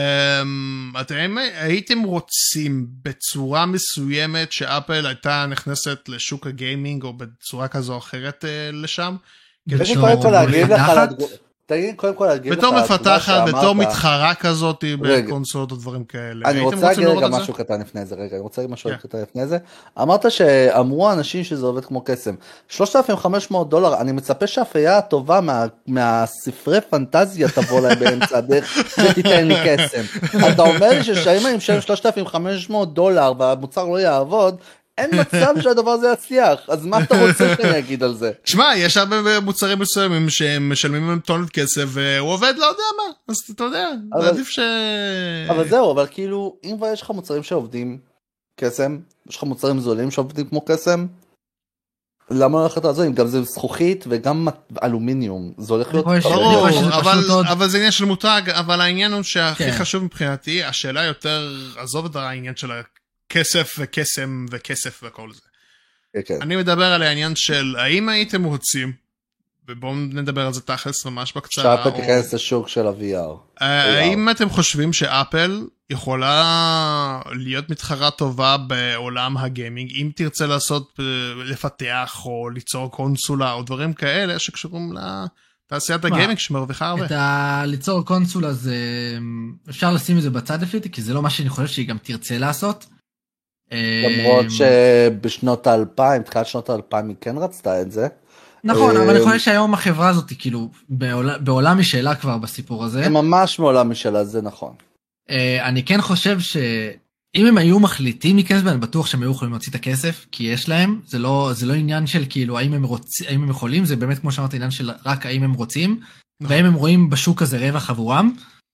Speaker 1: אתם הייתם רוצים בצורה מסוימת שאפל הייתה נכנסת לשוק הגיימינג, או בצורה כזו או אחרת לשם?
Speaker 2: קודם כל להגיד לך על הדגול. קודם כל להגיד לך,
Speaker 1: בתור מפתחת, בתור מתחרה כזאת בקונסולות או דברים כאלה.
Speaker 2: אני רוצה להגיד רגע משהו קטן לפני זה, רגע, אני רוצה להגיד משהו קטן לפני זה. אמרת שאמרו אנשים שזה עובד כמו קסם. שלושת אלפים וחמש מאות דולר, אני מצפה שהאפייה הטובה מהספרי פנטזיה תבוא להם באמצע הדרך, שתיתן לי קסם. אתה אומר לי ששאם אני משלם שלושת אלפים וחמש מאות דולר והמוצר לא יעבוד, אין מצב שהדבר הזה יצליח, אז מה אתה רוצה שאני אגיד על זה?
Speaker 1: שמע, יש הרבה מוצרים מסוימים שהם משלמים עם טונת כסף, והוא עובד לא יודע מה, אז אתה יודע, זה עדיף ש...
Speaker 2: אבל זהו, אבל כאילו, אם כבר יש לך מוצרים שעובדים קסם, יש לך מוצרים זולים שעובדים כמו קסם, למה לא הולכת לעזור? גם זה זכוכית וגם אלומיניום, זה הולך להיות...
Speaker 1: ברור, אבל זה עניין של מותג, אבל העניין הוא שהכי חשוב מבחינתי, השאלה יותר, עזוב את העניין של הכסף וקסם וכסף וכל זה. אני מדבר על העניין של האם הייתם רוצים, ובואו נדבר על זה תכלס ממש בקצרה.
Speaker 2: שאפל תיכנס לשוק של ה-וי אר.
Speaker 1: האם אתם חושבים שאפל יכולה להיות מתחרה טובה בעולם הגיימינג, אם תרצה לעשות, לפתח או ליצור קונסולה או דברים כאלה שקשורים לתעשיית הגיימינג שמרוויחה הרבה?
Speaker 3: את ה... ליצור קונסולה זה, אפשר לשים את זה בצד לפי, כי זה לא מה שאני חושב שהיא גם תרצה לעשות.
Speaker 2: למרות שבשנות האלפיים, תחילת שנות האלפיים היא כן רצתה את זה.
Speaker 3: נכון, אבל אני חושב שהיום החברה הזאת היא כאילו בעולם משאלה כבר בסיפור הזה.
Speaker 2: זה ממש מעולם משאלה, זה נכון.
Speaker 3: אני כן חושב שאם הם היו מחליטים להיכנס בהם, בטוח שהם היו יכולים להוציא את הכסף, כי יש להם, זה לא, זה לא עניין של כאילו האם הם רוצים, האם הם יכולים, זה באמת כמו שאמרת עניין של רק האם הם רוצים, והאם הם רואים בשוק הזה רווח עבורם.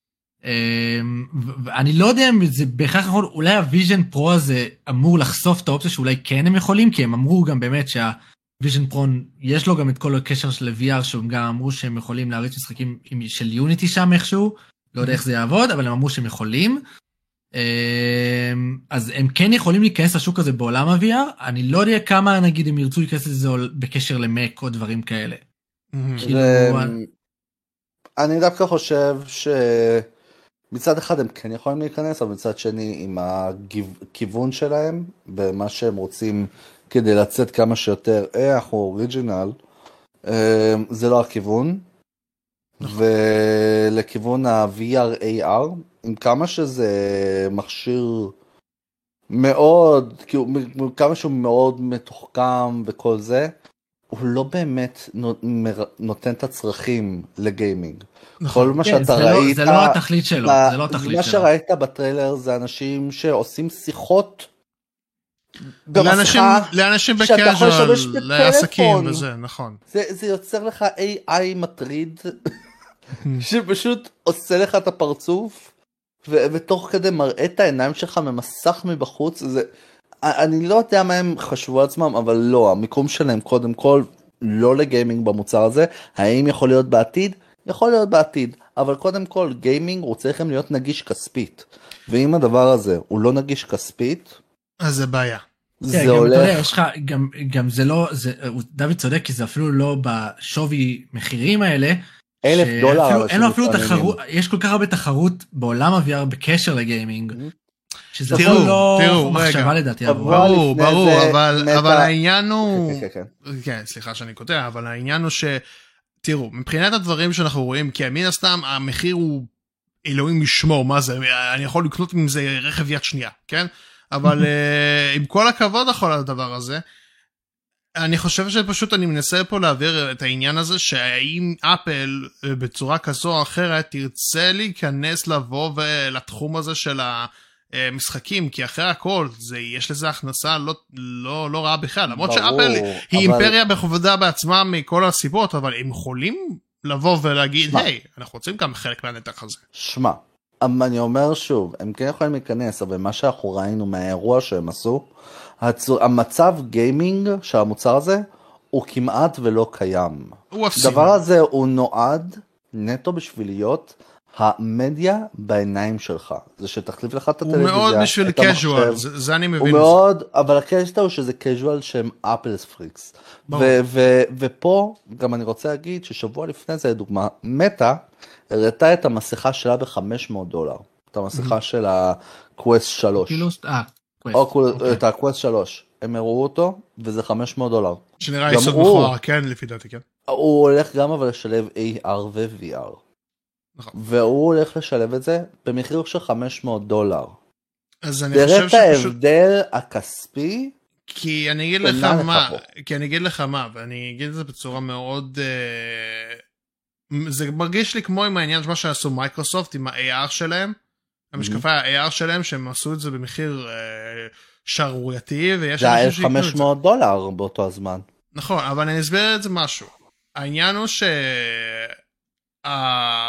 Speaker 3: אני לא יודע אם זה בהכרח נכון, אולי הוויז'ן פרו הזה אמור לחשוף את האופציה שאולי כן הם יכולים, כי הם אמרו גם באמת שהוויז'ן פרו יש לו גם את כל הקשר של וי אר, שהם גם אמרו שהם יכולים להריץ משחקים של יוניטי שם איכשהו, לא יודע איך זה יעבוד, אבל הם אמרו שהם יכולים. אז הם כן יכולים להיכנס לשוק הזה בעולם ה-וי אר, אני לא יודע כמה נגיד הם ירצו להיכנס לזה בקשר למק או דברים כאלה.
Speaker 2: אני דווקא חושב ש... מצד אחד הם כן יכולים להיכנס, אבל מצד שני עם הכיוון שלהם, במה שהם רוצים כדי לצאת כמה שיותר, אה, אנחנו אוריג'ינל, זה לא הכיוון, ולכיוון ה-וי אר איי אר, עם כמה שזה מכשיר מאוד, כמה שהוא מאוד מתוחכם וכל זה, הוא לא באמת נותן את הצרכים לגיימינג. כל מה שאתה ראית...
Speaker 3: זה לא התכלית שלו, זה לא התכלית שלו.
Speaker 2: מה שראית בטריילר זה אנשים שעושים שיחות
Speaker 1: במסכה, לאנשים בקאז'ואל, לעסקים וזה, נכון.
Speaker 2: זה יוצר לך איי איי מטריד, שפשוט עושה לך את הפרצוף, ותוך כדי מראה את העיניים שלך ממסך מבחוץ, זה... אני לא יודע מה הם חשבו על עצמם, אבל לא, המיקום שלהם קודם כל לא לגיימינג במוצר הזה. האם יכול להיות בעתיד? יכול להיות בעתיד, אבל קודם כל גיימינג הוא צריך להיות נגיש כספית, ואם הדבר הזה הוא לא נגיש כספית,
Speaker 1: אז זה בעיה.
Speaker 3: זה גם, הולך... יודע, יש לך, גם, גם זה לא, זה, דוד צודק, כי זה אפילו לא בשווי מחירים האלה,
Speaker 2: אלף דולר.
Speaker 3: אפילו, אין לו אפילו תחרות, יש כל כך הרבה תחרות בעולם ה-וי אר בקשר לגיימינג, שזה
Speaker 1: תראו,
Speaker 3: לא
Speaker 1: תראו,
Speaker 3: מחשבה לדעתי.
Speaker 1: ברור, ברור, אבל, אבל העניין הוא, כן, סליחה שאני קוטע, אבל העניין הוא ש, תראו, מבחינת הדברים שאנחנו רואים, כי מן הסתם המחיר הוא אלוהים משמור, מה זה, אני יכול לקנות עם זה רכב יד שנייה, כן? אבל עם כל הכבוד לכל הדבר הזה, אני חושב שפשוט אני מנסה פה להעביר את העניין הזה, שהאם אפל בצורה כזו או אחרת תרצה להיכנס לבוא ולתחום הזה של המשחקים, כי אחרי הכל זה, יש לזה הכנסה לא, לא, לא רעה בכלל, למרות שאפל היא אימפריה בכבודה בעצמה מכל הסיבות, אבל הם יכולים לבוא ולהגיד, היי, אנחנו רוצים גם חלק מהנתח הזה.
Speaker 2: שמע, אני אומר שוב, הם כן יכולים להיכנס, אבל מה שאנחנו ראינו מהאירוע שהם עשו, המצב גיימינג של המוצר הזה, הוא כמעט ולא קיים. הדבר הזה הוא נועד נטו בשביל להיות המדיה בעיניים שלך. זה שתחליף לך את הטלוויזיה,
Speaker 1: הוא מאוד בשביל קז'ואל, זה, זה אני מבין.
Speaker 2: הוא מאוד, אבל הקטע הוא שזה קז'ואל שהם אפלס פריקס. ופה גם אני רוצה להגיד ששבוע לפני זה, לדוגמה, מטה, הראתה את המסכה שלה ב-חמש מאות דולר. את המסכה של הקווסט שלוש. את הקווסט שלוש. הם הראו אותו, וזה חמש מאות דולר.
Speaker 1: שנראה יסוד מכוער, כן, לפי דעתי, כן.
Speaker 2: הוא הולך גם אבל לשלב איי אר ו-וי אר. והוא הולך לשלב את זה במחיר של חמש מאות דולר.
Speaker 1: אז אני חושב שפשוט...
Speaker 2: תראה את ההבדל הכספי,
Speaker 1: כי אני אגיד לך מה, כי אני אגיד לך מה, ואני אגיד את זה בצורה מאוד... זה מרגיש לי כמו עם העניין מה שעשו מייקרוסופט עם ה-איי אר שלהם, המשקפי ה-איי אר שלהם, שהם עשו את זה במחיר שערורייתי, ויש...
Speaker 2: זה היה חמש מאות דולר באותו הזמן.
Speaker 1: נכון, אבל אני אסביר את זה משהו. העניין הוא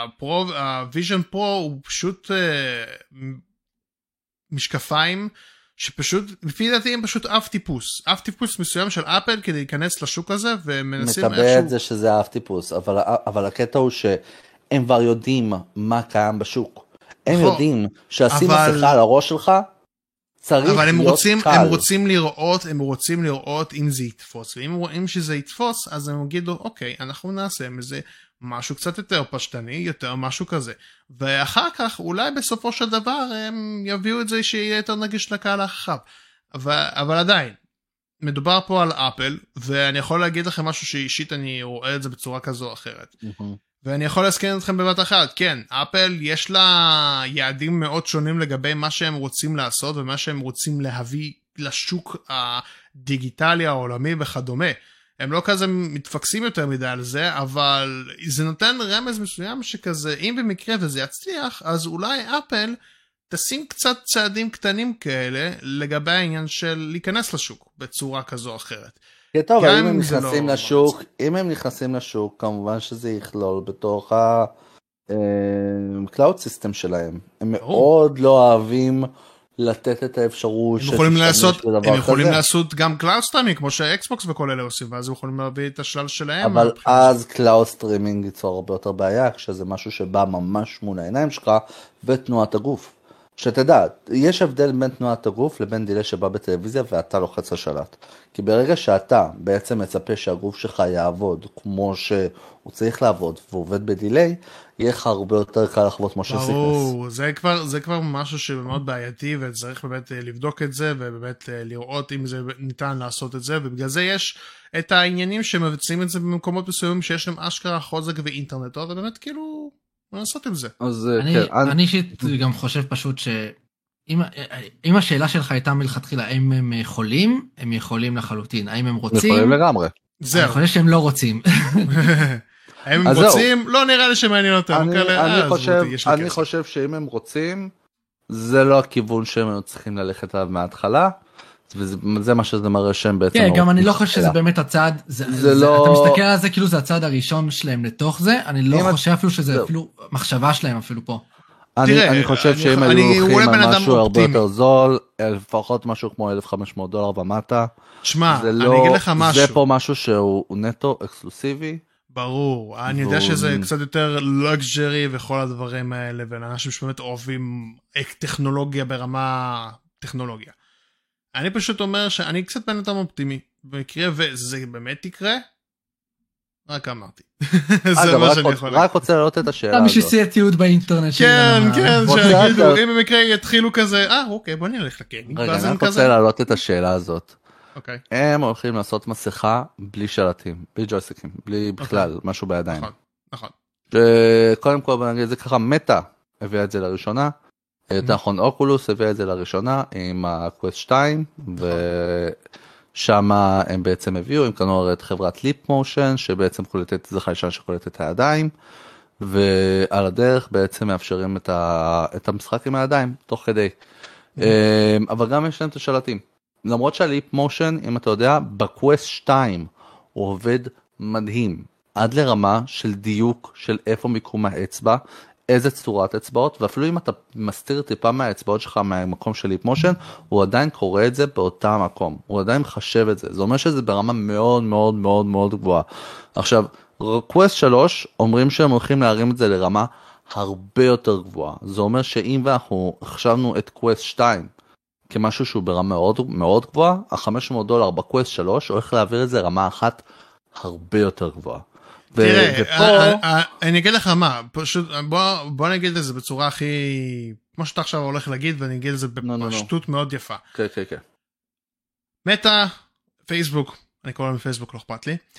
Speaker 1: שה-Vision Pro הוא פשוט משקפיים שפשוט, לפי דעתי הם פשוט אף טיפוס, אף טיפוס מסוים של אפל כדי להיכנס לשוק הזה, ומנסים
Speaker 2: איכשהו... מקבל את זה שזה אף טיפוס, אבל, אבל הקטע הוא שהם כבר יודעים מה קיים בשוק. הם יודעים שעשים אבל... מסכה על הראש שלך, צריך
Speaker 1: אבל הם
Speaker 2: להיות
Speaker 1: רוצים,
Speaker 2: קל.
Speaker 1: הם רוצים לראות, הם רוצים לראות אם זה יתפוס, ואם רואים שזה יתפוס, אז הם יגידו, אוקיי, אנחנו נעשה מזה משהו קצת יותר פשטני, יותר משהו כזה. ואחר כך, אולי בסופו של דבר, הם יביאו את זה שיהיה יותר נגיש לקהל הרחב. אבל, אבל עדיין, מדובר פה על אפל, ואני יכול להגיד לכם משהו שאישית אני רואה את זה בצורה כזו או אחרת. Mm-hmm. ואני יכול להזכיר אתכם בבת אחת, כן, אפל יש לה יעדים מאוד שונים לגבי מה שהם רוצים לעשות, ומה שהם רוצים להביא לשוק הדיגיטלי העולמי וכדומה. הם לא כזה מתפקסים יותר מדי על זה, אבל זה נותן רמז מסוים שכזה, אם במקרה וזה יצליח, אז אולי אפל תשים קצת צעדים קטנים כאלה, לגבי העניין של להיכנס לשוק, בצורה כזו או אחרת.
Speaker 2: כן, טוב, אם הם נכנסים לשוק, אם הם נכנסים לשוק, כמובן שזה יכלול בתוך ה-Cloud System שלהם. הם מאוד לא אוהבים לתת את האפשרות
Speaker 1: הם יכולים לעשות, הם יכולים לעשות גם Cloud Streaming, כמו שהאקסבוקס וכל אלה עושים, ואז הם יכולים להביא את השלל שלהם.
Speaker 2: אבל אז Cloud Streaming ייצור הרבה יותר בעיה, כשזה משהו שבא ממש מול העיניים שלך, ותנועת הגוף. שתדע, יש הבדל בין תנועת הגוף לבין דילי שבא בטלוויזיה ואתה לוחץ לשלט. כי ברגע שאתה בעצם מצפה שהגוף שלך יעבוד כמו שהוא צריך לעבוד ועובד בדילי, יהיה לך הרבה יותר קל לחוות משה סיקנס.
Speaker 1: ברור, זה כבר, זה כבר משהו שמאוד בעייתי וצריך באמת לבדוק את זה ובאמת לראות אם זה ניתן לעשות את זה, ובגלל זה יש את העניינים שמבצעים את זה במקומות מסוימים שיש להם אשכרה חוזק ואינטרנט, ובאמת כאילו... לעשות עם זה.
Speaker 3: אני אישית גם חושב פשוט שאם השאלה שלך הייתה מלכתחילה, האם הם יכולים, הם יכולים לחלוטין, האם הם רוצים,
Speaker 2: יכולים לגמרי.
Speaker 3: אני חושב שהם לא רוצים.
Speaker 1: האם הם רוצים, לא נראה לי שמעניין אותם.
Speaker 2: אני חושב שאם הם רוצים, זה לא הכיוון שהם צריכים ללכת עליו מההתחלה, וזה מה שזה מראה שהם בעצם...
Speaker 3: כן, גם אני לא חושב שזה באמת הצעד, אתה מסתכל על זה כאילו זה הצעד הראשון שלהם לתוך זה, אני לא חושב אפילו שזה אפילו מחשבה שלהם אפילו פה.
Speaker 2: אני חושב שהם היו הולכים על משהו הרבה יותר זול, לפחות משהו כמו אלף וחמש מאות דולר ומטה.
Speaker 1: שמע, אני אגיד לך משהו.
Speaker 2: זה פה משהו שהוא נטו אקסקלוסיבי.
Speaker 1: ברור, אני יודע שזה קצת יותר לוקז'רי וכל הדברים האלה, ואנשים שבאמת אוהבים טכנולוגיה ברמה טכנולוגיה. אני פשוט אומר שאני קצת בן אדם אופטימי, במקרה וזה באמת יקרה, רק אמרתי. זה מה שאני יכול להגיד.
Speaker 2: רק רוצה לראות את השאלה הזאת.
Speaker 3: בשביל שיהיה תיעוד באינטרנט.
Speaker 1: כן, כן, שיגידו, אם במקרה יתחילו כזה, אה, אוקיי, בוא נלך לקיימינג.
Speaker 2: רגע, אני רק רוצה להעלות את השאלה הזאת. הם הולכים לעשות מסכה בלי שלטים, בלי ג'ויסטיקים, בלי בכלל, משהו בידיים.
Speaker 1: נכון, נכון.
Speaker 2: קודם כל, בוא נגיד, זה ככה, מטה הביאה את זה לראשונה, נכון, אוקולוס הביא את זה לראשונה עם הקווסט שתיים, ושם הם בעצם הביאו, הם קנו את חברת ליפ מושן, שבעצם קולטת, זה חיישן שקולט את הידיים, ועל הדרך בעצם מאפשרים את, ה, את המשחק עם הידיים, תוך כדי. אבל גם יש להם את השלטים. למרות שהליפ מושן, אם אתה יודע, בקווסט שתיים הוא עובד מדהים, עד לרמה של דיוק של איפה מיקום האצבע, איזה צורת אצבעות, ואפילו אם אתה מסתיר טיפה מהאצבעות שלך מהמקום של ליפ מושן, הוא עדיין קורא את זה באותה מקום, הוא עדיין מחשב את זה, זה אומר שזה ברמה מאוד מאוד מאוד מאוד גבוהה. עכשיו, קווסט שלוש אומרים שהם הולכים להרים את זה לרמה הרבה יותר גבוהה, זה אומר שאם ואנחנו חשבנו את קווסט שתיים, כמשהו שהוא ברמה מאוד, מאוד גבוהה, ה-חמש מאות דולר בקווסט שלוש הולך להעביר את זה רמה אחת הרבה יותר גבוהה.
Speaker 1: תראה, אני אגיד לך מה, פשוט, בוא נגיד את זה בצורה הכי, כמו שאתה עכשיו הולך להגיד, ואני אגיד את זה בפשטות מאוד יפה.
Speaker 2: כן, כן, כן.
Speaker 1: מטה, פייסבוק, אני קורא להם פייסבוק, לא אכפת לי.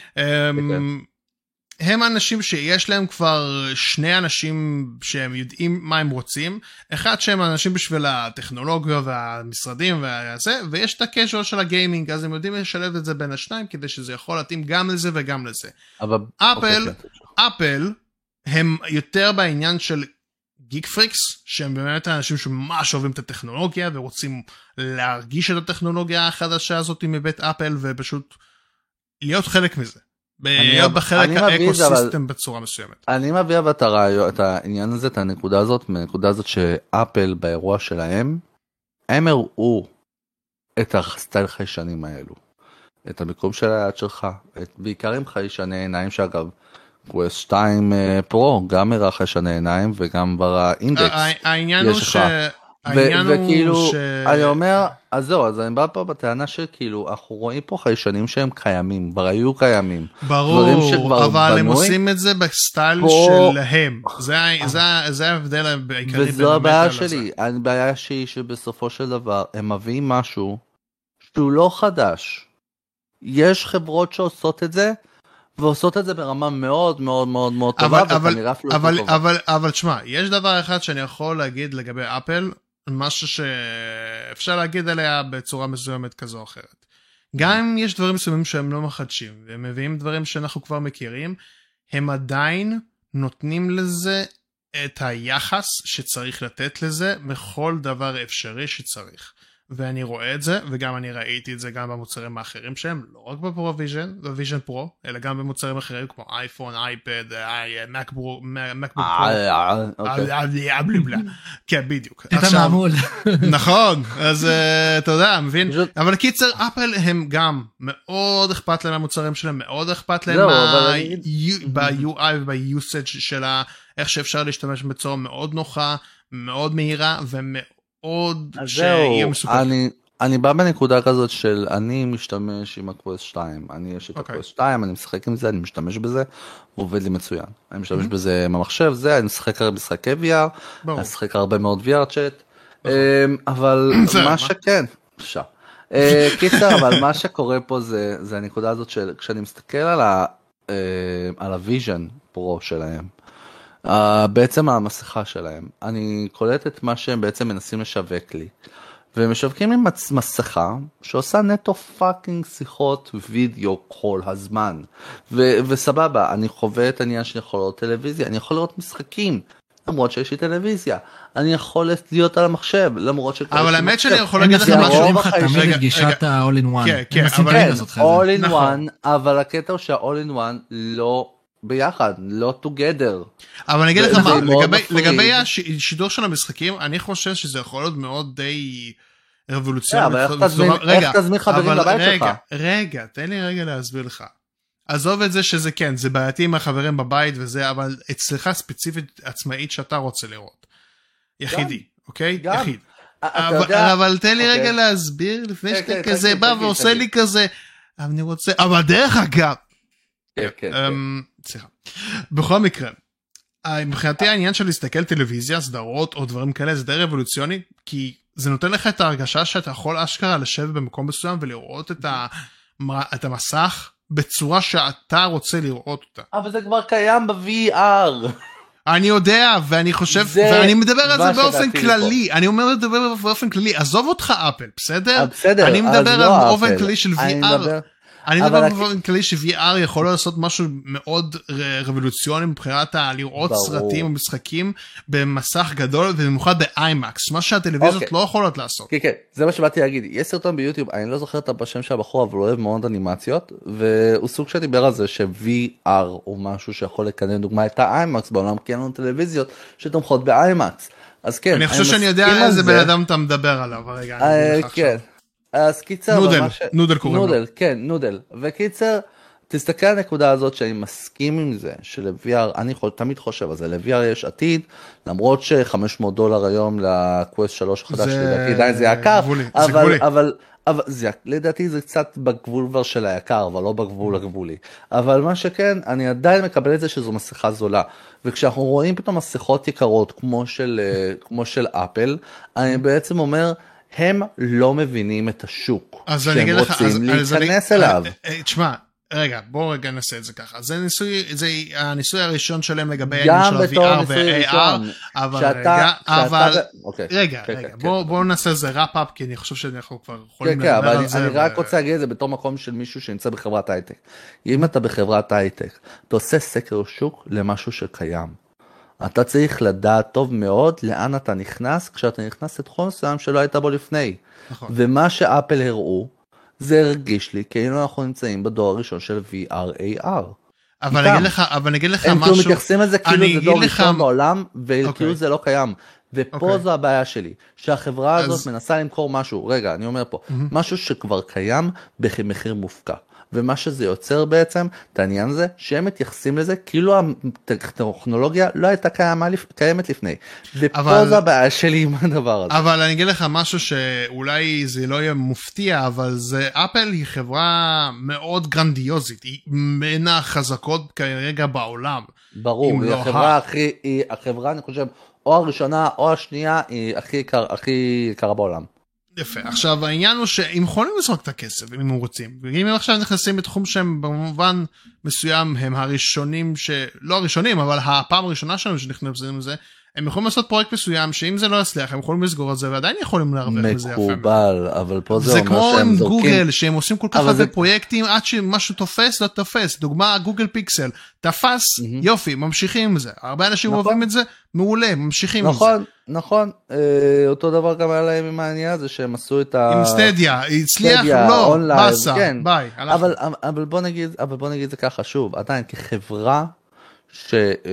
Speaker 1: הם אנשים שיש להם כבר שני אנשים שהם יודעים מה הם רוצים, אחד שהם אנשים בשביל הטכנולוגיה והמשרדים והזה, ויש את הקז'ואל של הגיימינג, אז הם יודעים לשלב את זה בין השניים, כדי שזה יכול להתאים גם לזה וגם לזה. אבל... אפל, אפל, הם יותר בעניין של גיק פריקס, שהם באמת האנשים שממש אוהבים את הטכנולוגיה, ורוצים להרגיש את הטכנולוגיה החדשה הזאת מבית אפל, ופשוט להיות חלק מזה. להיות בחלק האקוסיסטם בצורה מסוימת.
Speaker 2: אני מביא את העניין הזה, את הנקודה הזאת, מהנקודה הזאת שאפל באירוע שלהם, הם הראו את הסטייל חיישנים האלו. את המיקום של היד שלך, את, בעיקר עם חיישני עיניים, שאגב, קווסט שתיים פרו, גם הראה חיישני עיניים, וגם ברא אינדקס.
Speaker 1: העניין הוא ש...
Speaker 2: וכאילו, אני אומר, אז זהו, אז אני בא פה בטענה שכאילו, אנחנו רואים פה חיישנים שהם קיימים, כבר היו קיימים.
Speaker 1: ברור, אבל הם עושים את זה בסטייל שלהם. זה ההבדל העיקרי.
Speaker 2: וזו הבעיה שלי, הבעיה שהיא שבסופו של דבר, הם מביאים משהו שהוא לא חדש. יש חברות שעושות את זה, ועושות את זה ברמה מאוד מאוד מאוד מאוד טובה, וכנראה אפילו
Speaker 1: אבל, טובה. אבל, אבל תשמע, יש דבר אחד שאני יכול להגיד לגבי אפל, משהו שאפשר להגיד עליה בצורה מסוימת כזו או אחרת. גם אם יש דברים מסוימים שהם לא מחדשים, והם מביאים דברים שאנחנו כבר מכירים, הם עדיין נותנים לזה את היחס שצריך לתת לזה, בכל דבר אפשרי שצריך. ואני רואה את זה, וגם אני ראיתי את זה גם במוצרים האחרים שהם, לא רק בפרו-ויז'ן, בוויז'ן פרו, אלא גם במוצרים אחרים כמו אייפון, אייפד, מקבוק פרו. כן, בדיוק. נכון, אז אתה יודע, מבין? אבל קיצר, אפל הם גם מאוד אכפת להם המוצרים שלהם, מאוד אכפת להם ב-יו איי וב-usage שלה, איך שאפשר להשתמש בצורה מאוד נוחה, מאוד מהירה ומאוד עוד שיהיה מסוכן.
Speaker 2: אני, אני בא בנקודה כזאת של אני משתמש עם הקווסט שתיים, אני יש את okay. הקווסט שתיים, אני משחק עם זה, אני משתמש בזה, הוא עובד לי מצוין. אני משתמש mm-hmm. בזה עם המחשב, זה, אני משחק הרבה משחקי וי אר, ברור. אני משחק הרבה מאוד וי אר צ'אט, אבל מה שכן, אפשר. קיצר, אבל מה שקורה פה זה, זה הנקודה הזאת של, כשאני מסתכל על ה, על הוויז'ן פרו שלהם, Uh, בעצם המסכה שלהם, אני קולט את מה שהם בעצם מנסים לשווק לי, והם משווקים עם מסכה שעושה נטו פאקינג שיחות וידאו כל הזמן, ו- וסבבה, אני חווה את העניין שאני יכול לראות טלוויזיה, אני יכול לראות משחקים, למרות שיש לי טלוויזיה, אני יכול להיות על המחשב, למרות ש...
Speaker 1: אבל האמת שאני יכול להגיד לך משהו,
Speaker 3: הם חתמים את גישת ה-all in one,
Speaker 1: כן, כן,
Speaker 2: all in one, אבל הקטע הוא שה-all in one לא... ביחד, לא together.
Speaker 1: אבל אני אגיד לך מה, לגבי, לגבי השידור של המשחקים, אני חושב שזה יכול להיות מאוד די רבולוציוני.
Speaker 2: איך תזמין חברים לבית שלך?
Speaker 1: רגע, תן לי רגע להסביר לך. עזוב את זה שזה כן, זה בעייתי עם החברים בבית וזה, אבל אצלך ספציפית עצמאית שאתה רוצה לראות. יחידי, אוקיי? יחיד. אבל תן לי רגע להסביר, לפני שאתה כזה בא ועושה לי כזה, אני רוצה, אבל דרך אגב, סליחה. בכל מקרה, מבחינתי העניין של להסתכל טלוויזיה, סדרות או דברים כאלה, זה די רבולוציוני, כי זה נותן לך את ההרגשה שאתה יכול אשכרה לשבת במקום מסוים ולראות את המסך בצורה שאתה רוצה לראות אותה.
Speaker 2: אבל זה כבר קיים ב-וי אר.
Speaker 1: אני יודע, ואני חושב, ואני מדבר על זה באופן כללי, אני אומר לדבר באופן כללי, עזוב אותך אפל, בסדר? אני מדבר על באופן כללי של וי אר. אני מדבר באופן כללי ש-וי אר יכול לעשות משהו מאוד רבולוציוני מבחינת לראות סרטים או משחקים במסך גדול ובמיוחד ב-אימקס, מה שהטלוויזיות לא יכולות לעשות.
Speaker 2: כן, כן, זה מה שבאתי להגיד. יש סרטון ביוטיוב, אני לא זוכר את השם של הבחור, אבל הוא אוהב מאוד אנימציות, והוא סוג שדיבר על זה ש-וי אר הוא משהו שיכול לקדם דוגמה את האיימקס בעולם, כי אין לנו טלוויזיות שתומכות באיימקס. אז כן,
Speaker 1: אני חושב שאני יודע איזה בן אדם אתה מדבר עליו, רגע, אני
Speaker 2: כן. אז קיצר,
Speaker 1: נודל, ש... נודל קוראים
Speaker 2: נודל, לו. כן, נודל. וקיצר, תסתכל על הנקודה הזאת שאני מסכים עם זה, של-וי אר, אני יכול, תמיד חושב על זה, ל-וי אר יש עתיד, למרות ש-חמש מאות דולר היום לקווסט שלוש חדש, זה... לדעתי עדיין זה יקר,
Speaker 1: גבולי,
Speaker 2: אבל,
Speaker 1: זה גבולי.
Speaker 2: אבל, אבל זה, לדעתי זה קצת בגבול כבר של היקר, אבל לא בגבול הגבולי. אבל מה שכן, אני עדיין מקבל את זה שזו מסכה זולה. וכשאנחנו רואים פתאום מסכות יקרות, כמו של, כמו של אפל, אני בעצם אומר, הם לא מבינים את השוק שהם רוצים להיכנס אליו.
Speaker 1: תשמע, רגע, בואו רגע נעשה את זה ככה. זה ניסוי, זה הניסוי הראשון שלהם לגבי העניין של ה-וי אר וה-איי אר, אבל רגע, אבל, רגע, רגע, בואו נעשה איזה ראפ-אפ, כי אני חושב שאנחנו כבר יכולים לדבר על זה.
Speaker 2: אני רק רוצה להגיד את זה בתור מקום של מישהו שנמצא בחברת הייטק. אם אתה בחברת הייטק, אתה עושה סקר שוק למשהו שקיים. אתה צריך לדעת טוב מאוד לאן אתה נכנס, כשאתה נכנס לתחום מסוים שלא היית בו לפני. נכון. ומה שאפל הראו, זה הרגיש לי, כאילו אנחנו נמצאים בדור הראשון של וי אר איי אר.
Speaker 1: אבל אני אגיד לך, אבל אני אגיד לך משהו...
Speaker 2: הם כאילו מתייחסים על זה כאילו זה דור ראשון בעולם, וכאילו זה לא קיים. ופה okay. זו הבעיה שלי, שהחברה הזאת אז... מנסה למכור משהו, רגע, אני אומר פה, mm-hmm. משהו שכבר קיים במחיר מופקע. ומה שזה יוצר בעצם, את העניין הזה, שהם מתייחסים לזה, כאילו הטכנולוגיה לא הייתה קיימת לפני. ופה אבל... זו הבעיה שלי עם הדבר הזה.
Speaker 1: אבל אני אגיד לך משהו שאולי זה לא יהיה מופתיע, אבל זה, אפל היא חברה מאוד גרנדיוזית, היא בין החזקות כרגע בעולם.
Speaker 2: ברור, היא לא החברה ה... הכי, היא החברה, אני חושב, או הראשונה או השנייה, היא הכי יקרה, הכי יקרה בעולם.
Speaker 1: יפה. עכשיו, העניין הוא שהם יכולים לזרוק את הכסף, אם הם רוצים. ואם הם עכשיו נכנסים בתחום שהם במובן מסוים, הם הראשונים ש... לא הראשונים, אבל הפעם הראשונה שלנו שנכנסים לזה, הם יכולים לעשות פרויקט מסוים, שאם זה לא יצליח, הם יכולים לסגור את זה, ועדיין יכולים להרוויח בזה יפה.
Speaker 2: מקובל, אבל פה זה,
Speaker 1: זה אומר שהם זורקים... זה כמו עם גוגל, שהם עושים כל כך הרבה זה... פרויקטים, עד שמשהו תופס, לא תופס. דוגמה, גוגל פיקסל, תפס, mm-hmm. יופי, ממשיכים עם זה. הרבה אנשים נכון. אוהבים את זה, מעולה, ממשיכים
Speaker 2: נכון,
Speaker 1: עם זה.
Speaker 2: נכון, נכון. אה, אותו דבר גם היה להם עם העניין הזה, שהם עשו את ה...
Speaker 1: עם סטדיה, הצליח, לא, מסה, כן. ביי.
Speaker 2: אבל, אבל בוא נגיד, אבל בוא נגיד זה ככה, שוב, עדיין כחברה, ש,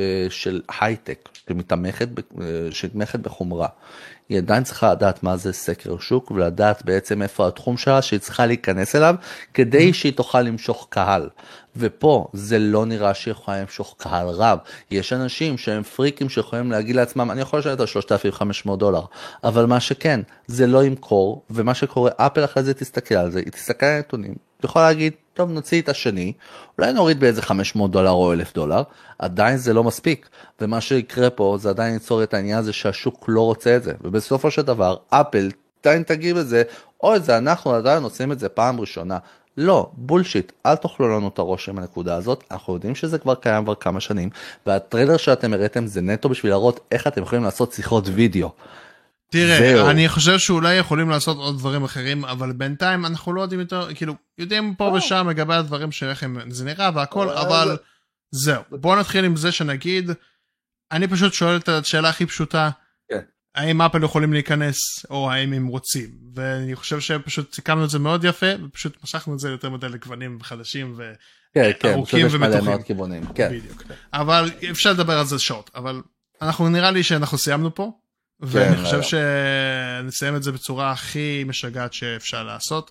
Speaker 2: של הייטק שמתמכת, שמתמכת בחומרה. היא עדיין צריכה לדעת מה זה סקר שוק, ולדעת בעצם איפה התחום שלה שהיא צריכה להיכנס אליו, כדי שהיא תוכל למשוך קהל. ופה זה לא נראה שהיא יכולה למשוך קהל רב. יש אנשים שהם פריקים שיכולים להגיד לעצמם, אני יכול לשלם את שלושת אלפים וחמש מאות דולר, אבל מה שכן, זה לא ימכור, ומה שקורה, אפל אחרי זה תסתכל על זה, היא תסתכל על הנתונים, היא יכולה להגיד, טוב, נוציא את השני, אולי נוריד באיזה חמש מאות דולר או אלף דולר, עדיין זה לא מספיק, ומה שיקרה פה, זה עדיין ייצור את העניין הזה שהשוק לא רוצה את זה, ובסופו של דבר, אפל עדיין תגיב את זה, או את זה, אנחנו עדיין עושים את זה פעם ראשונה, לא, בולשיט, אל תאכלו לנו את הראש עם הנקודה הזאת, אנחנו יודעים שזה כבר קיים כבר כמה שנים, והטריילר שאתם הראיתם זה נטו בשביל להראות איך אתם יכולים לעשות שיחות וידאו.
Speaker 1: תראה, זהו. אני חושב שאולי יכולים לעשות עוד דברים אחרים, אבל בינתיים אנחנו לא יודעים יותר, כאילו, יודעים פה ושם לגבי הדברים שאיך זה נראה והכל, אבל זהו. בואו נתחיל עם זה שנגיד, אני פשוט שואל את השאלה הכי פשוטה, האם אפל יכולים להיכנס, או האם הם רוצים, ואני חושב שפשוט סיכמנו את זה מאוד יפה, ופשוט משכנו את זה יותר מדי לגוונים חדשים, וארוכים ומתוחים. בדיוק. אבל אפשר לדבר על זה שעות, אבל אנחנו נראה לי שאנחנו סיימנו פה, ואני חושב שנסיים את זה בצורה הכי משגעת שאפשר לעשות,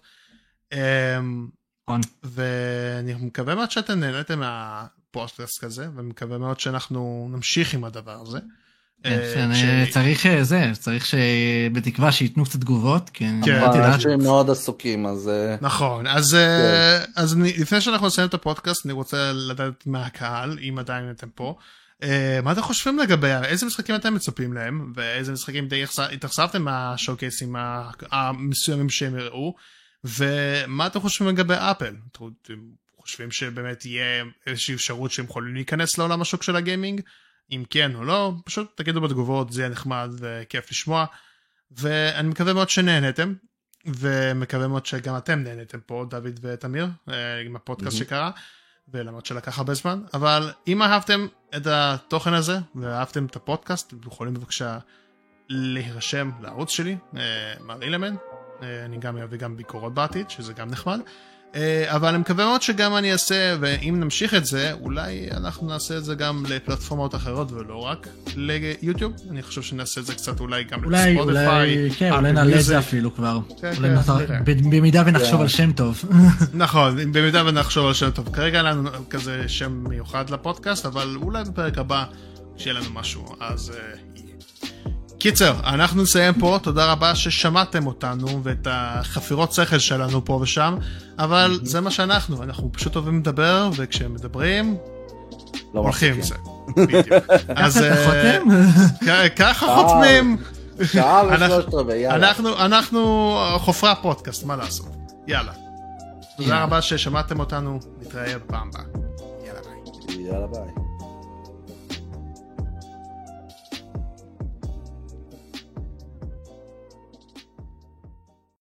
Speaker 1: ואני מקווה מאוד שאתם נהנתם מהפודקאסט כזה, ומקווה מאוד שאנחנו נמשיך עם הדבר הזה.
Speaker 3: צריך זה, צריך שבתקווה שיתנו קצת תגובות, כן,
Speaker 2: שהם מאוד עסוקים, אז...
Speaker 1: נכון, אז לפני שאנחנו נסיים את הפודקאסט, אני רוצה לדעת מהקהל, אם עדיין אתם פה, מה אתם חושבים לגבי, איזה משחקים אתם מצפים להם, ואיזה משחקים די התאכזבתם מהשואוקייסים המסוימים שהם הראו, ומה אתם חושבים לגבי אפל? אתם חושבים שבאמת יהיה איזושהי אפשרות שהם יכולים להיכנס לעולם השוק של הגיימינג? אם כן או לא, פשוט תגידו בתגובות, זה יהיה נחמד וכיף לשמוע, ואני מקווה מאוד שנהנתם, ומקווה מאוד שגם אתם נהנתם פה, דוד ותמיר, עם הפודקאסט שקרה, ולמרות שלקח הרבה זמן, אבל אם אהבתם את התוכן הזה, ואהבתם את הפודקאסט, אתם יכולים בבקשה להירשם לערוץ שלי, מר אילמן, אני גם אביא גם ביקורות בעתיד, שזה גם נחמד, אבל אני מקווה מאוד שגם אני אעשה, ואם נמשיך את זה, אולי אנחנו נעשה את זה גם לפלטפורמות אחרות, ולא רק ליוטיוב. אני חושב שנעשה את זה קצת אולי גם
Speaker 3: לספוטיפיי. אולי, כן, אולי נעלה את זה אפילו כבר. במידה ונחשוב על שם טוב.
Speaker 1: נכון, במידה ונחשוב על שם טוב. כרגע לנו כזה שם מיוחד לפודקאסט, אבל אולי בפרק הבא שיהיה לנו משהו, אז... קיצר, אנחנו נסיים פה, תודה רבה ששמעתם אותנו ואת החפירות שכל שלנו פה ושם, אבל זה מה שאנחנו, אנחנו פשוט אוהבים לדבר, וכשהם מדברים, הולכים עם זה. בדיוק. אז ככה חותמים.
Speaker 2: שעה ושלושת רבעי, יאללה.
Speaker 1: אנחנו חופרי הפודקאסט, מה לעשות? יאללה. תודה רבה ששמעתם אותנו, נתראה בפעם הבאה. יאללה ביי.
Speaker 2: יאללה ביי.